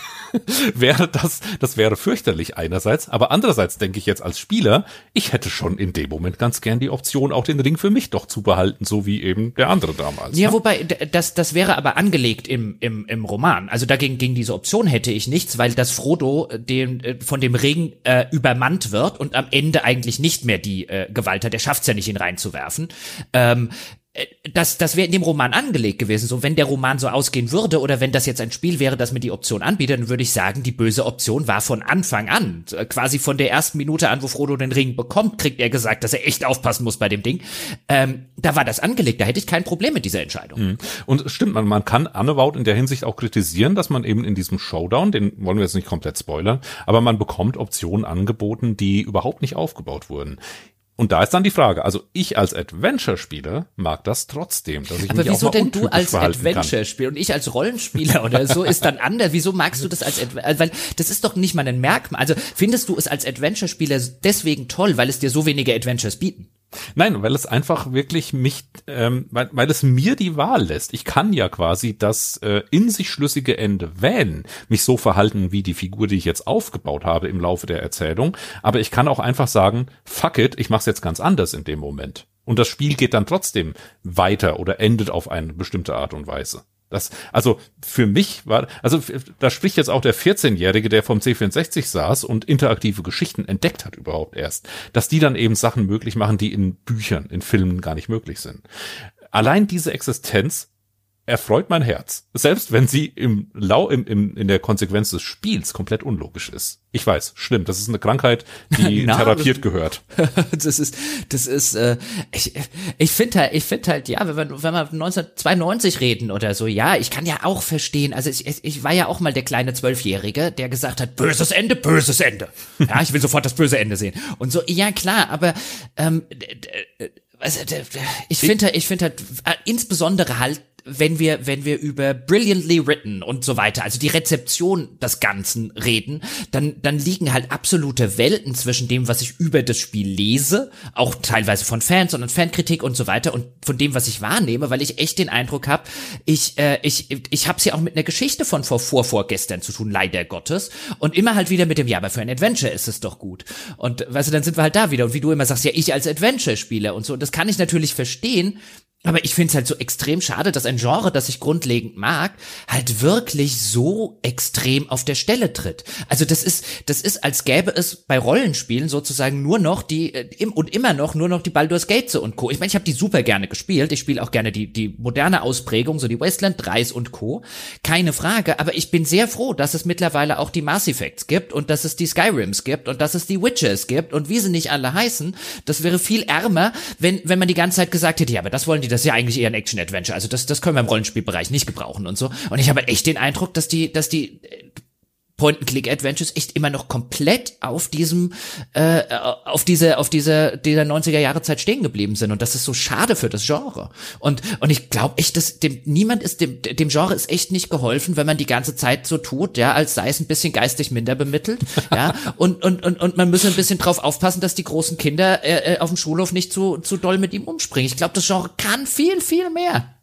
wäre das, das wäre fürchterlich einerseits, aber andererseits denke ich jetzt als Spieler, ich hätte schon in dem Moment ganz gern die Option, auch den Ring für mich doch zu behalten, so wie eben der andere damals. Ja, ne? wobei, das, das wäre aber angelegt im, im, im Roman. Also dagegen, gegen diese Option hätte ich nichts, weil das Frodo den, von dem Ring äh, übermannt wird und am Ende eigentlich nicht mehr die äh, Gewalt hat. Der schafft's ja nicht, ihn reinzuwerfen. Ähm, Das, das wäre in dem Roman angelegt gewesen. So, wenn der Roman so ausgehen würde oder wenn das jetzt ein Spiel wäre, das mir die Option anbietet, dann würde ich sagen, die böse Option war von Anfang an. Quasi von der ersten Minute an, wo Frodo den Ring bekommt, kriegt er gesagt, dass er echt aufpassen muss bei dem Ding. Ähm, da war das angelegt, da hätte ich kein Problem mit dieser Entscheidung. Und stimmt, man, man kann Annewoud in der Hinsicht auch kritisieren, dass man eben in diesem Showdown, den wollen wir jetzt nicht komplett spoilern, aber man bekommt Optionen angeboten, die überhaupt nicht aufgebaut wurden. Und da ist dann die Frage, also ich als Adventure-Spieler mag das trotzdem, dass ich aber mich auch mal wieso denn du als Adventure-Spieler und ich als Rollenspieler oder so ist dann anders? Wieso magst du das als Adventure? Weil das ist doch nicht mal ein Merkmal. Also findest du es als Adventure-Spieler deswegen toll, weil es dir so wenige Adventures bieten? Nein, weil es einfach wirklich mich, ähm, weil, weil es mir die Wahl lässt. Ich kann ja quasi das äh, in sich schlüssige Ende wählen, mich so verhalten wie die Figur, die ich jetzt aufgebaut habe im Laufe der Erzählung. Aber ich kann auch einfach sagen, fuck it, ich mach's jetzt ganz anders in dem Moment. Und das Spiel geht dann trotzdem weiter oder endet auf eine bestimmte Art und Weise. Das, also für mich war, also da spricht jetzt auch der vierzehnjährige, der vom C vierundsechzig saß und interaktive Geschichten entdeckt hat überhaupt erst, dass die dann eben Sachen möglich machen, die in Büchern, in Filmen gar nicht möglich sind. Allein diese Existenz erfreut mein Herz, selbst wenn sie im Lau im, im in der Konsequenz des Spiels komplett unlogisch ist. Ich weiß, schlimm, das ist eine Krankheit, die Na, therapiert gehört. Das ist das ist äh, ich ich finde halt ich finde halt ja, wenn wir wenn wir neunzehnhundertzweiundneunzig reden oder so, ja, ich kann ja auch verstehen, also ich ich war ja auch mal der kleine Zwölfjährige, der gesagt hat, böses Ende, böses Ende. Ja, ich will sofort das böse Ende sehen. Und so, ja klar, aber ähm, also, ich finde ich finde halt insbesondere halt wenn wir, wenn wir über brilliantly written und so weiter, also die Rezeption des Ganzen reden, dann, dann liegen halt absolute Welten zwischen dem, was ich über das Spiel lese, auch teilweise von Fans und Fankritik und so weiter und von dem, was ich wahrnehme, weil ich echt den Eindruck habe, ich, äh, ich, ich hab's ja auch mit einer Geschichte von vor, vor, vorgestern zu tun, leider Gottes, und immer halt wieder mit dem, ja, aber für ein Adventure ist es doch gut. Und, weißt du, dann sind wir halt da wieder und wie du immer sagst, ja, ich als Adventure-Spieler und so, und das kann ich natürlich verstehen. Aber ich finde es halt so extrem schade, dass ein Genre, das ich grundlegend mag, halt wirklich so extrem auf der Stelle tritt. Also das ist, das ist, als gäbe es bei Rollenspielen sozusagen nur noch die, äh, im, und immer noch nur noch die Baldur's Gates und Co. Ich meine, ich habe die super gerne gespielt. Ich spiele auch gerne die, die moderne Ausprägung, so die Wasteland dreis und Co. Keine Frage. Aber ich bin sehr froh, dass es mittlerweile auch die Mass Effects gibt und dass es die Skyrims gibt und dass es die Witchers gibt und wie sie nicht alle heißen. Das wäre viel ärmer, wenn, wenn man die ganze Zeit gesagt hätte, ja, aber das wollen die, das ist ja eigentlich eher ein Action-Adventure, also das, das können wir im Rollenspielbereich nicht gebrauchen und so. Und ich habe echt den Eindruck, dass die, dass die Point-and-Click-Adventures echt immer noch komplett auf diesem, äh, auf diese, auf diese, dieser neunziger-Jahre-Zeit stehen geblieben sind. Und das ist so schade für das Genre. Und, und ich glaube echt, dass dem, niemand ist, dem, dem Genre ist echt nicht geholfen, wenn man die ganze Zeit so tut, ja, als sei es ein bisschen geistig minder bemittelt, ja. Und, und, und, und man müsse ein bisschen drauf aufpassen, dass die großen Kinder, äh, auf dem Schulhof nicht zu, zu doll mit ihm umspringen. Ich glaube, das Genre kann viel, viel mehr.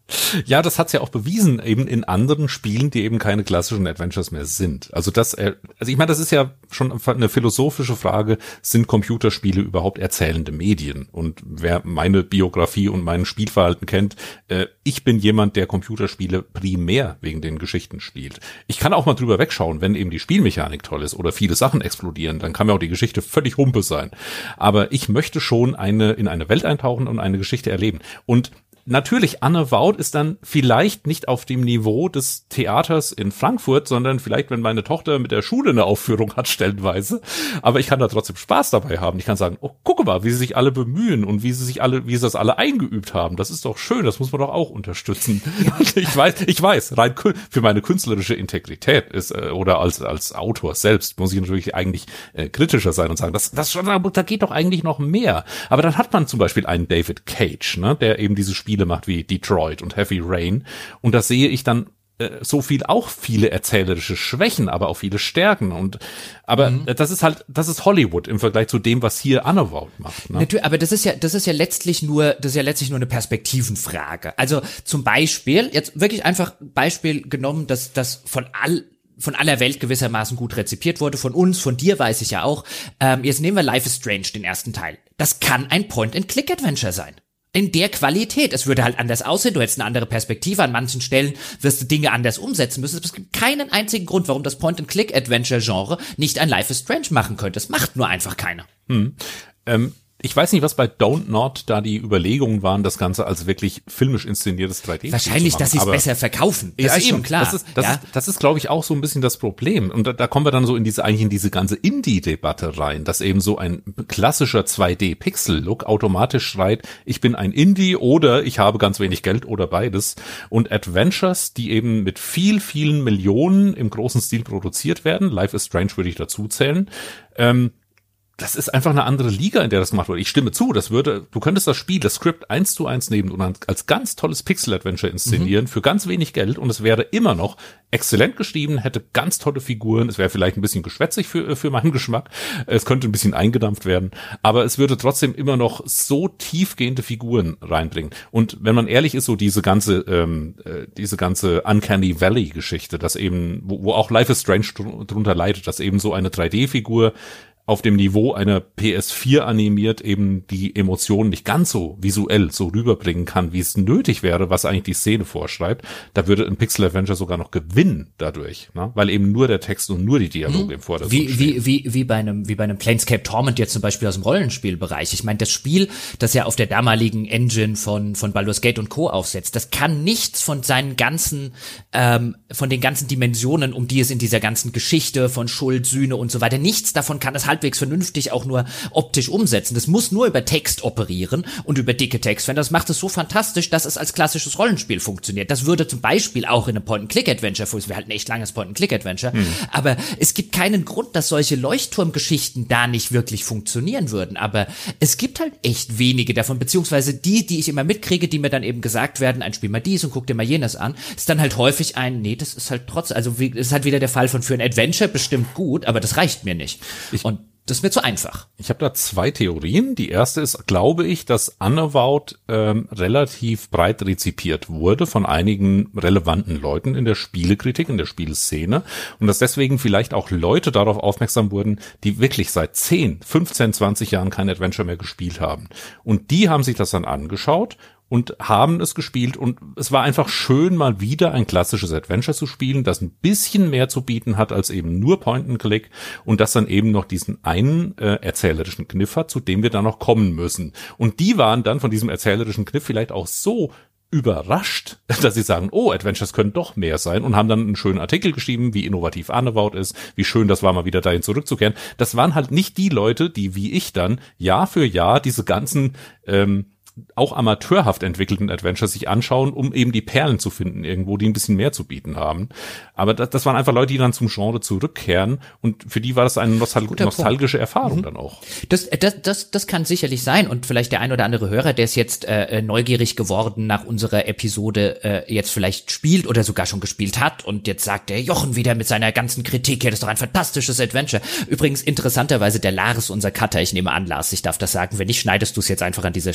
Ja, das hat's ja auch bewiesen, eben in anderen Spielen, die eben keine klassischen Adventures mehr sind. Also das, also ich meine, das ist ja schon eine philosophische Frage, sind Computerspiele überhaupt erzählende Medien? Und wer meine Biografie und mein Spielverhalten kennt, äh, ich bin jemand, der Computerspiele primär wegen den Geschichten spielt. Ich kann auch mal drüber wegschauen, wenn eben die Spielmechanik toll ist oder viele Sachen explodieren, dann kann mir auch die Geschichte völlig Humpe sein. Aber ich möchte schon eine in eine Welt eintauchen und eine Geschichte erleben. Und natürlich, Unavowed ist dann vielleicht nicht auf dem Niveau des Theaters in Frankfurt, sondern vielleicht, wenn meine Tochter mit der Schule eine Aufführung hat, stellenweise. Aber ich kann da trotzdem Spaß dabei haben. Ich kann sagen, oh, gucke mal, wie sie sich alle bemühen und wie sie sich alle, wie sie das alle eingeübt haben. Das ist doch schön, das muss man doch auch unterstützen. Ja. Ich weiß, ich weiß, rein für meine künstlerische Integrität ist, oder als, als Autor selbst muss ich natürlich eigentlich äh, kritischer sein und sagen, das, das schon, da geht doch eigentlich noch mehr. Aber dann hat man zum Beispiel einen David Cage, ne, der eben diese Spiele macht wie Detroit und Heavy Rain. Und da sehe ich dann äh, so viel, auch viele erzählerische Schwächen, aber auch viele Stärken. Und aber mhm. das ist halt, das ist Hollywood im Vergleich zu dem, was hier Unavowed macht. Ne? Natürlich, aber das ist ja, das ist ja letztlich nur, das ist ja letztlich nur eine Perspektivenfrage. Also zum Beispiel, jetzt wirklich einfach Beispiel genommen, dass das von all von aller Welt gewissermaßen gut rezipiert wurde, von uns, von dir weiß ich ja auch. Ähm, jetzt nehmen wir Life is Strange, den ersten Teil. Das kann ein Point-and-Click-Adventure sein. In der Qualität. Es würde halt anders aussehen, du hättest eine andere Perspektive, an manchen Stellen wirst du Dinge anders umsetzen müssen. Es gibt keinen einzigen Grund, warum das Point-and-Click-Adventure-Genre nicht ein Life is Strange machen könnte. Es macht nur einfach keiner. Hm. Ähm. Ich weiß nicht, was bei Don't Not da die Überlegungen waren, das Ganze als wirklich filmisch inszeniertes drei D Wahrscheinlich, zu machen. Dass sie es besser verkaufen. Das ja, ist eben. schon klar. Das ist, das ja. ist, das ist, glaube ich, auch so ein bisschen das Problem. Und da, da kommen wir dann so in diese, eigentlich in diese ganze Indie-Debatte rein, dass eben so ein klassischer zwei D-Pixel-Look automatisch schreit, ich bin ein Indie oder ich habe ganz wenig Geld oder beides. Und Adventures, die eben mit viel, vielen Millionen im großen Stil produziert werden, Life is Strange würde ich dazu zählen, ähm, das ist einfach eine andere Liga, in der das gemacht wurde. Ich stimme zu, das würde, du könntest das Spiel, das Skript eins zu eins nehmen und als ganz tolles Pixel-Adventure inszenieren, mhm. für ganz wenig Geld und es wäre immer noch exzellent geschrieben, hätte ganz tolle Figuren, es wäre vielleicht ein bisschen geschwätzig für, für meinen Geschmack, es könnte ein bisschen eingedampft werden, aber es würde trotzdem immer noch so tiefgehende Figuren reinbringen. Und wenn man ehrlich ist, so diese ganze, ähm, diese ganze Uncanny Valley-Geschichte, dass eben, wo, wo auch Life is Strange drunter leidet, dass eben so eine drei D-Figur auf dem Niveau einer P S vier animiert eben die Emotionen nicht ganz so visuell so rüberbringen kann, wie es nötig wäre, was eigentlich die Szene vorschreibt, da würde ein Pixel-Adventure sogar noch gewinnen dadurch, ne? Weil eben nur der Text und nur die Dialoge hm. im Vordergrund wie, stehen. Wie, wie, wie bei einem, wie bei einem Planescape Torment jetzt zum Beispiel aus dem Rollenspielbereich. Ich meine, das Spiel, das ja auf der damaligen Engine von, von Baldur's Gate und Co. aufsetzt, das kann nichts von seinen ganzen, ähm, von den ganzen Dimensionen, um die es in dieser ganzen Geschichte von Schuld, Sühne und so weiter, nichts davon kann es halbwegs vernünftig auch nur optisch umsetzen. Das muss nur über Text operieren und über dicke Textfelder. Das macht es so fantastisch, dass es als klassisches Rollenspiel funktioniert. Das würde zum Beispiel auch in einem Point-and-Click-Adventure, es wäre halt ein echt langes Point-and-Click-Adventure, hm. aber es gibt keinen Grund, dass solche Leuchtturmgeschichten da nicht wirklich funktionieren würden. Aber es gibt halt echt wenige davon, beziehungsweise die, die ich immer mitkriege, die mir dann eben gesagt werden, ein Spiel mal dies und guck dir mal jenes an, ist dann halt häufig ein, nee, das ist halt trotz, also wie, das ist halt wieder der Fall von für ein Adventure bestimmt gut, aber das reicht mir nicht. Ich und das ist mir zu einfach. Ich habe da zwei Theorien. Die erste ist, glaube ich, dass Unavowed ähm, relativ breit rezipiert wurde von einigen relevanten Leuten in der Spielekritik, in der Spieleszene und dass deswegen vielleicht auch Leute darauf aufmerksam wurden, die wirklich seit zehn, fünfzehn, zwanzig Jahren kein Adventure mehr gespielt haben. Und die haben sich das dann angeschaut und haben es gespielt und es war einfach schön, mal wieder ein klassisches Adventure zu spielen, das ein bisschen mehr zu bieten hat als eben nur Point-and-Click und das dann eben noch diesen einen äh, erzählerischen Kniff hat, zu dem wir dann noch kommen müssen. Und die waren dann von diesem erzählerischen Kniff vielleicht auch so überrascht, dass sie sagen, oh, Adventures können doch mehr sein und haben dann einen schönen Artikel geschrieben, wie innovativ Unavowed ist, wie schön das war, mal wieder dahin zurückzukehren. Das waren halt nicht die Leute, die wie ich dann Jahr für Jahr diese ganzen ähm, auch amateurhaft entwickelten Adventures sich anschauen, um eben die Perlen zu finden irgendwo, die ein bisschen mehr zu bieten haben. Aber das, das waren einfach Leute, die dann zum Genre zurückkehren und für die war das eine nostal- nostalgische Erfahrung mhm. dann auch. Das, das, das, das kann sicherlich sein und vielleicht der ein oder andere Hörer, der ist jetzt äh, neugierig geworden nach unserer Episode, äh, jetzt vielleicht spielt oder sogar schon gespielt hat und jetzt sagt der Jochen wieder mit seiner ganzen Kritik, ja, das ist doch ein fantastisches Adventure. Übrigens interessanterweise der Lars, unser Cutter, ich nehme an, Lars, ich darf das sagen, wenn nicht, schneidest du es jetzt einfach an dieser Stelle raus.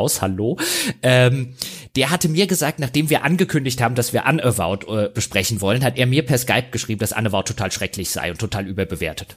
raus, hallo. Ähm, der hatte mir gesagt, nachdem wir angekündigt haben, dass wir Unavowed äh, besprechen wollen, hat er mir per Skype geschrieben, dass Unavowed total schrecklich sei und total überbewertet.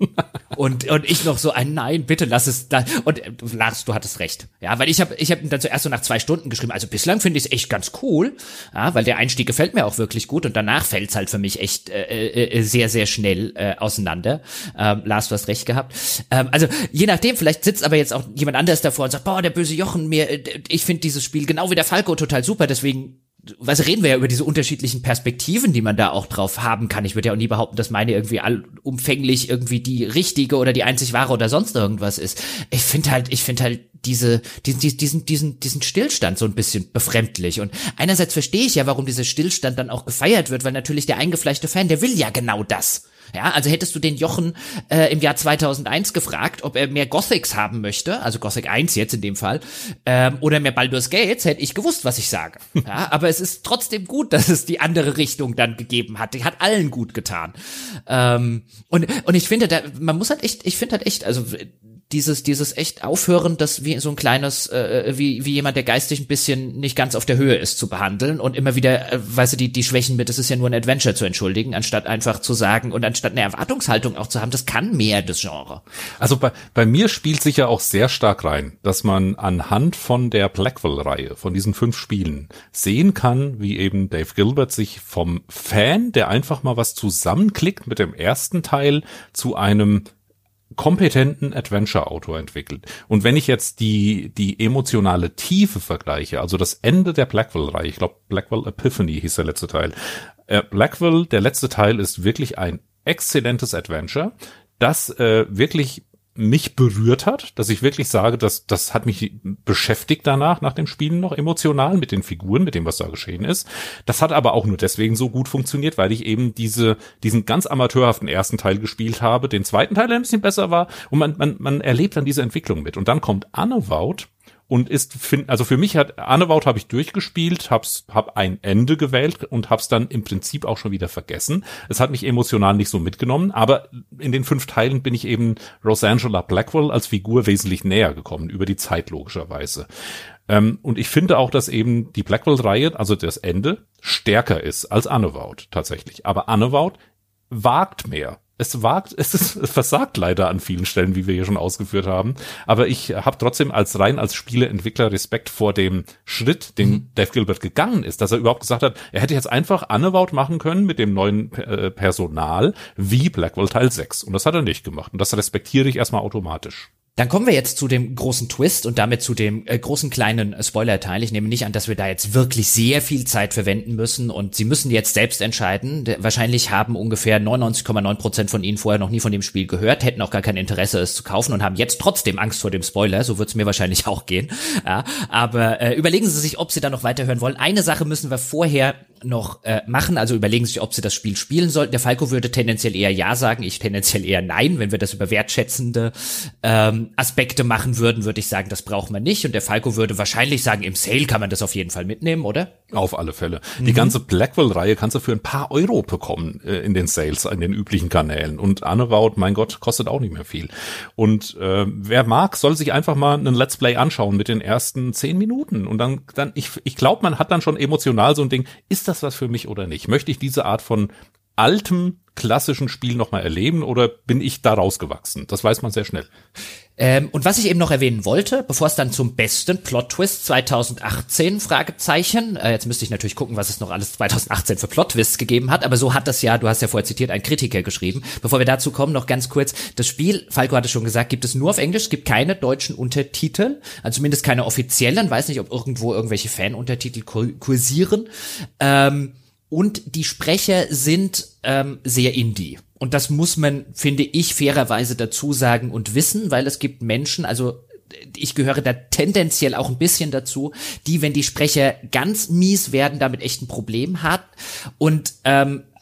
und und ich noch so ein Nein, bitte lass es da. Und äh, Lars, du hattest recht. Ja, weil ich habe ich habe ihm dann zuerst so nach zwei Stunden geschrieben, also bislang finde ich es echt ganz cool, ja, weil der Einstieg gefällt mir auch wirklich gut und danach fällt es halt für mich echt äh, äh, sehr, sehr schnell äh, auseinander. Ähm, Lars, du hast recht gehabt. Ähm, also je nachdem, vielleicht sitzt aber jetzt auch jemand anders davor und sagt, boah, der böse Jochen, mir, äh, ich finde dieses Spiel genau wie der Falco total super, deswegen was reden wir ja über diese unterschiedlichen Perspektiven, die man da auch drauf haben kann. Ich würde ja auch nie behaupten, dass meine irgendwie allumfänglich irgendwie die richtige oder die einzig wahre oder sonst irgendwas ist. Ich finde halt, ich finde halt diese, diesen, diesen, diesen, diesen Stillstand so ein bisschen befremdlich. Und einerseits verstehe ich ja, warum dieser Stillstand dann auch gefeiert wird, weil natürlich der eingefleischte Fan, der will ja genau das. Ja, also hättest du den Jochen äh, im Jahr zweitausendeins gefragt, ob er mehr Gothics haben möchte, also Gothic eins jetzt in dem Fall, ähm, oder mehr Baldur's Gates, hätte ich gewusst, was ich sage. Ja, aber es ist trotzdem gut, dass es die andere Richtung dann gegeben hat. Die hat allen gut getan. Ähm, und und ich finde, da, man muss halt echt, ich finde halt echt, also dieses dieses echt aufhören, das wie so ein kleines, äh, wie wie jemand, der geistig ein bisschen nicht ganz auf der Höhe ist, zu behandeln und immer wieder, äh, weißt du, die die Schwächen mit, das ist ja nur ein Adventure zu entschuldigen, anstatt einfach zu sagen und anstatt eine Erwartungshaltung auch zu haben, das kann mehr, das Genre. Also bei bei mir spielt sich ja auch sehr stark rein, dass man anhand von der Blackwell-Reihe, von diesen fünf Spielen, sehen kann, wie eben Dave Gilbert sich vom Fan, der einfach mal was zusammenklickt mit dem ersten Teil, zu einem kompetenten Adventure-Autor entwickelt. Und wenn ich jetzt die die emotionale Tiefe vergleiche, also das Ende der Blackwell-Reihe, ich glaube Blackwell Epiphany hieß der letzte Teil. Äh, Blackwell, der letzte Teil, ist wirklich ein exzellentes Adventure, das äh, wirklich mich berührt hat, dass ich wirklich sage, dass das hat mich beschäftigt danach, nach dem Spielen noch emotional mit den Figuren, mit dem, was da geschehen ist. Das hat aber auch nur deswegen so gut funktioniert, weil ich eben diese diesen ganz amateurhaften ersten Teil gespielt habe, den zweiten Teil, der ein bisschen besser war, und man man man erlebt dann diese Entwicklung mit. Und dann kommt Unavowed und ist, also für mich hat Unavowed habe ich durchgespielt, hab's, hab ein Ende gewählt und hab's dann im Prinzip auch schon wieder vergessen. Es hat mich emotional nicht so mitgenommen, aber in den fünf Teilen bin ich eben Rosangela Blackwell als Figur wesentlich näher gekommen, über die Zeit logischerweise. Ähm, und ich finde auch, dass eben die Blackwell-Reihe, also das Ende, stärker ist als Unavowed tatsächlich. Aber Unavowed wagt mehr. Es wagt, es ist, es versagt leider an vielen Stellen, wie wir hier schon ausgeführt haben. Aber ich habe trotzdem als rein als Spieleentwickler Respekt vor dem Schritt, den mhm. Dave Gilbert gegangen ist, dass er überhaupt gesagt hat, er hätte jetzt einfach Unavowed machen können mit dem neuen äh, Personal wie Blackwell Teil sechs. Und das hat er nicht gemacht. Und das respektiere ich erstmal automatisch. Dann kommen wir jetzt zu dem großen Twist und damit zu dem äh, großen kleinen äh, Spoiler-Teil. Ich nehme nicht an, dass wir da jetzt wirklich sehr viel Zeit verwenden müssen und Sie müssen jetzt selbst entscheiden. De- wahrscheinlich haben ungefähr neunundneunzig Komma neun Prozent von Ihnen vorher noch nie von dem Spiel gehört, hätten auch gar kein Interesse, es zu kaufen und haben jetzt trotzdem Angst vor dem Spoiler. So wird es mir wahrscheinlich auch gehen. Ja, aber äh, überlegen Sie sich, ob Sie da noch weiterhören wollen. Eine Sache müssen wir vorher noch äh, machen, also überlegen Sie sich, ob Sie das Spiel spielen sollten. Der Falco würde tendenziell eher ja sagen, ich tendenziell eher nein. Wenn wir das über wertschätzende ähm, Aspekte machen würden, würde ich sagen, das braucht man nicht. Und der Falco würde wahrscheinlich sagen, im Sale kann man das auf jeden Fall mitnehmen, oder? Auf alle Fälle. Mhm. Die ganze Blackwell-Reihe kannst du für ein paar Euro bekommen äh, in den Sales, in den üblichen Kanälen. Und Unavowed, mein Gott, kostet auch nicht mehr viel. Und äh, wer mag, soll sich einfach mal einen Let's Play anschauen mit den ersten zehn Minuten. Und dann, dann ich, ich glaube, man hat dann schon emotional so ein Ding, ist das was für mich oder nicht? Möchte ich diese Art von altem, klassischen Spiel nochmal erleben oder bin ich da rausgewachsen? Das weiß man sehr schnell. Ähm, und was ich eben noch erwähnen wollte, bevor es dann zum besten Plot-Twist zweitausendachtzehn, Fragezeichen, äh, jetzt müsste ich natürlich gucken, was es noch alles zweitausendachtzehn für Plot-Twists gegeben hat, aber so hat das ja, du hast ja vorher zitiert, ein Kritiker geschrieben. Bevor wir dazu kommen, noch ganz kurz, das Spiel, Falco hatte schon gesagt, gibt es nur auf Englisch, es gibt keine deutschen Untertitel, also zumindest keine offiziellen, weiß nicht, ob irgendwo irgendwelche Fan-Untertitel kursieren, ähm, und die Sprecher sind ähm, sehr Indie. Und das muss man, finde ich, fairerweise dazu sagen und wissen, weil es gibt Menschen, also ich gehöre da tendenziell auch ein bisschen dazu, die, wenn die Sprecher ganz mies werden, damit echt ein Problem hat. Und ähm,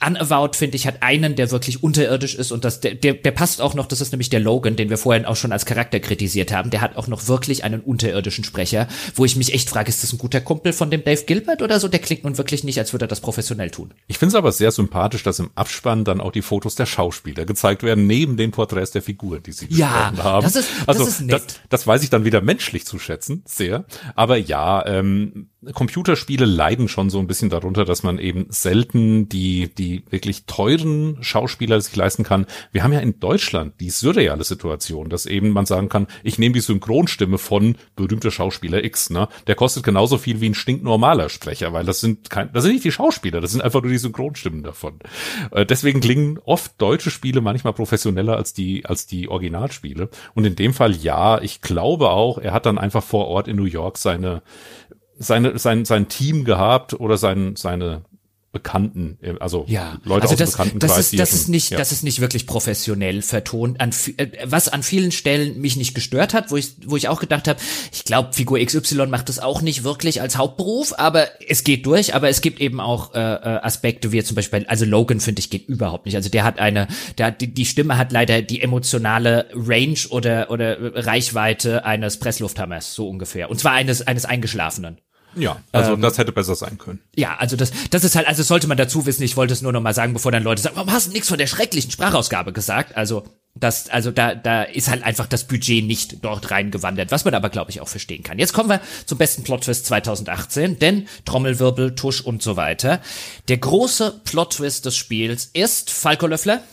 Unavowed, finde ich, hat einen, der wirklich unterirdisch ist und das, der, der, der passt auch noch, das ist nämlich der Logan, den wir vorhin auch schon als Charakter kritisiert haben, der hat auch noch wirklich einen unterirdischen Sprecher, wo ich mich echt frage, ist das ein guter Kumpel von dem Dave Gilbert oder so? Der klingt nun wirklich nicht, als würde er das professionell tun. Ich finde es aber sehr sympathisch, dass im Abspann dann auch die Fotos der Schauspieler gezeigt werden, neben den Porträts der Figuren, die sie ja, gesprochen haben. das ist, also, das ist nett. Das, das weiß ich dann wieder menschlich zu schätzen, sehr. Aber ja, ähm, Computerspiele leiden schon so ein bisschen darunter, dass man eben selten die die wirklich teuren Schauspieler sich leisten kann. Wir haben ja in Deutschland die surreale Situation, dass eben man sagen kann, ich nehme die Synchronstimme von berühmter Schauspieler X, ne? Der kostet genauso viel wie ein stinknormaler Sprecher, weil das sind kein, das sind nicht die Schauspieler, das sind einfach nur die Synchronstimmen davon. Äh, deswegen klingen oft deutsche Spiele manchmal professioneller als die als die Originalspiele. Und in dem Fall ja, ich glaube auch, er hat dann einfach vor Ort in New York seine seine sein sein Team gehabt oder sein seine Bekannten, also ja, Leute also aus das, dem Bekanntenkreis. Das ist, das schon, ist nicht, ja. das ist nicht wirklich professionell vertont. An, was an vielen Stellen mich nicht gestört hat, wo ich, wo ich auch gedacht habe, ich glaube, Figur X Y macht das auch nicht wirklich als Hauptberuf, aber es geht durch. Aber es gibt eben auch äh, Aspekte, wie zum Beispiel, also Logan finde ich geht überhaupt nicht. Also der hat eine, der hat die, die Stimme hat leider die emotionale Range oder oder Reichweite eines Presslufthammers so ungefähr. Und zwar eines eines Eingeschlafenen. Ja, also ähm, das hätte besser sein können. Ja, also das das ist halt, also sollte man dazu wissen, ich wollte es nur noch mal sagen, bevor dann Leute sagen, warum hast du nichts von der schrecklichen Sprachausgabe gesagt? Also das, also da da ist halt einfach das Budget nicht dort reingewandert, was man aber, glaube ich, auch verstehen kann. Jetzt kommen wir zum besten Plot-Twist zwanzig achtzehn, denn Trommelwirbel, Tusch und so weiter. Der große Plot-Twist des Spiels ist, Falco Löffler,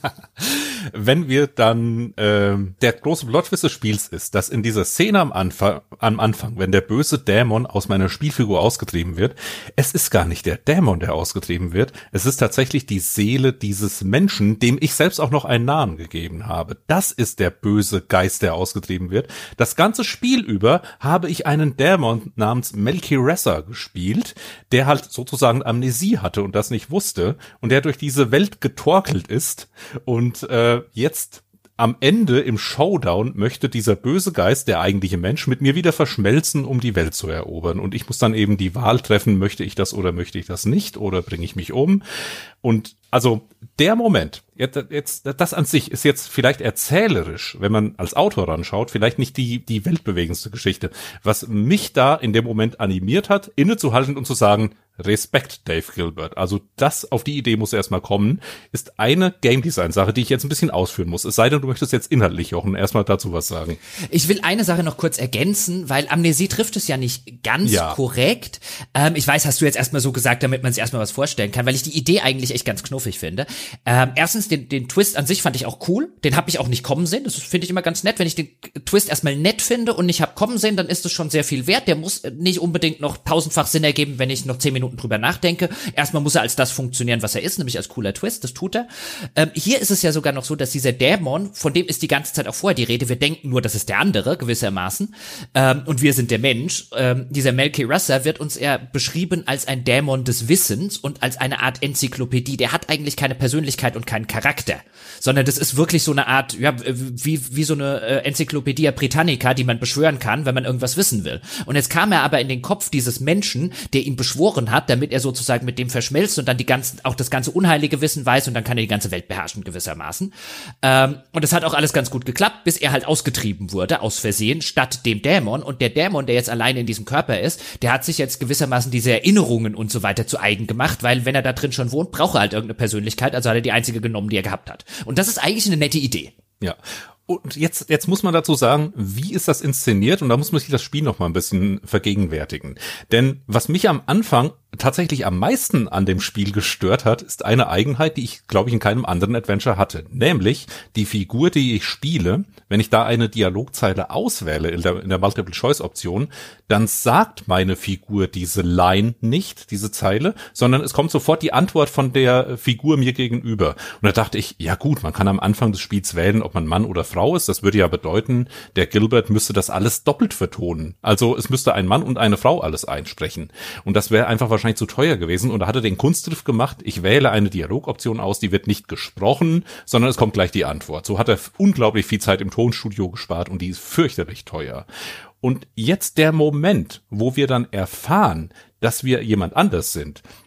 Wenn wir dann, ähm, der große Plot-Twist des Spiels ist, dass in dieser Szene am Anfang, am Anfang, wenn der böse Dämon aus meiner Spielfigur ausgetrieben wird, es ist gar nicht der Dämon, der ausgetrieben wird, es ist tatsächlich die Seele dieses Menschen, dem ich selbst auch noch einen Namen gegeben habe. Das ist der böse Geist, der ausgetrieben wird. Das ganze Spiel über habe ich einen Dämon namens Melchiressa gespielt, der halt sozusagen Amnesie hatte und das nicht wusste und der durch diese Welt getorkelt ist. Und äh, jetzt am Ende im Showdown möchte dieser böse Geist, der eigentliche Mensch, mit mir wieder verschmelzen, um die Welt zu erobern. Und ich muss dann eben die Wahl treffen, möchte ich das oder möchte ich das nicht oder bringe ich mich um? Und also der Moment, jetzt, jetzt das an sich ist jetzt vielleicht erzählerisch, wenn man als Autor ranschaut, vielleicht nicht die die weltbewegendste Geschichte. Was mich da in dem Moment animiert hat, innezuhalten und zu sagen, Respekt, Dave Gilbert. Also das, auf die Idee muss erstmal kommen, ist eine Game Design Sache, die ich jetzt ein bisschen ausführen muss. Es sei denn, du möchtest jetzt inhaltlich, Jochen, erstmal dazu was sagen. Ich will eine Sache noch kurz ergänzen, weil Amnesie trifft es ja nicht ganz ja. korrekt. Ähm, ich weiß, hast du jetzt erstmal so gesagt, damit man sich erstmal was vorstellen kann, weil ich die Idee eigentlich echt ganz knuffig finde. Ähm, erstens, den, den Twist an sich fand ich auch cool. Den habe ich auch nicht kommen sehen. Das finde ich immer ganz nett. Wenn ich den Twist erstmal nett finde und nicht hab kommen sehen, dann ist es schon sehr viel wert. Der muss nicht unbedingt noch tausendfach Sinn ergeben, wenn ich noch zehn Minuten drüber nachdenke. Erstmal muss er als das funktionieren, was er ist, nämlich als cooler Twist. Das tut er. Ähm, hier ist es ja sogar noch so, dass dieser Dämon, von dem ist die ganze Zeit auch vorher die Rede, wir denken nur, das ist der andere, gewissermaßen. Ähm, und wir sind der Mensch. Ähm, dieser Melchiressa wird uns eher beschrieben als ein Dämon des Wissens und als eine Art Enzyklopädie. Der hat eigentlich keine Persönlichkeit und keinen Charakter, sondern das ist wirklich so eine Art, ja, wie, wie so eine äh, Enzyklopädie Britannica, die man beschwören kann, wenn man irgendwas wissen will. Und jetzt kam er aber in den Kopf dieses Menschen, der ihn beschworen hat, damit er sozusagen mit dem verschmilzt und dann die ganzen, auch das ganze unheilige Wissen weiß und dann kann er die ganze Welt beherrschen gewissermaßen. Ähm, und es hat auch alles ganz gut geklappt, bis er halt ausgetrieben wurde, aus Versehen, statt dem Dämon. Und der Dämon, der jetzt alleine in diesem Körper ist, der hat sich jetzt gewissermaßen diese Erinnerungen und so weiter zu eigen gemacht, weil wenn er da drin schon wohnt, braucht er halt irgendeine Persönlichkeit, also hat er die einzige genommen, die er gehabt hat. Und das ist eigentlich eine nette Idee. Ja. Und jetzt, jetzt muss man dazu sagen, wie ist das inszeniert? Und da muss man sich das Spiel noch mal ein bisschen vergegenwärtigen. Denn was mich am Anfang tatsächlich am meisten an dem Spiel gestört hat, ist eine Eigenheit, die ich, glaube ich, in keinem anderen Adventure hatte. Nämlich die Figur, die ich spiele, wenn ich da eine Dialogzeile auswähle in der, in der Multiple-Choice-Option, dann sagt meine Figur diese Line nicht, diese Zeile, sondern es kommt sofort die Antwort von der Figur mir gegenüber. Und da dachte ich, ja gut, man kann am Anfang des Spiels wählen, ob man Mann oder Frau ist. Das würde ja bedeuten, der Gilbert müsste das alles doppelt vertonen. Also es müsste ein Mann und eine Frau alles einsprechen. Und das wäre einfach wahrscheinlich zu teuer gewesen. Und da hat er den Kunstgriff gemacht, ich wähle eine Dialogoption aus, die wird nicht gesprochen, sondern es kommt gleich die Antwort. So hat er unglaublich viel Zeit im Tonstudio gespart und die ist fürchterlich teuer. Und jetzt der Moment, wo wir dann erfahren, dass wir jemand anders sind,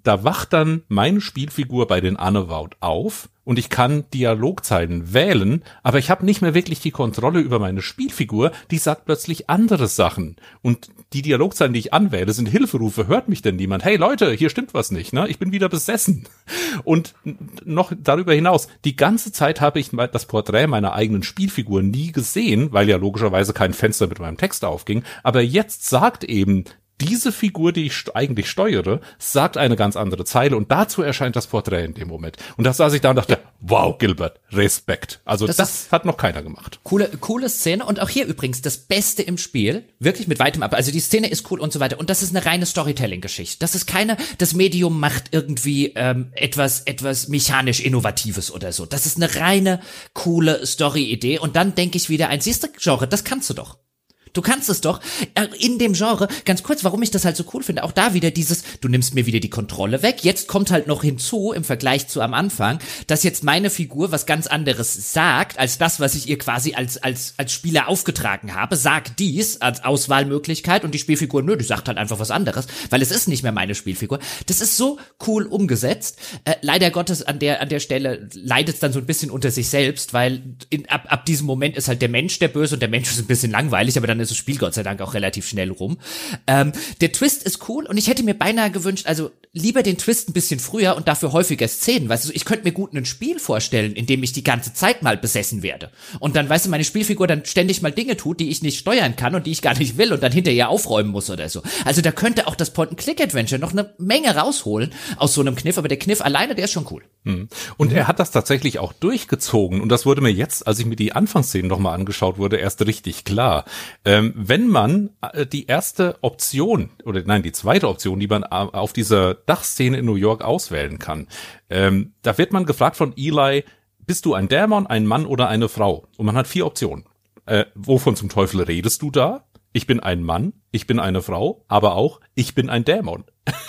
da wacht dann meine Spielfigur bei den Unavowed auf und ich kann Dialogzeilen wählen, aber ich habe nicht mehr wirklich die Kontrolle über meine Spielfigur, die sagt plötzlich andere Sachen. Und die Dialogzeilen, die ich anwähle, sind Hilferufe, hört mich denn niemand? Hey Leute, hier stimmt was nicht, ne? Ich bin wieder besessen. Und noch darüber hinaus, die ganze Zeit habe ich das Porträt meiner eigenen Spielfigur nie gesehen, weil ja logischerweise kein Fenster mit meinem Text aufging, aber jetzt sagt eben diese Figur, die ich eigentlich steuere, sagt eine ganz andere Zeile und dazu erscheint das Porträt in dem Moment. Und da saß ich da und dachte, wow, Gilbert, Respekt. Also das, das hat noch keiner gemacht. Coole, coole Szene und auch hier übrigens das Beste im Spiel, wirklich mit weitem ab. Also die Szene ist cool und so weiter und das ist eine reine Storytelling-Geschichte. Das ist keine, das Medium macht irgendwie ähm, etwas, etwas mechanisch Innovatives oder so. Das ist eine reine, coole Story-Idee und dann denke ich wieder, ein siehste Genre, das kannst du doch. Du kannst es doch in dem Genre, ganz kurz, warum ich das halt so cool finde, auch da wieder dieses, du nimmst mir wieder die Kontrolle weg, jetzt kommt halt noch hinzu, im Vergleich zu am Anfang, dass jetzt meine Figur was ganz anderes sagt, als das, was ich ihr quasi als als als Spieler aufgetragen habe, sagt dies als Auswahlmöglichkeit und die Spielfigur, nö, die sagt halt einfach was anderes, weil es ist nicht mehr meine Spielfigur. Das ist so cool umgesetzt. Äh, leider Gottes an der an der Stelle leidet es dann so ein bisschen unter sich selbst, weil in, ab ab diesem Moment ist halt der Mensch der Böse und der Mensch ist ein bisschen langweilig, aber dann ist das Spiel Gott sei Dank auch relativ schnell rum. Ähm, der Twist ist cool und ich hätte mir beinahe gewünscht, also lieber den Twist ein bisschen früher und dafür häufiger Szenen, weißt du, ich könnte mir gut ein Spiel vorstellen, in dem ich die ganze Zeit mal besessen werde und dann, weißt du, meine Spielfigur dann ständig mal Dinge tut, die ich nicht steuern kann und die ich gar nicht will und dann hinterher aufräumen muss oder so. Also da könnte auch das Point-and-Click-Adventure noch eine Menge rausholen aus so einem Kniff, aber der Kniff alleine, der ist schon cool. Mhm. Und mhm. er hat das tatsächlich auch durchgezogen und das wurde mir jetzt, als ich mir die Anfangsszenen nochmal angeschaut wurde, erst richtig klar. Ähm, wenn man äh, die erste Option, oder nein, die zweite Option, die man äh, auf dieser Dachszene in New York auswählen kann, ähm, da wird man gefragt von Eli, bist du ein Dämon, ein Mann oder eine Frau? Und man hat vier Optionen. Äh, wovon zum Teufel redest du da? Ich bin ein Mann, ich bin eine Frau, aber auch, ich bin ein Dämon.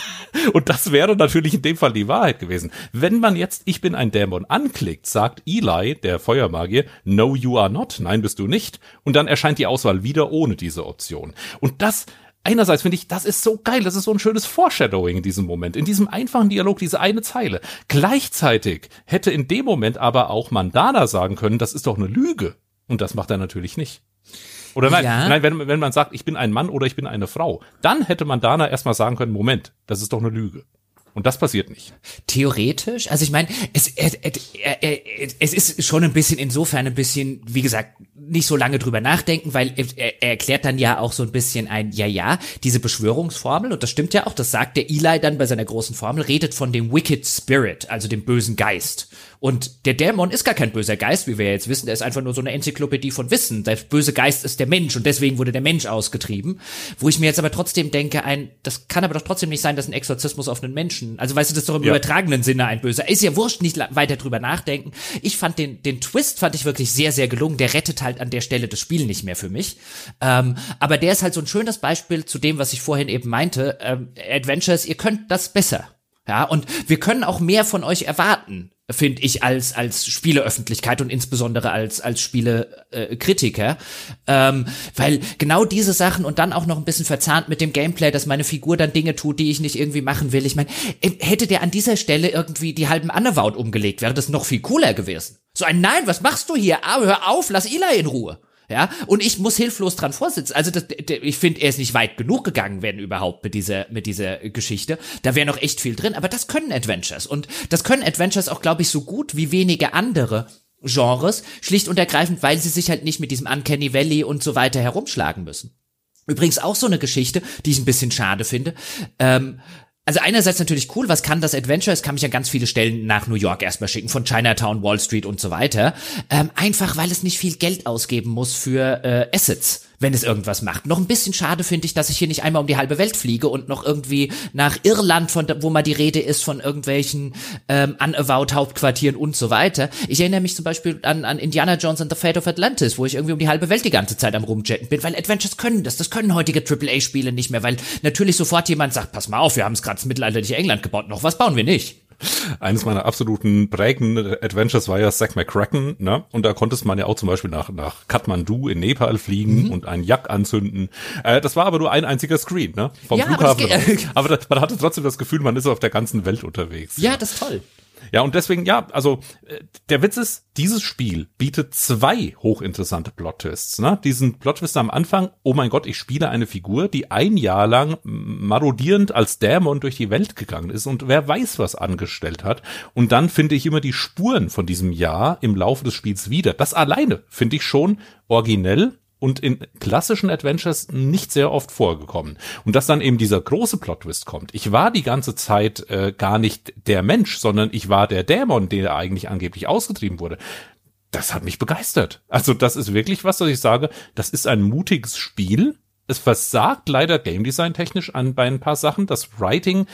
Und das wäre natürlich in dem Fall die Wahrheit gewesen. Wenn man jetzt Ich bin ein Dämon anklickt, sagt Eli, der Feuermagier, No, you are not, nein, bist du nicht. Und dann erscheint die Auswahl wieder ohne diese Option. Und das, einerseits finde ich, das ist so geil, das ist so ein schönes Foreshadowing in diesem Moment, in diesem einfachen Dialog, diese eine Zeile. Gleichzeitig hätte in dem Moment aber auch Mandana sagen können, das ist doch eine Lüge. Und das macht er natürlich nicht. Oder nein, ja. nein, wenn, wenn man sagt, ich bin ein Mann oder ich bin eine Frau, dann hätte Mandana erstmal sagen können, Moment, das ist doch eine Lüge. Und das passiert nicht. Theoretisch, also ich meine, es, es, es ist schon ein bisschen insofern ein bisschen, wie gesagt, nicht so lange drüber nachdenken, weil er, er erklärt dann ja auch so ein bisschen ein, ja, ja, diese Beschwörungsformel, und das stimmt ja auch, das sagt der Eli dann bei seiner großen Formel, redet von dem Wicked Spirit, also dem bösen Geist. Und der Dämon ist gar kein böser Geist, wie wir jetzt wissen, der ist einfach nur so eine Enzyklopädie von Wissen. Der böse Geist ist der Mensch und deswegen wurde der Mensch ausgetrieben. Wo ich mir jetzt aber trotzdem denke, ein, das kann aber doch trotzdem nicht sein, dass ein Exorzismus auf einen Menschen, also weißt du, das ist doch im ja. übertragenen Sinne ein böser. Ist ja wurscht, nicht weiter drüber nachdenken. Ich fand den, den Twist fand ich wirklich sehr, sehr gelungen. Der rettet halt an der Stelle das Spiel nicht mehr für mich. Ähm, aber der ist halt so ein schönes Beispiel zu dem, was ich vorhin eben meinte. Ähm, Adventures, ihr könnt das besser. Ja, und wir können auch mehr von euch erwarten, finde ich, als als Spieleöffentlichkeit und insbesondere als als Spielekritiker, äh, ähm, weil genau diese Sachen und dann auch noch ein bisschen verzahnt mit dem Gameplay, dass meine Figur dann Dinge tut, die ich nicht irgendwie machen will. Ich meine, hätte der an dieser Stelle irgendwie die halben Unavowed umgelegt, wäre das noch viel cooler gewesen. So ein Nein, was machst du hier? Ah, hör auf, lass Eli in Ruhe. Ja, und ich muss hilflos dran vorsitzen. Also das, ich finde, er ist nicht weit genug gegangen, wenn überhaupt mit dieser mit dieser Geschichte. Da wäre noch echt viel drin, aber das können Adventures und das können Adventures auch, glaube ich, so gut wie wenige andere Genres, schlicht und ergreifend, weil sie sich halt nicht mit diesem Uncanny Valley und so weiter herumschlagen müssen. Übrigens auch so eine Geschichte, die ich ein bisschen schade finde. Ähm, Also einerseits natürlich cool, was kann das Adventure? Es kann mich an ganz viele Stellen nach New York erstmal schicken, von Chinatown, Wall Street und so weiter. Ähm, einfach, weil es nicht viel Geld ausgeben muss für äh, Assets, wenn es irgendwas macht. Noch ein bisschen schade finde ich, dass ich hier nicht einmal um die halbe Welt fliege und noch irgendwie nach Irland, von wo mal die Rede ist, von irgendwelchen ähm, Unavowed Hauptquartieren und so weiter. Ich erinnere mich zum Beispiel an, an Indiana Jones and the Fate of Atlantis, wo ich irgendwie um die halbe Welt die ganze Zeit am Rumjetten bin, weil Adventures können das. Das können heutige Triple A-Spiele nicht mehr, weil natürlich sofort jemand sagt, pass mal auf, wir haben es gerade ins mittelalterliche England gebaut, noch was bauen wir nicht. Eines meiner absoluten prägenden Adventures war ja Zack McCracken, ne? Und da konnte man ja auch zum Beispiel nach, nach Kathmandu in Nepal fliegen mhm. und einen Yak anzünden. Äh, das war aber nur ein einziger Screen, ne? Vom ja, Flughafen. Aber, das, aber das, man hatte trotzdem das Gefühl, man ist auf der ganzen Welt unterwegs. Ja, ja. Das ist toll. Ja, und deswegen, ja, also der Witz ist, dieses Spiel bietet zwei hochinteressante Plot-Twists. Ne? Diesen Plot-Twist am Anfang, oh mein Gott, ich spiele eine Figur, die ein Jahr lang marodierend als Dämon durch die Welt gegangen ist und wer weiß, was angestellt hat. Und dann finde ich immer die Spuren von diesem Jahr im Laufe des Spiels wieder. Das alleine finde ich schon originell und in klassischen Adventures nicht sehr oft vorgekommen. Und dass dann eben dieser große Plot-Twist kommt. Ich war die ganze Zeit äh, gar nicht der Mensch, sondern ich war der Dämon, der eigentlich angeblich ausgetrieben wurde. Das hat mich begeistert. Also das ist wirklich was, dass ich sage, das ist ein mutiges Spiel. Es versagt leider Game Design technisch an bei ein paar Sachen. Das Writing,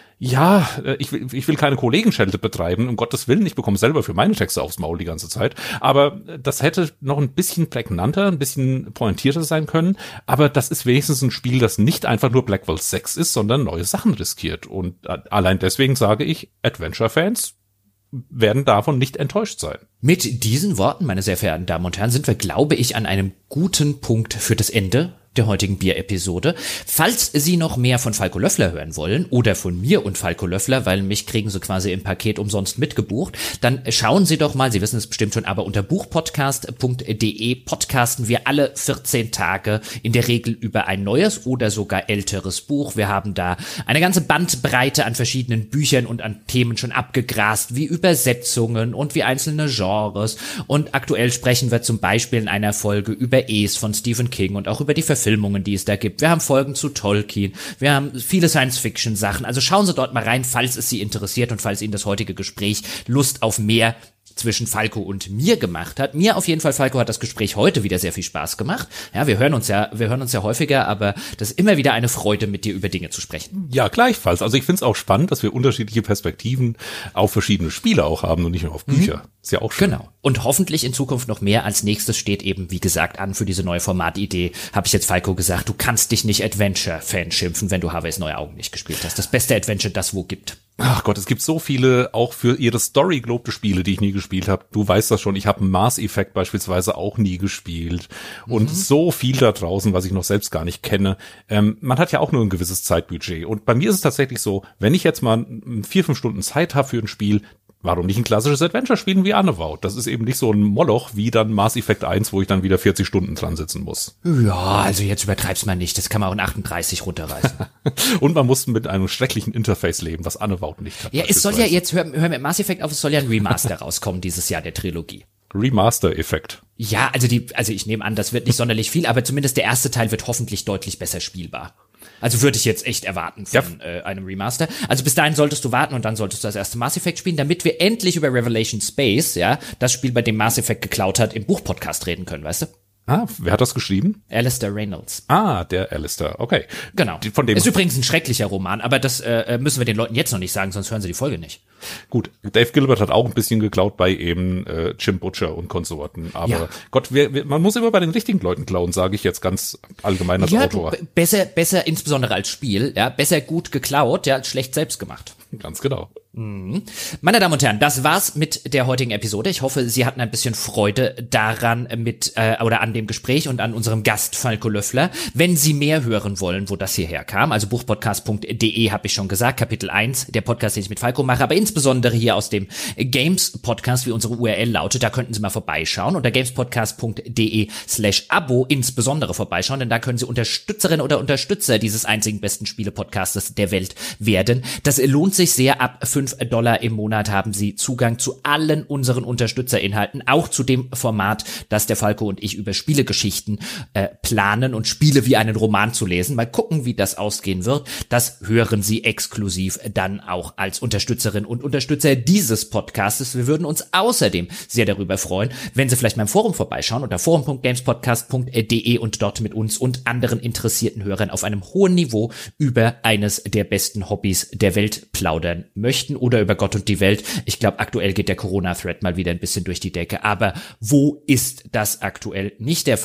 ja, ich will, ich will keine Kollegenschelte betreiben, um Gottes Willen, ich bekomme selber für meine Texte aufs Maul die ganze Zeit, aber das hätte noch ein bisschen prägnanter, ein bisschen pointierter sein können, aber das ist wenigstens ein Spiel, das nicht einfach nur Blackwell sechs ist, sondern neue Sachen riskiert und allein deswegen sage ich, Adventure-Fans werden davon nicht enttäuscht sein. Mit diesen Worten, meine sehr verehrten Damen und Herren, sind wir, glaube ich, an einem guten Punkt für das Ende der heutigen Bier-Episode. Falls Sie noch mehr von Falco Löffler hören wollen oder von mir und Falco Löffler, weil mich kriegen Sie quasi im Paket umsonst mitgebucht, dann schauen Sie doch mal, Sie wissen es bestimmt schon, aber unter buchpodcast punkt de podcasten wir alle vierzehn Tage in der Regel über ein neues oder sogar älteres Buch. Wir haben da eine ganze Bandbreite an verschiedenen Büchern und an Themen schon abgegrast, wie Übersetzungen und wie einzelne Genres. Und aktuell sprechen wir zum Beispiel in einer Folge über Es von Stephen King und auch über die Verfilmungen, die es da gibt. Wir haben Folgen zu Tolkien, wir haben viele Science-Fiction-Sachen. Also schauen Sie dort mal rein, falls es Sie interessiert und falls Ihnen das heutige Gespräch Lust auf mehr zwischen Falco und mir gemacht hat. Mir auf jeden Fall, Falco, hat das Gespräch heute wieder sehr viel Spaß gemacht. Ja, wir hören uns ja, wir hören uns ja häufiger, aber das ist immer wieder eine Freude, mit dir über Dinge zu sprechen. Ja, gleichfalls. Also ich finde es auch spannend, dass wir unterschiedliche Perspektiven auf verschiedene Spiele auch haben und nicht nur auf Bücher. Mhm. Ist ja auch schön. Genau. Und hoffentlich in Zukunft noch mehr. Als nächstes steht eben, wie gesagt, an für diese neue Formatidee. Habe ich jetzt Falco gesagt, du kannst dich nicht Adventure-Fan schimpfen, wenn du Harveys Neue Augen nicht gespielt hast. Das beste Adventure, das wo gibt. Ach Gott, es gibt so viele auch für ihre Story gelobte Spiele, die ich nie gespielt habe. Du weißt das schon, ich habe Mass Effect beispielsweise auch nie gespielt. Und mhm. so viel da draußen, was ich noch selbst gar nicht kenne. Ähm, man hat ja auch nur ein gewisses Zeitbudget. Und bei mir ist es tatsächlich so, wenn ich jetzt mal vier, fünf Stunden Zeit habe für ein Spiel, warum nicht ein klassisches Adventure spielen wie Annewout? Das ist eben nicht so ein Moloch wie dann Mass Effect eins, wo ich dann wieder vierzig Stunden dran sitzen muss. Ja, also jetzt übertreib's mal nicht. Das kann man auch in achtunddreißig runterreißen. Und man muss mit einem schrecklichen Interface leben, was Annewout nicht hat. Ja, es soll ja jetzt, hör, hör mit Mass Effect auf, es soll ja ein Remaster rauskommen dieses Jahr der Trilogie. Remaster-Effekt. Ja, also die, also ich nehme an, das wird nicht sonderlich viel, aber zumindest der erste Teil wird hoffentlich deutlich besser spielbar. Also würde ich jetzt echt erwarten von ja. äh, einem Remaster. Also bis dahin solltest du warten und dann solltest du das erste Mass Effect spielen, damit wir endlich über Revelation Space, ja, das Spiel, bei dem Mass Effect geklaut hat, im Buchpodcast reden können, weißt du? Ah, wer hat das geschrieben? Alistair Reynolds. Ah, der Alistair, okay. Genau. Von dem ist übrigens ein schrecklicher Roman, aber das äh, müssen wir den Leuten jetzt noch nicht sagen, sonst hören sie die Folge nicht. Gut, Dave Gilbert hat auch ein bisschen geklaut bei eben äh, Jim Butcher und Konsorten, aber ja. Gott, wir, wir, man muss immer bei den richtigen Leuten klauen, sage ich jetzt ganz allgemein als ja, Autor. Du, besser, besser insbesondere als Spiel, ja, besser gut geklaut, ja, als schlecht selbst gemacht. Ganz genau. Mhm. Meine Damen und Herren, das war's mit der heutigen Episode. Ich hoffe, Sie hatten ein bisschen Freude daran mit äh, oder an dem Gespräch und an unserem Gast Falco Löffler. Wenn Sie mehr hören wollen, wo das hierher kam, also buchpodcast punkt de habe ich schon gesagt, Kapitel eins, der Podcast, den ich mit Falco mache, aber insbesondere hier aus dem Games Podcast, wie unsere U R L lautet, da könnten Sie mal vorbeischauen, unter gamespodcast punkt de slash abo insbesondere vorbeischauen, denn da können Sie Unterstützerin oder Unterstützer dieses einzigen besten Spiele-Podcastes der Welt werden. Das lohnt sich sehr. Ab fünf Dollar im Monat haben Sie Zugang zu allen unseren Unterstützerinhalten, auch zu dem Format, das der Falco und ich über Spielegeschichten äh, planen und Spiele wie einen Roman zu lesen. Mal gucken, wie das ausgehen wird. Das hören Sie exklusiv dann auch als Unterstützerin und Unterstützer dieses Podcastes. Wir würden uns außerdem sehr darüber freuen, wenn Sie vielleicht mal im Forum vorbeischauen unter forum punkt gamespodcast punkt de und dort mit uns und anderen interessierten Hörern auf einem hohen Niveau über eines der besten Hobbys der Welt plaudern möchten oder über Gott und die Welt. Ich glaube, aktuell geht der Corona-Thread mal wieder ein bisschen durch die Decke. Aber wo ist das aktuell nicht der Fall?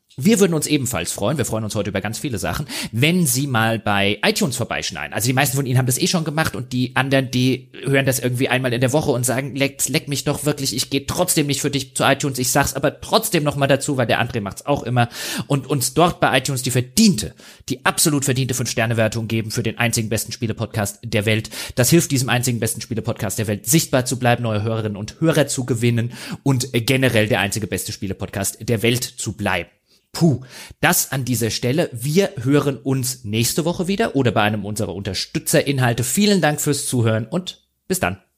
Wir würden uns ebenfalls freuen, wir freuen uns heute über ganz viele Sachen, wenn Sie mal bei iTunes vorbeischneiden. Also die meisten von Ihnen haben das eh schon gemacht und die anderen, die hören das irgendwie einmal in der Woche und sagen, leck, leck mich doch wirklich, ich gehe trotzdem nicht für dich zu iTunes, ich sag's aber trotzdem nochmal dazu, weil der André macht's auch immer und uns dort bei iTunes die verdiente, die absolut verdiente fünf-Sterne-Wertung geben für den einzigen besten Spiele-Podcast der Welt. Das hilft diesem einzigen besten Spiele-Podcast der Welt, sichtbar zu bleiben, neue Hörerinnen und Hörer zu gewinnen und generell der einzige beste Spiele-Podcast der Welt zu bleiben. Puh, das an dieser Stelle. Wir hören uns nächste Woche wieder oder bei einem unserer Unterstützerinhalte. Vielen Dank fürs Zuhören und bis dann.